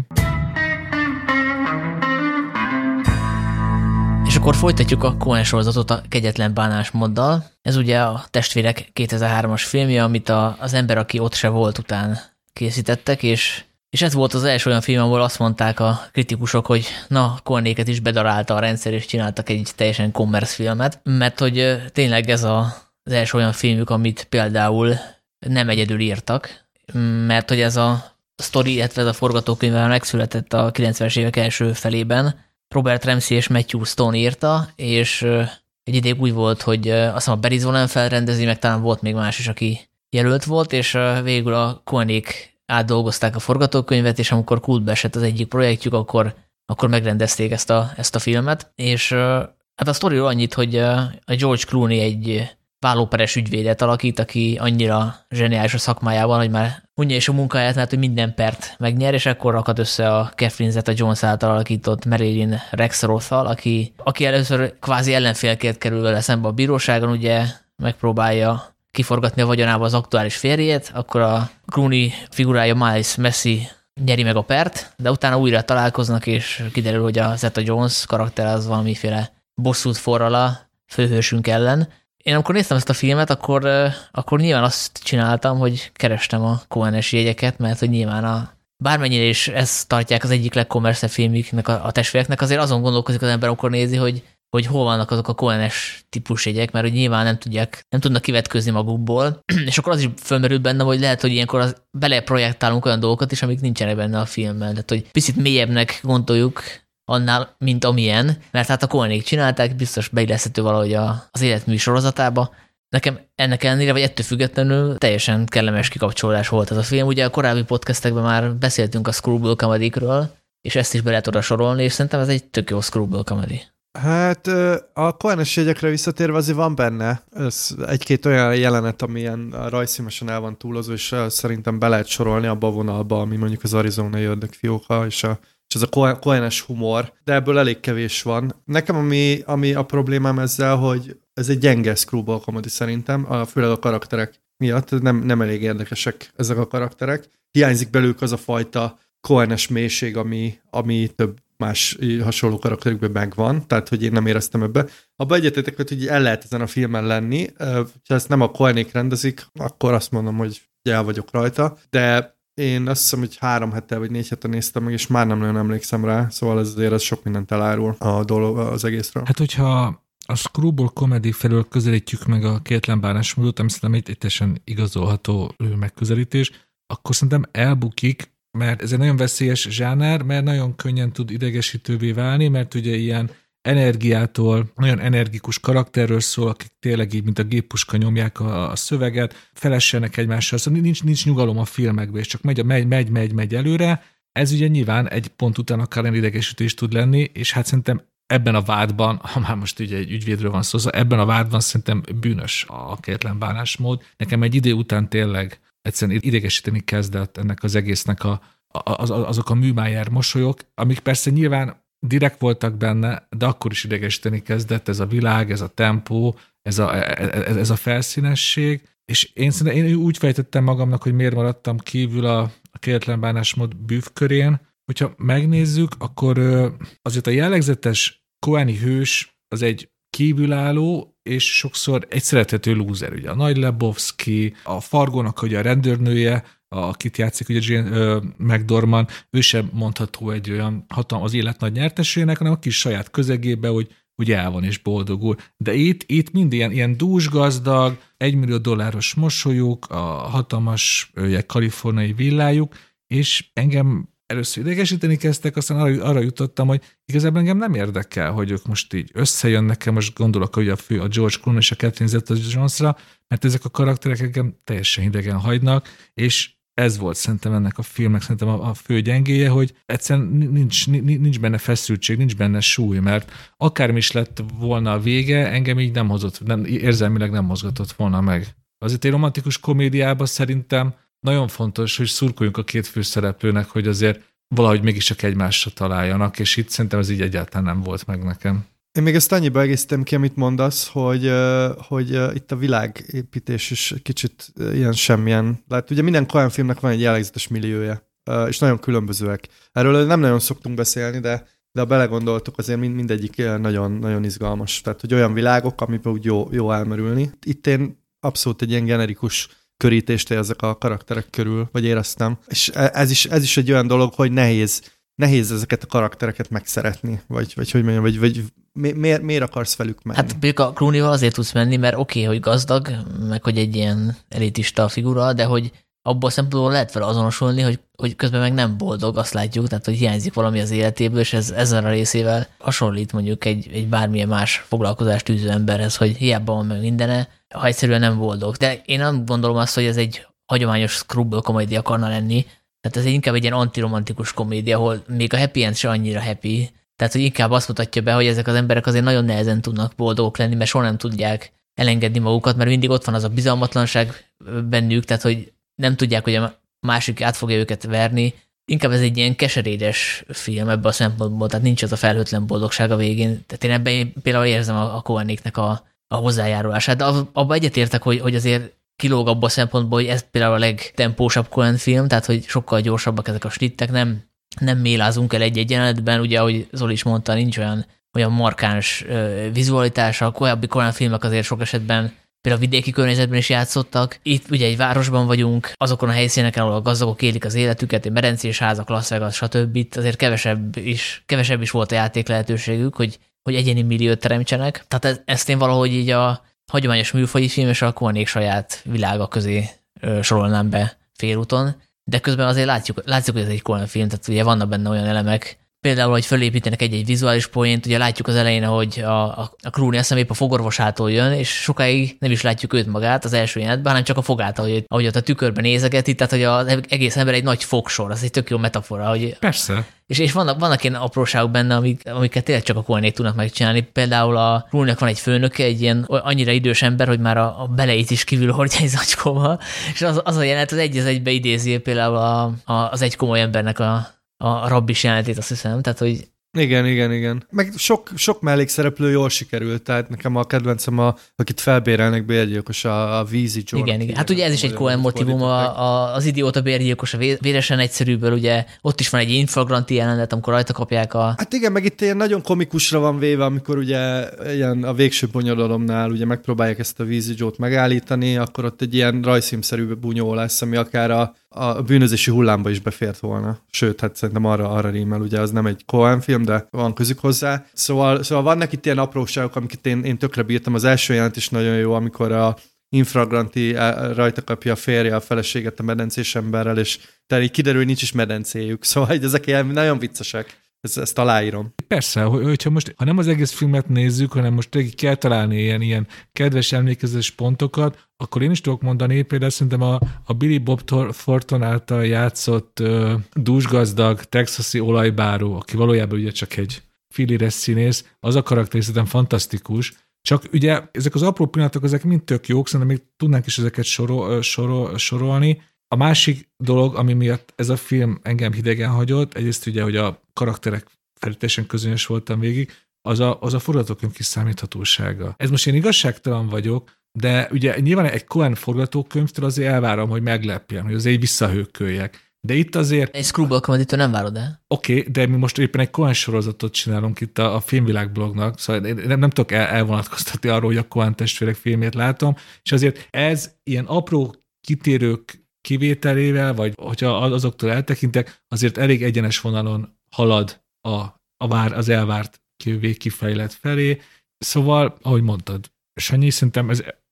És akkor folytatjuk a Coen sorozatot a Kegyetlen bánásmóddal. Ez ugye a Testvérek 2003-as filmje, amit az ember, aki ott se volt után készítettek, és ez volt az első olyan film, ahol azt mondták a kritikusok, hogy na, Coenéket is bedarálta a rendszer, és csináltak egy teljesen commerce filmet, mert hogy tényleg ez az első olyan filmük, amit például nem egyedül írtak, mert hogy ez a sztori, illetve ez a forgatókönyvvel megszületett a 90-es évek első felében. Robert Ramsey és Matthew Stone írta, és egy ideig úgy volt, hogy azt hiszem a Barry Zolan felrendezi, meg talán volt még más is, aki jelölt volt, és végül a Coenék átdolgozták a forgatókönyvet, és amikor kultbe esett az egyik projektjük, akkor megrendezték ezt a filmet, és hát a sztoriról annyit, hogy a George Clooney egy vállóperes ügyvédet alakít, aki annyira zseniális a szakmájában, hogy már unja is a munkáját, mert hogy minden pert megnyer, és akkor akad össze a Catherine Zeta-Jones által alakított Marilyn Rexroth-al, aki először kvázi ellenfélként kerül vele szembe a bíróságon, ugye megpróbálja kiforgatni a vagyonába az aktuális férjét, akkor a Clooney figurája Miles Messi nyeri meg a pert, de utána újra találkoznak, és kiderül, hogy a Zeta-Jones karakter az valamiféle bosszút forral a főhősünk ellen. Én amikor néztem ezt a filmet, akkor nyilván azt csináltam, hogy kerestem a Coen-es jegyeket, mert hogy nyilván bármennyire is ezt tartják az egyik legkommerszebb filmjüknek a testvéreknek, azért azon gondolkozik az ember, amikor nézi, hogy hol vannak azok a Coen-es típusjegyek, mert hogy nyilván nem tudnak kivetkőzni magukból, és akkor az is fölmerült bennem, hogy lehet, hogy ilyenkor beleprojektálunk olyan dolgokat is, amik nincsenek benne a filmben, tehát hogy picit mélyebbnek gondoljuk annál, mint amilyen, mert hát a Coenék csinálták, biztos beilleszthető valahogy az életmű sorozatába. Nekem ennek ellenére, vagy ettől függetlenül teljesen kellemes kikapcsolódás volt ez a film. Ugye a korábbi podcastekben már beszéltünk a Screwball comedy-ről, és ezt is be lehet oda sorolni, és szerintem ez egy tök jó Screwball comedy. Hát a Coen-es jegyekre visszatérve azért van benne egy-két olyan jelenet, amilyen rajzszímesen el van túlozó, és szerintem be lehet sorolni abba a vonalba, ami mondjuk az Arizonai ördögfióka, és ez a Coen-es humor, de ebből elég kevés van. Nekem ami a problémám ezzel, hogy ez egy gyenge screwball comedy szerintem, főleg a karakterek miatt, nem elég érdekesek ezek a karakterek. Hiányzik belőlük az a fajta Coen-es mélység, ami több más hasonló karakterükben megvan, tehát hogy én nem éreztem ebbe. Abba egyetétek, hogy el lehet ezen a filmen lenni, ha ezt nem a Coenék rendezik, akkor azt mondom, hogy el vagyok rajta, de én azt hiszem, hogy 3 hete vagy 4 hete néztem meg, és már nem nagyon emlékszem rá, szóval ez sok mindent elárul a dolog az egészről. Hát, hogyha a screwball comedy felől közelítjük meg a Kegyetlen bánásmódot, ami szerintem egy teljesen igazolható megközelítés, akkor szerintem elbukik, mert ez egy nagyon veszélyes zsánár, mert nagyon könnyen tud idegesítővé válni, mert ugye ilyen energiától, nagyon energikus karakterről szól, akik tényleg így, mint a géppuska nyomják a szöveget, felessenek egymással, szóval nincs nyugalom a filmekben, és csak megy előre. Ez ugye nyilván egy pont után akár idegesítés tud lenni, és hát szerintem ebben a vádban, ha már most ugye egy ügyvédről van szó, szóval ebben a vádban szerintem bűnös a Kegyetlen bánásmód. Nekem egy idő után tényleg egyszerűen idegesíteni kezdett ennek az egésznek azok a műmájár mosolyok, amik persze nyilván direkt voltak benne, de akkor is idegesíteni kezdett ez a világ, ez a tempó, ez a felszínesség, és én úgy fejtettem magamnak, hogy miért maradtam kívül a Kegyetlen bánásmód bűvkörén, hogyha megnézzük, akkor azért a jellegzetes Coen-i hős az egy kívülálló, és sokszor egy szerethető lúzer, ugye a Nagy Lebowski, a Fargónak ugye a rendőrnője, akit játszik, ugye Jane McDormand, ő sem mondható egy olyan az élet nagy nyertesének, hanem a kis saját közegébe, hogy el van és boldogul. De itt mind ilyen dúsgazdag, $1 millió mosolyuk, a hatalmas kaliforniai villájuk, és engem először idegesíteni kezdtek, aztán arra jutottam, hogy igazából engem nem érdekel, hogy ők most így összejönnek, most gondolok, hogy a George Clooney és a Catherine Zeta-Jonesra, mert ezek a karakterek engem teljesen hidegen hagynak, és ez volt szerintem ennek a filmnek szerintem a fő gyengéje, hogy egyszerűen nincs benne feszültség, nincs benne súly, mert akármi is lett volna a vége, engem így érzelmileg nem mozgatott volna meg. Azért egy romantikus komédiában szerintem nagyon fontos, hogy szurkoljunk a két főszereplőnek, hogy azért valahogy mégis csak egymásra találjanak, és itt szerintem ez így egyáltalán nem volt meg nekem. Én még ezt annyiba egészítem ki, amit mondasz, hogy itt a világépítés is kicsit ilyen semmilyen. Lehet, ugye minden Coen filmnek van egy jellegzetes milliója, és nagyon különbözőek. Erről nem nagyon szoktunk beszélni, de ha belegondoltok, azért mindegyik nagyon, nagyon izgalmas. Tehát, hogy olyan világok, amiben úgy jó elmerülni. Itt én abszolút egy ilyen generikus körítést érzek a karakterek körül, vagy éreztem. És ez is egy olyan dolog, hogy nehéz ezeket a karaktereket megszeretni, vagy hogy mondjam, vagy miért akarsz velük menni? Hát például a Clooney-val azért tudsz menni, mert oké, hogy gazdag, meg hogy egy ilyen elitista figura, de hogy abból szempontból lehet vele azonosulni, hogy közben meg nem boldog, azt látjuk, tehát hogy hiányzik valami az életéből, és ez ezzel a részével hasonlít mondjuk egy bármilyen más foglalkozást űző emberhez, hogy hiába van meg mindene, ha egyszerűen nem boldog. De én nem gondolom azt, hogy ez egy hagyományos screwball komédia akarna lenni, tehát ez inkább egy ilyen antiromantikus komédia, ahol még a happy end se annyira happy, tehát hogy inkább azt mutatja be, hogy ezek az emberek azért nagyon nehezen tudnak boldogok lenni, mert soha nem tudják elengedni magukat, mert mindig ott van az a bizalmatlanság bennük, tehát hogy nem tudják, hogy a másik át fogja őket verni. Inkább ez egy ilyen keserédes film ebben a szempontból, tehát nincs az a felhőtlen boldogság a végén. Tehát én ebben például érzem a Coenéknek a hozzájárulását, de abban egyetértek, hogy azért kilóg abban a szempontból, hogy ez például a legtempósabb Coen film, tehát hogy sokkal gyorsabbak ezek a snittek, nem mélázunk el egy jelenetben, ugye ahogy Zoli is mondta, nincs olyan markáns vizualitása, a korábbi Coen filmek azért sok esetben például a vidéki környezetben is játszottak. Itt ugye egy városban vagyunk, azokon a helyszíneken, ahol a gazdagok élik az életüket, medencés házak, Las Vegas, stb. Itt azért kevesebb is volt a játék lehetőségük, hogy egyéni milliót teremtsenek. Tehát ezt én valahogy így a hagyományos műfaji film és a Coenék saját világa közé sorolnám be félúton, de közben azért látszik, hogy ez egy Coen film, tehát ugye vannak benne olyan elemek, például, hogy fölépítenek egy vizuális poént, ugye látjuk az elején, hogy a Clooney azt hiszem épp a fogorvosától jön, és sokáig nem is látjuk őt magát az első jelenetben, hanem csak a fogát, ahogy ott a tükörben nézegeti, tehát hogy az egész ember egy nagy fogsor, az egy tök jó metafora. Hogy, persze. És vannak ilyen apróságok benne, amiket tényleg csak a Coenék tudnak megcsinálni. Például a Clooneynek van egy főnöke, egy ilyen annyira idős ember, hogy már a beleit is kívül hordja egy zacskóba, és az a jelenet az egy az egybe idézi például az egy komoly embernek a rabbis jelenetét, azt hiszem, tehát hogy... Igen. Meg sok mellékszereplő jól sikerült, tehát nekem a kedvencem, akit felbérelnek bérgyilkos, a Vízi John. Igen. Hát ugye ez is egy Coen motivum, az idióta bérgyilkos a véresen egyszerűből, ugye ott is van egy infragranti jelenet, amikor rajta kapják Hát igen, meg itt ilyen nagyon komikusra van véve, amikor ugye ilyen a végső bonyodalomnál ugye megpróbálják ezt a Vízi Joe-t megállítani, akkor ott egy ilyen rajzfilmszerű bunyó lesz, ami akár a bűnözési hullámba is befért volna. Sőt, hát szerintem arra rímel, ugye az nem egy Coen film, de van közük hozzá. Szóval vannak itt ilyen apróságok, amiket én tökre bírtam. Az első jelent is nagyon jó, amikor a Infragranti rajta kapja a férje, a feleséget a medencés emberrel, és tehát így kiderül, hogy nincs is medencéjük. Szóval ezek ilyen nagyon viccesek. Ezt aláírom. Persze, hogyha most, ha nem az egész filmet nézzük, hanem most kell találni ilyen kedves emlékezés pontokat, akkor én is tudok mondani, például szerintem a Billy Bob Thornton által játszott dúsgazdag texasi olajbáró, aki valójában ugye csak egy filires színész, az a karakter szerintem fantasztikus, csak ugye ezek az apró pillanatok, ezek mind tök jók, szerintem még tudnánk is ezeket sorolni. A másik dolog, ami miatt ez a film engem hidegen hagyott, egyrészt ugye, hogy a karakterek feltétlenül közönös voltam végig, az a forgatókönyv kiszámíthatósága. Ez most én igazságtalan vagyok, de ugye nyilván egy Coen forgatókönyvtől azért elvárom, hogy meglepjen, hogy azért visszahőköljek. De itt azért... Egy Screwball Comedy-től nem várod el? Oké, de mi most éppen egy Coen sorozatot csinálunk itt a Filmvilág blognak, szóval én nem tudok elvonatkoztatni arról, hogy a Coen testvérek filmét látom, és azért ez ilyen apró kitérők kivételével, vagy hogyha azoktól eltekintek, azért elég egyenes vonalon halad az elvárt végkifejlet felé. Szóval, ahogy mondtad, Sanyi, szerintem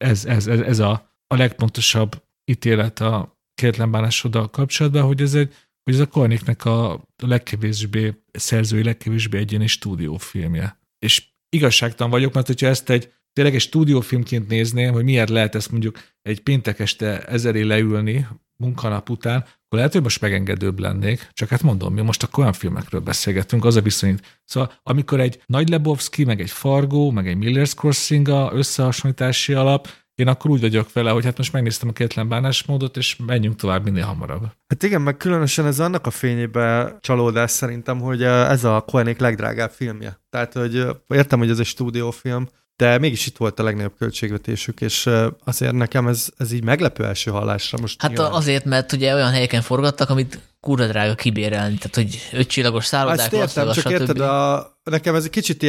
ez a legpontosabb ítélet a Kegyetlen bánásoddal kapcsolatban, hogy ez a Coenéknek a legkevésbé szerzői, legkevésbé egyéni stúdiófilmje. És igazságtalan vagyok, mert hogyha ezt tényleg egy stúdiófilmként nézném, hogy miért lehet ezt mondjuk egy péntek este ezeré leülni munkanap után, akkor lehet, hogy most megengedőbb lennék, csak hát mondom, mi most akkor olyan filmekről beszélgetünk, az a viszonyít. Szóval amikor egy Nagy Lebowski, meg egy Fargo, meg egy Miller's Crossing a összehasonlítási alap, én akkor úgy vagyok vele, hogy hát most megnéztem a Kegyetlen bánásmódot, és menjünk tovább minél hamarabb. Hát igen, meg különösen ez annak a fényébe csalódás szerintem, hogy ez a Coenék legdrágább filmje. Tehát, hogy értem, hogy ez egy stúdiófilm, de mégis itt volt a legnagyobb költségvetésük, és azért nekem ez így meglepő első hallásra. Most hát nyilván... azért, mert ugye olyan helyeken forgattak, amit kurva drága kibérelni, tehát hogy 5 csillagos szállodák, azt értem, csak érted, nekem ez egy kicsit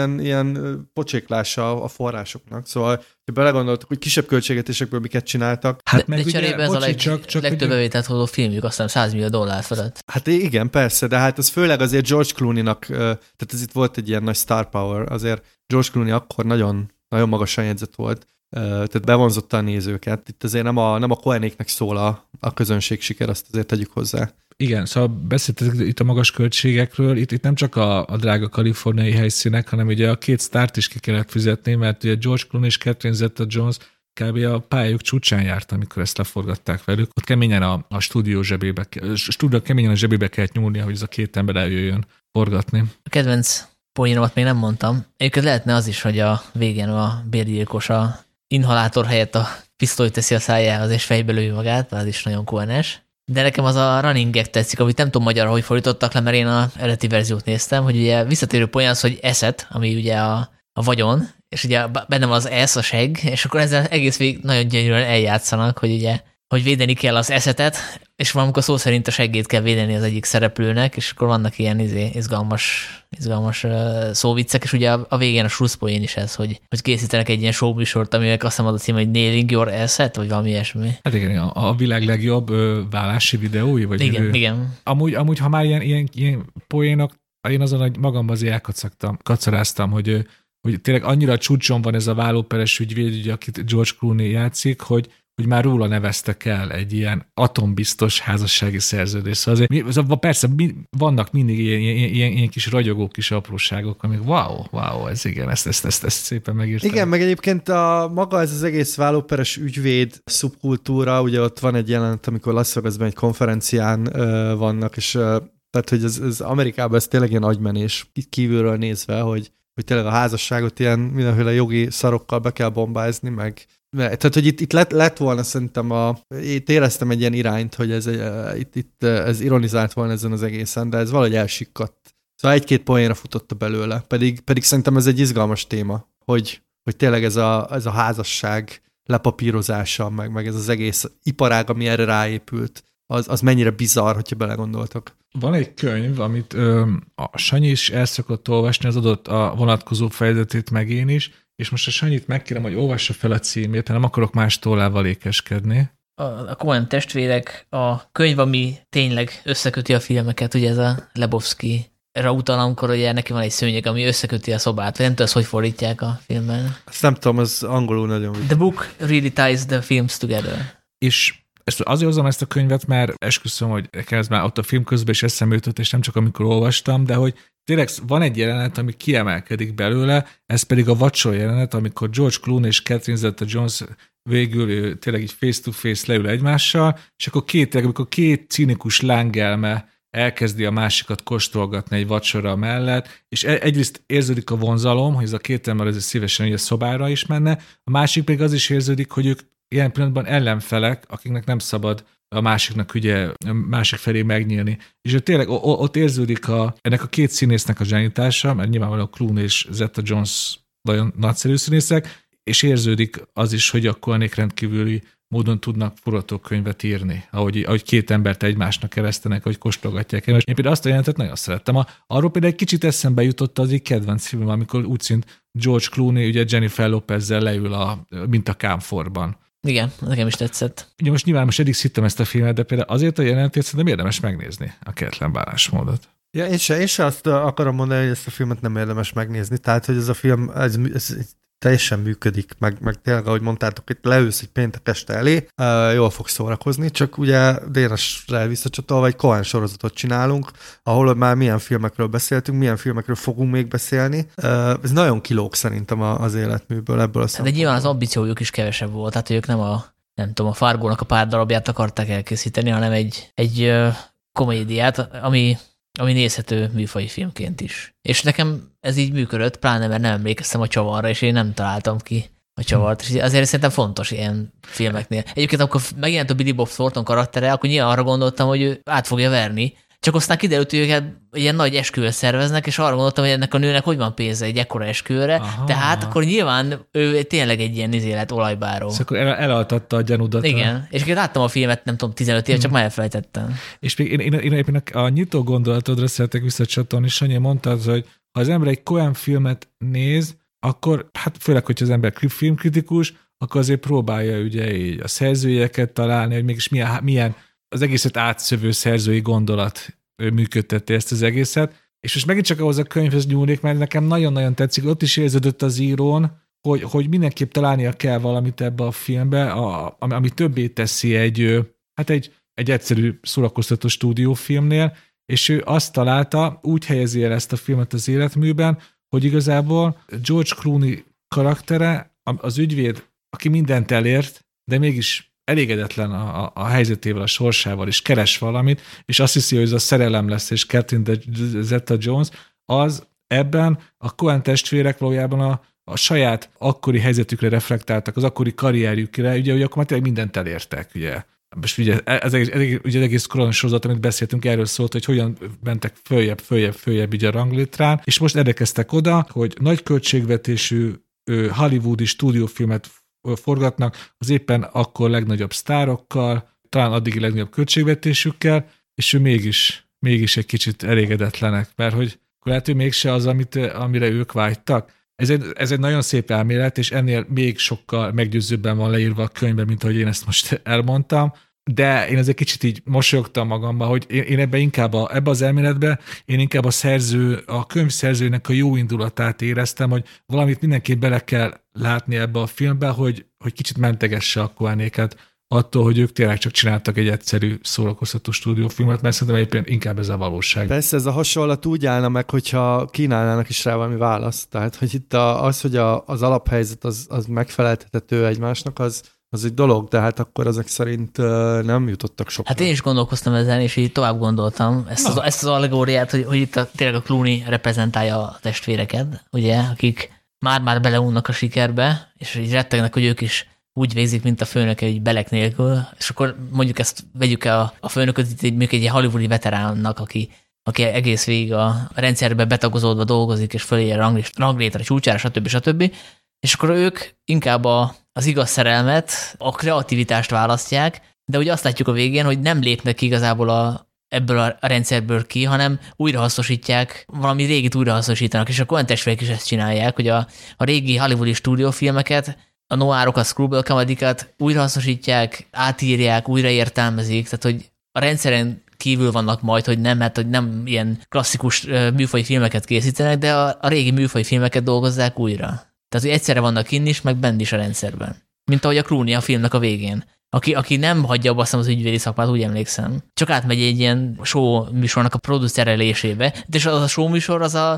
ilyen pocséklása a forrásoknak, szóval, hogy belegondoltuk, hogy kisebb költségvetésekből miket csináltak. Hát de cserébe ez a legtöbb bevételt hozó filmjük, azt hiszem $100 millió felett. Hát igen, persze, de hát az főleg azért George Clooney-nak, tehát ez itt volt egy ilyen nagy star power, azért George Clooney akkor nagyon, nagyon magasan jegyzett volt, tehát bevonzotta a nézőket. Itt azért nem a Coenéknek szól a közönség siker, azt azért tegyük hozzá. Igen, szóval beszéltetek itt a magas költségekről, itt nem csak a drága kaliforniai helyszínek, hanem ugye a két sztárt is ki kellett fizetni, mert ugye George Clooney és Catherine Zeta-Jones kb. A pályájuk csúcsán járt, amikor ezt leforgatták velük. Ott keményen a stúdió keményen a zsebébe kellett nyúlnia, hogy ez a két ember eljöjjön forgatni. A kedvenc poénomat még nem mondtam. Egyébként lehetne az is, hogy a végén a bérgyilkos a inhalátor helyett a pisztolyt teszi a szájához és fejbe lői magát, az is nagyon Coenes. De nekem az a running gag tetszik, amit nem tudom magyarra, hogy fordítottak le, mert én az eredeti verziót néztem, hogy ugye visszatérő poén az, hogy asset, ami ugye a vagyon, és ugye bennem az a segg, és akkor ezzel egész végig nagyon gyönyörűen eljátszanak, hogy ugye, hogy védeni kell az assetet, és valamikor szó szerint a seggét kell védeni az egyik szereplőnek, és akkor vannak ilyen izgalmas szóviccek, és ugye a végén a slusszpoén is ez, hogy készítenek egy ilyen showműsort, aminek azt hiszem az a cím, hogy Nailing Your Asset, vagy valami ilyesmi. Hát igen, a világ legjobb vállási videói, vagy igen. Amúgy, ha már ilyen poénok, én azon, hogy magamban azért elkacaráztam, hogy tényleg annyira csúcson van ez a vállóperes ügyvéd, ugye, akit George Clooney játszik, hogy már róla neveztek el egy ilyen atombiztos házassági szerződés. Szóval azért, persze vannak mindig ilyen kis ragyogó kis apróságok, amik wow, ez igen, ezt szépen megírtam. Igen, meg egyébként maga ez az egész vállóperes ügyvéd szubkultúra, ugye ott van egy jelenet, amikor Las Vegasban egy konferencián vannak, és tehát, hogy ez Amerikában ez tényleg ilyen agymenés kívülről nézve, hogy tényleg a házasságot ilyen mindenféle jogi szarokkal be kell bombázni, meg tehát, hogy itt lett volna szerintem itt éreztem egy ilyen irányt, hogy ez ironizált volna ezen az egészen, de ez valahogy elsikkadt. Szóval egy-két poénra futotta belőle, pedig szerintem ez egy izgalmas téma, hogy tényleg ez a házasság lepapírozása, meg ez az egész iparág, ami erre ráépült, az mennyire bizarr, hogyha belegondoltok. Van egy könyv, amit a Sanyi is el szokott olvasni, az adott a vonatkozó fejezetét meg én is, és most a Sanyit megkérem, hogy olvassa fel a címét, nem akarok más tollával ékeskedni. a Coen testvérek, a könyv, ami tényleg összeköti a filmeket, ugye ez a Lebowski-ra utal, amikor ugye neki van egy szőnyeg, ami összeköti a szobát, vagy nem tudom, hogy fordítják a filmben. Azt nem tudom, az angolul nagyon The book really ties the films together. És azért hozom ezt a könyvet, mert esküszöm, hogy ez már ott a film közben is eszembe jutott, és nem csak amikor olvastam, de hogy tényleg van egy jelenet, ami kiemelkedik belőle, ez pedig a vacsora jelenet, amikor George Clooney és Catherine Zeta-Jones végül tényleg így face-to-face leül egymással, és akkor amikor két cinikus lángelme elkezdi a másikat kóstolgatni egy vacsora mellett, és egyrészt érződik a vonzalom, hogy ez a két ember ez szívesen ugye a szobára is menne, a másik pedig az is érződik, hogy ők ilyen pillanatban ellenfelek, akiknek nem szabad a másiknak ugye másik felé megnyílni. És tényleg ott érződik ennek a két színésznek a zsenitása, mert nyilvánvalóan Clooney és Zeta-Jones nagyon nagyszerű színészek, és érződik az is, hogy akkor ennék rendkívüli módon tudnak forgatókönyvet írni, ahogy két embert egymásnak keresztenek, ahogy kóstolgatják el. Én például azt a jelentet nagyon szerettem. Arról például egy kicsit eszembe jutott az egy kedvenc film, amikor úgy szint George Clooney ugye Jennifer Lopezzel leül mint a Kámforban. Igen, nekem is tetszett. Ugye most nyilván eddig szittem ezt a filmet, de például azért a jelentét szerintem érdemes megnézni a Kelletlen bánásmódot. Ja, én se azt akarom mondani, hogy ezt a filmet nem érdemes megnézni. Tehát, hogy ez a film ez teljesen működik, meg tényleg, ahogy mondtátok, itt leülsz egy péntek este elé, jól fog szórakozni, csak ugye Dénesre visszacsatolva egy Coen sorozatot csinálunk, ahol már milyen filmekről beszéltünk, milyen filmekről fogunk még beszélni. Ez nagyon kilóg szerintem az életműből ebből a szempontból. De nyilván az ambíciójuk is kevesebb volt, tehát ők nem a Fargónak a pár darabját akarták elkészíteni, hanem egy komédiát, ami nézhető műfaji filmként is. És nekem ez így működött, pláne mert nem emlékeztem a csavarra, és én nem találtam ki a csavart. És azért szerintem fontos ilyen filmeknél. Egyébként, amikor megjelent a Billy Bob Thornton karaktere, akkor nyilván arra gondoltam, hogy ő át fogja verni, csak aztán kiderült, hogy őket ilyen nagy esküvőt szerveznek, és arra gondoltam, hogy ennek a nőnek hogy van pénze egy ekkora esküvőre, tehát akkor nyilván ő tényleg egy ilyen izélet olajbáró. Szóval akkor elaltatta a gyanúdat. Igen, és én láttam a filmet, nem tudom, 15 éve, csak már elfelejtettem. És még én éppen a nyitó gondolatodra szeretek visszacsatolni, Sanyi mondtad, hogy ha az ember egy Coen filmet néz, akkor, hát főleg, hogyha az ember filmkritikus, akkor azért próbálja ugye így a szerzőjeket találni, hogy mégis milyen az egészet átszövő szerzői gondolat működtette ezt az egészet. És most megint csak ahhoz a könyvhöz nyúlnék, mert nekem nagyon-nagyon tetszik, ott is érződött az írón, hogy mindenképp találnia kell valamit ebbe a filmbe, ami többé teszi egy egyszerű szórakoztató stúdiófilmnél, és ő azt találta, úgy helyezi el ezt a filmet az életműben, hogy igazából George Clooney karaktere, az ügyvéd, aki mindent elért, de mégis elégedetlen a helyzetével, a sorsával, és keres valamit, és azt hiszi, hogy ez a szerelem lesz, és Catherine Zeta-Jones, az ebben a Coen testvérek valójában a saját akkori helyzetükre reflektáltak, az akkori karrierjükre, ugye, hogy akkor már tényleg mindent elértek, ugye. Most ugye ez egész koronasorozat, amit beszéltünk, erről szólt, hogy hogyan mentek följebb így a ranglétrán, és most érdekeztek oda, hogy nagy költségvetésű hollywoodi stúdiófilmet forgatnak az éppen akkor legnagyobb sztárokkal, talán addigi legnagyobb költségvetésükkel, és ő mégis egy kicsit elégedetlenek, mert hogy lehet, hogy mégse az, amire ők vágytak. Ez egy nagyon szép elmélet, és ennél még sokkal meggyőzőbben van leírva a könyvben, mint ahogy én ezt most elmondtam, de én ezért kicsit így mosolyogtam magamban, hogy én ebbe az elméletbe én inkább a könyv szerzőnek a jó indulatát éreztem, hogy valamit mindenképp bele kell látni ebbe a filmbe, hogy kicsit mentegesse a Coenéket attól, hogy ők tényleg csak csináltak egy egyszerű szórakoztató stúdiófilmet, mert szerintem egyébként inkább ez a valóság. Persze ez a hasonlat úgy állna meg, hogyha kínálnának is rá valami választ. Tehát, hogy itt hogy az alaphelyzet az megfeleltethető egymásnak, az egy dolog, de hát akkor ezek szerint nem jutottak sokkal. Hát én is gondolkoztam ezen, és így tovább gondoltam ezt az allegóriát, hogy itt tényleg a Clooney reprezentálja a testvéreket, ugye, akik már beleunnak a sikerbe, és így rettegnek, hogy ők is úgy végzik, mint a főnöke, hogy belek nélkül, és akkor mondjuk ezt vegyük el a főnököt, mondjuk egy hollywoodi veteránnak, aki egész végig a rendszerbe betagozódva dolgozik, és fölé a ranglétre csúcsára, stb. És akkor ők inkább az igaz szerelmet, a kreativitást választják, de ugye azt látjuk a végén, hogy nem lépnek ki igazából ebből a rendszerből ki, hanem újrahasznosítják, valami régit újrahasznosítanak, és a Coen testvérek is ezt csinálják, hogy a régi hollywoodi stúdiófilmeket a noárokat, screwball comedikat újrahasznosítják, átírják, újraértelmezik, tehát hogy a rendszeren kívül vannak majd, hogy nem ilyen klasszikus műfaji filmeket készítenek, de a régi műfaji filmeket dolgozzák újra. Tehát, hogy egyszerre vannak kinn is, meg benn is a rendszerben. Mint ahogy a Clooney a filmnek a végén. Aki nem hagyja abba az ügyvédi szakmát, úgy emlékszem. Csak átmegy egy ilyen show műsornak a producerelésébe, és az a show műsor az a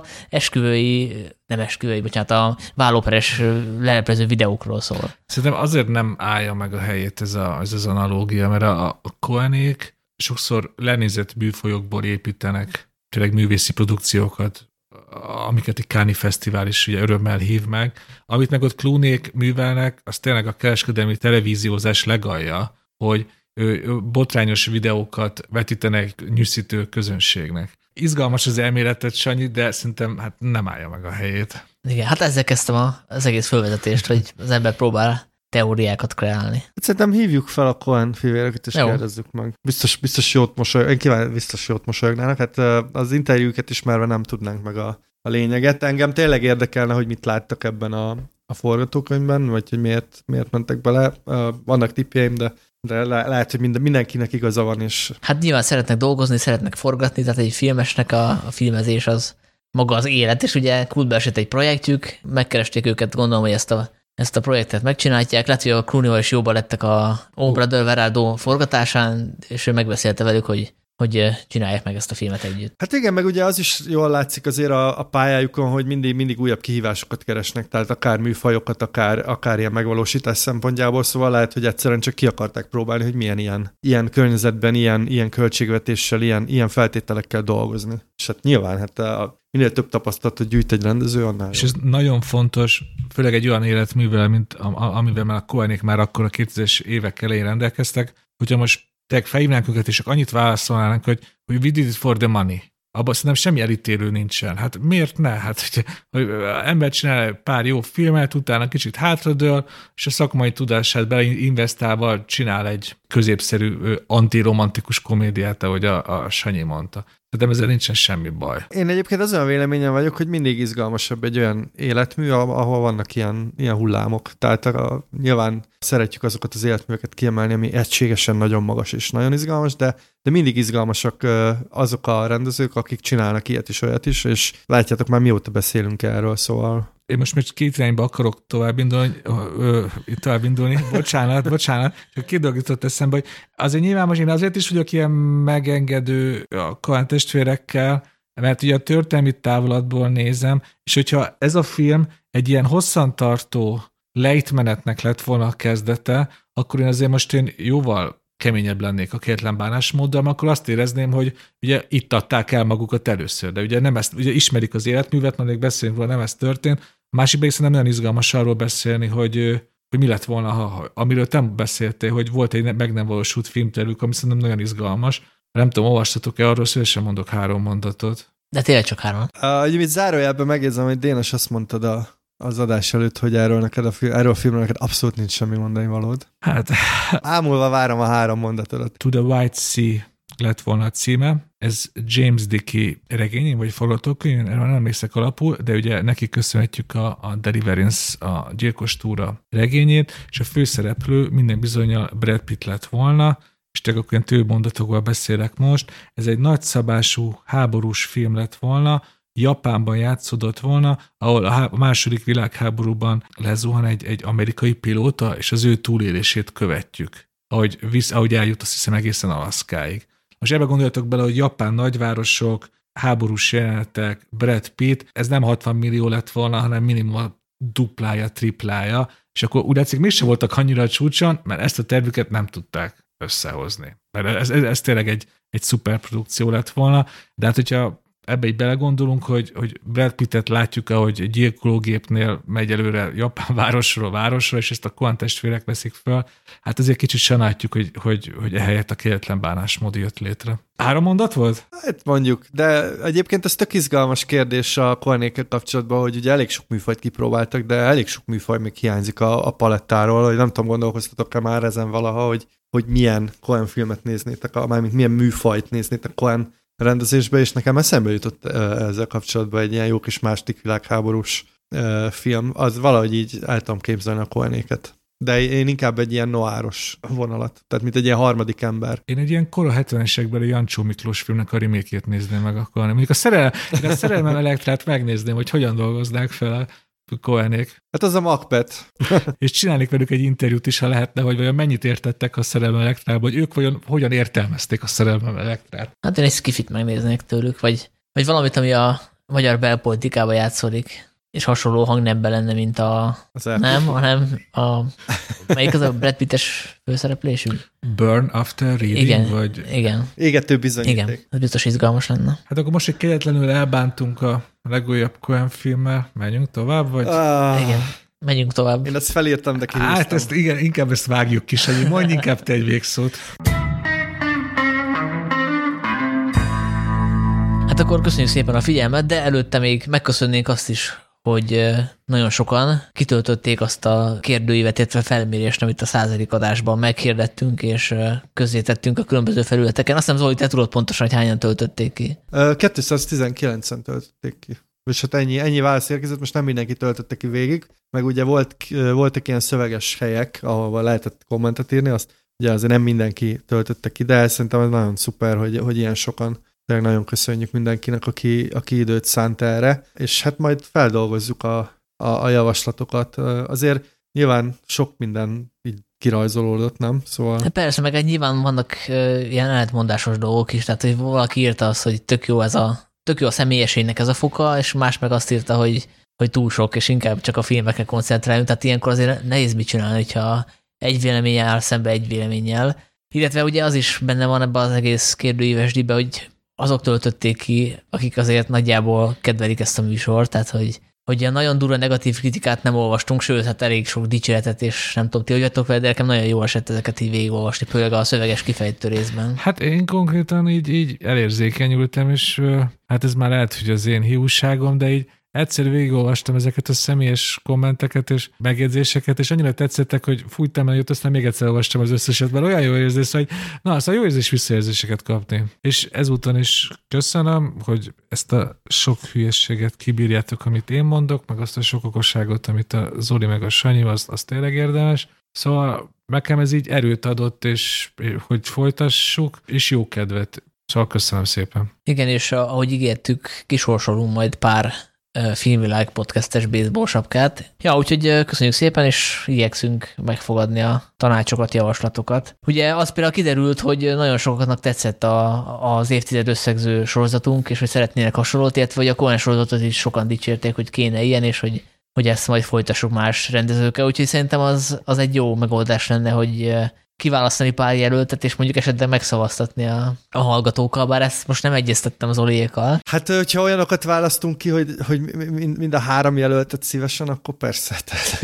a vállóperes leleplező videókról szól. Szerintem azért nem állja meg a helyét ez az analógia, mert a Coenék sokszor lenézett műfajokból építenek tényleg művészi produkciókat, amiket egy Cannes Fesztivál is ugye örömmel hív meg. Amit meg ott Clooneyk művelnek, az tényleg a kereskedelmi televíziózás legalja, hogy botrányos videókat vetítenek nyűszítő közönségnek. Izgalmas az elméletet, Sanyi, de szerintem hát nem állja meg a helyét. Igen, hát ezzel kezdtem az egész fölvezetést, hogy az ember próbál teóriákat kreálni. Szerintem hívjuk fel a Coen fivéreket, és kérdezzük meg. Biztos jót mosolyognának. Hát az interjúket ismerve nem tudnánk meg a lényeget. Engem tényleg érdekelne, hogy mit láttak ebben a forgatókönyvben, vagy hogy miért mentek bele. Vannak tippjeim, de lehet, hogy mindenkinek igaza van. És... Hát nyilván szeretnek dolgozni, szeretnek forgatni, tehát egy filmesnek a filmezés az maga az élet, és ugye kultba esett egy projektjük, megkeresték őket, gondolom, hogy ezt a projektet megcsinálják. Lehet, hogy a Clooney-val is jóban lettek a Ombra del Veraldo forgatásán, és ő megbeszélte velük, hogy csinálják meg ezt a filmet együtt. Hát igen, meg ugye az is jól látszik azért a pályájukon, hogy mindig újabb kihívásokat keresnek, tehát akár műfajokat, akár ilyen megvalósítás szempontjából, szóval lehet, hogy egyszerűen csak ki akarták próbálni, hogy milyen ilyen környezetben, ilyen költségvetéssel, ilyen feltételekkel dolgozni. És hát nyilván, minél több tapasztalatot gyűjt egy rendező, annál. És ez nagyon fontos, főleg egy olyan életművel, mint amivel már a Coenék már akkor a 2000-es évek elején rendelkeztek, hogyha most felhívnánk őket, és csak annyit válaszolnánk, hogy we did it for the money. Abban szerintem semmi elítélő nincsen. Hát miért ne? Hát, hogy ember csinál pár jó filmet, utána kicsit hátradől, és a szakmai tudását beleinvestálva csinál egy középszerű antiromantikus komédiát, ahogy a Sanyi mondta. De ezzel nincsen semmi baj. Én egyébként azon a véleményen vagyok, hogy mindig izgalmasabb egy olyan életmű, ahol vannak ilyen hullámok. Tehát nyilván szeretjük azokat az életműveket kiemelni, ami egységesen nagyon magas és nagyon izgalmas, de mindig izgalmasak azok a rendezők, akik csinálnak ilyet is, olyat is, és látjátok, már mióta beszélünk erről, szóval... Én most két irányba akarok tovább indulni. Bocsánat, csak két dolgot jutott eszembe, hogy azért nyilván most én azért is vagyok ilyen megengedő a Coen testvérekkel, mert ugye a történelmi távolatból nézem, és hogyha ez a film egy ilyen hosszantartó lejtmenetnek lett volna a kezdete, akkor én azért most jóval keményebb lennék a Kegyetlen bánásmóddal, akkor azt érezném, hogy ugye itt adták el magukat először, de ugye nem ezt, ugye ismerik az életművet, majd még beszélünk róla, nem ez történt. A másik pedig szerintem nagyon izgalmas arról beszélni, hogy mi lett volna, amiről te beszéltél, hogy volt egy meg nem valósult filmtervük, ami szerintem nagyon izgalmas. Nem tudom, olvastatok-e arról, szívesen mondok 3 mondatot. De tényleg csak 3. Úgy zárójelben megjegyzem, hogy Dénes azt mondtad az adás előtt, hogy erről a filmről neked abszolút nincs semmi mondani valód. Hát... Ámulva várom a 3 mondatodat. To the White Sea lett volna a címe. Ez James Dickey regény, vagy forgatókönyv, erről nem emlékszek alapul, de ugye neki köszönhetjük a Deliverance, a Gyilkos túra regényét, és a főszereplő minden bizonnyal Brad Pitt lett volna, és csak olyan tőmondatokból beszélek most. Ez egy nagyszabású háborús film lett volna, Japánban játszódott volna, ahol a második világháborúban lezuhan egy amerikai pilóta, és az ő túlélését követjük, ahogy eljut, azt hiszem, egészen Alaszkáig. Most ebbe gondoljatok bele, hogy japán nagyvárosok, háborús jelenetek, Brad Pitt, ez nem 60 millió lett volna, hanem minimum duplája, triplája, és akkor úgy látszik, mégsem voltak annyira a csúcson, mert ezt a tervüket nem tudták összehozni. Mert ez tényleg egy szuperprodukció lett volna, de hát hogyha ebbe így belegondolunk, hogy Brad Pittet látjuk, ahogy gyilkológépnél megy előre Japán városról városra, és ezt a Coen testvérek veszik föl, hát azért kicsit sajnáljuk, hogy ehelyett a Kegyetlen bánásmód jött létre. 3 mondat volt? Hát mondjuk, de egyébként ez tök izgalmas kérdés a Coenékkel kapcsolatban, hogy ugye elég sok műfajt kipróbáltak, de elég sok műfaj még hiányzik a palettáról, hogy nem tudom, gondolkoztatok-e már ezen valaha, hogy milyen Coen filmet néznétek, mármint milyen műfajt néznétek Coen rendezésbe, és nekem eszembe jutott ezzel kapcsolatban egy ilyen jó kis második világháborús film, az valahogy így el tudom képzelni a Coenéket. De én inkább egy ilyen noáros vonalat, tehát mint egy ilyen harmadik ember. Én egy ilyen kora 70-esekbeli Jancsó Miklós filmnek a remake-ét nézném meg akkor. Mondjuk a Szerelmem Elektrát megnézném, hogy hogyan dolgoznák fel a Coenék. Hát az a Macbeth. És csinálnék velük egy interjút is, ha lehetne, hogy vajon mennyit értettek a Szerelmem Elektrában, hogy ők hogyan értelmezték a Szerelmem Elektrát. Hát én egy skifit megnéznék tőlük, vagy valamit, ami a magyar belpolitikában játszódik, és hasonló hangnemben lenne, mint nem, hanem melyik az a Brad Pitt-es főszereplésű? Burn After Reading? Igen, vagy... igen. Égető bizonyíték. Igen, ez biztos izgalmas lenne. Hát akkor most, hogy kegyetlenül elbántunk a legújabb Coen filmmel, menjünk tovább, vagy? Igen, menjünk tovább. Én ezt felírtam, de kihúztam. Hát ezt, igen, inkább ezt vágjuk ki, Sanyi. Mondj inkább te egy végszót. Hát akkor köszönjük szépen a figyelmet, de előtte még megköszönnénk azt is, hogy nagyon sokan kitöltötték azt a kérdőívet, illetve felmérést, amit a 100. adásban meghirdettünk, és közzétettünk a különböző felületeken. Azt hiszem, Zoli, te tudod pontosan, hogy hányan töltötték ki? 219-en töltötték ki. És hát ennyi válasz érkezett, most nem mindenki töltötte ki végig, meg ugye voltak ilyen szöveges helyek, ahol lehetett kommentet írni, azt ugye azért nem mindenki töltötte ki, de szerintem ez nagyon szuper, hogy ilyen sokan. Tényleg nagyon köszönjük mindenkinek, aki időt szánt erre, és hát majd feldolgozzuk a javaslatokat. Azért nyilván sok minden így kirajzolódott, nem? Szóval... Persze, meg nyilván vannak ilyen ellentmondásos dolgok is, tehát hogy valaki írta azt, hogy tök jó a személyeségnek ez a foka, és más meg azt írta, hogy túl sok, és inkább csak a filmekre koncentráljunk, tehát ilyenkor azért nehéz mit csinálni, hogyha egy vélemény áll szembe egy véleménnyel. Illetve ugye az is benne van ebben az egész kérdőíves díjbe, hogy azok töltötték ki, akik azért nagyjából kedvelik ezt a műsort, tehát hogy ilyen nagyon durva negatív kritikát nem olvastunk, sőt, hát elég sok dicséretet, és nem tudom, ti hogy vagytok vele, de nekem nagyon jó esett ezeket így végigolvasni, főleg a szöveges kifejtő részben. Hát én konkrétan így elérzékenyültem, és hát ez már lehet, hogy az én hiúságom, de így egyszer végigolvastam ezeket a személyes kommenteket és megjegyzéseket, és annyira tetszettek, hogy fújtam el, aztán még egyszer olvastam az összeset, mert olyan jó érzés, hogy szóval jó érzés visszaérzéseket kapni. És ezúton is köszönöm, hogy ezt a sok hülyességet kibírjátok, amit én mondok, meg azt a sok okosságot, amit a Zoli meg a Sanyi, az tényleg érdemes. Szóval nekem ez így erőt adott, és hogy folytassuk, és jó kedvet. Szóval köszönöm szépen. Igen, és ahogy ígértük, kisorsolunk majd pár Filmvilág podcastes baseball sapkát. Ja, úgyhogy köszönjük szépen, és igyekszünk megfogadni a tanácsokat, javaslatokat. Ugye az például kiderült, hogy nagyon sokaknak tetszett az évtized összegző sorozatunk, és hogy szeretnének hasonlót, illetve hogy a Coen sorozatot is sokan dicsérték, hogy kéne ilyen, és hogy ezt majd folytassuk más rendezőkkel. Úgyhogy szerintem az egy jó megoldás lenne, hogy kiválasztani pár jelöltet, és mondjuk esetleg megszavaztatni a hallgatókkal, bár ezt most nem egyeztettem az Oliékkal. Hát, hogyha olyanokat választunk ki, hogy mind a 3 jelöltet szívesen, akkor persze.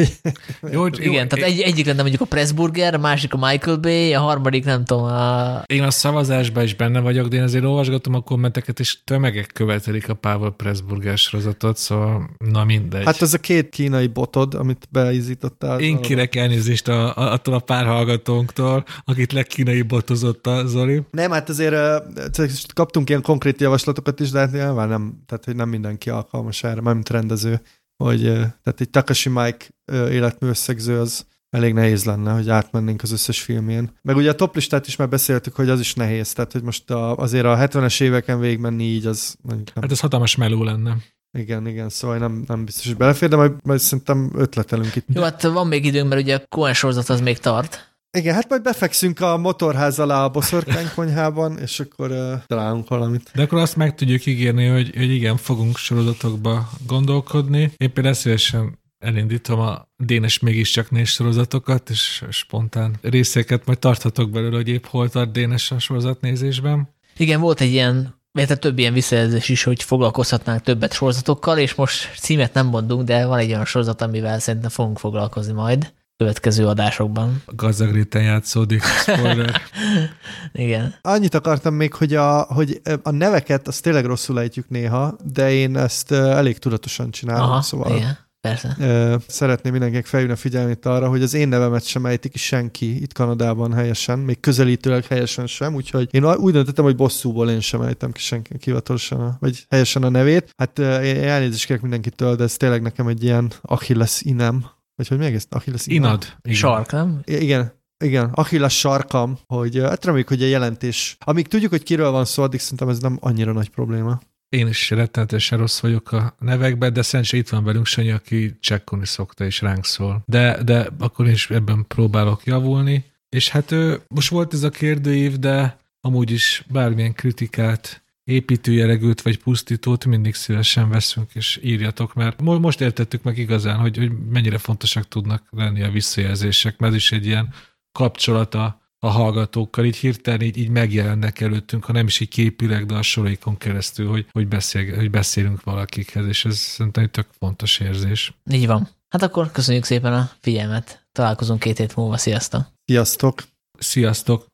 Igen, tehát egyik lenne mondjuk a Pressburger, a másik a Michael Bay, a harmadik nem tudom Én a szavazásban is benne vagyok, de én azért olvasgatom a kommenteket, és tömegek követelik a Pavel Pressburger sorozatot, szóval na mindegy. Hát az a 2 kínai botod, amit beizítottál. Én kérek elnézést attól a pár hallgatónktól, akit legkínai botozott a Zoli. Nem, hát azért kaptunk ilyen konkrét javaslatokat is, de hát nyilván nem, tehát hogy nem mindenki alkalmas erre, mint rendező, hogy tehát egy Takashi Mike életmű összegző az elég nehéz lenne, hogy átmennénk az összes filmjén. Meg ugye a toplistát is már beszéltük, hogy az is nehéz, tehát hogy most azért a 70-es éveken végigmenni így az... Nem. Hát ez hatalmas meló lenne. Igen, szóval nem biztos, hogy belefér, de majd szerintem ötletelünk itt. Jó, hát van még időnk, mert ugye a Coen sorozat az még tart. Igen, hát majd befekszünk a motorház alá a boszorkánykonyhában, és akkor találunk valamit. De akkor azt meg tudjuk ígérni, hogy igen, fogunk sorozatokba gondolkodni. Én például szívesen elindítom a Dénes mégiscsak néz sorozatokat, és spontán részeket majd tarthatok belőle, hogy épp hol tart Dénes a sorozatnézésben. Igen, volt egy ilyen, mert több ilyen visszajelzés is, hogy foglalkozhatnánk többet sorozatokkal, és most címet nem mondunk, de van egy olyan sorozat, amivel szerintem fogunk foglalkozni majd következő adásokban. A Gazdag Réten játszódik, spoiler. Igen. Annyit akartam még, hogy a neveket azt tényleg rosszul ejtjük néha, de én ezt elég tudatosan csinálom, Aha, szóval igen. Persze. Szeretném mindenkinek felhívni a figyelmét arra, hogy az én nevemet sem ejti ki senki itt Kanadában helyesen, még közelítőleg helyesen sem, úgyhogy én úgy döntöttem, hogy bosszúból én sem ejtem ki senki hivatalosan, vagy helyesen a nevét. Hát én elnézést kérek mindenkitől, de ez tényleg nekem egy ilyen Achilles inem, vagy hogy még ezt? Achilles Inad. Igen. Sark, nem? Igen, Achilles sarkam, hogy hát reméljük, hogy a jelentés, amíg tudjuk, hogy kiről van szó, addig szerintem ez nem annyira nagy probléma. Én is rettenetesen rossz vagyok a nevekben, de szerencsére itt van velünk Sanyi, aki csekkolni szokta és ránk szól. De akkor én is ebben próbálok javulni. És hát most volt ez a kérdőív, de amúgy is bármilyen kritikát, építőjelegűt vagy pusztítót mindig szívesen veszünk, és írjatok, mert most értettük meg igazán, hogy mennyire fontosak tudnak lenni a visszajelzések, mert ez is egy ilyen kapcsolata a hallgatókkal, így hirtelen így megjelennek előttünk, ha nem is így képileg, de a soraikon keresztül, hogy beszélünk valakikhez, és ez szerintem egy tök fontos érzés. Így van. Hát akkor köszönjük szépen a figyelmet. Találkozunk 2 hét múlva. Sziasztok! Sziasztok! Sziasztok!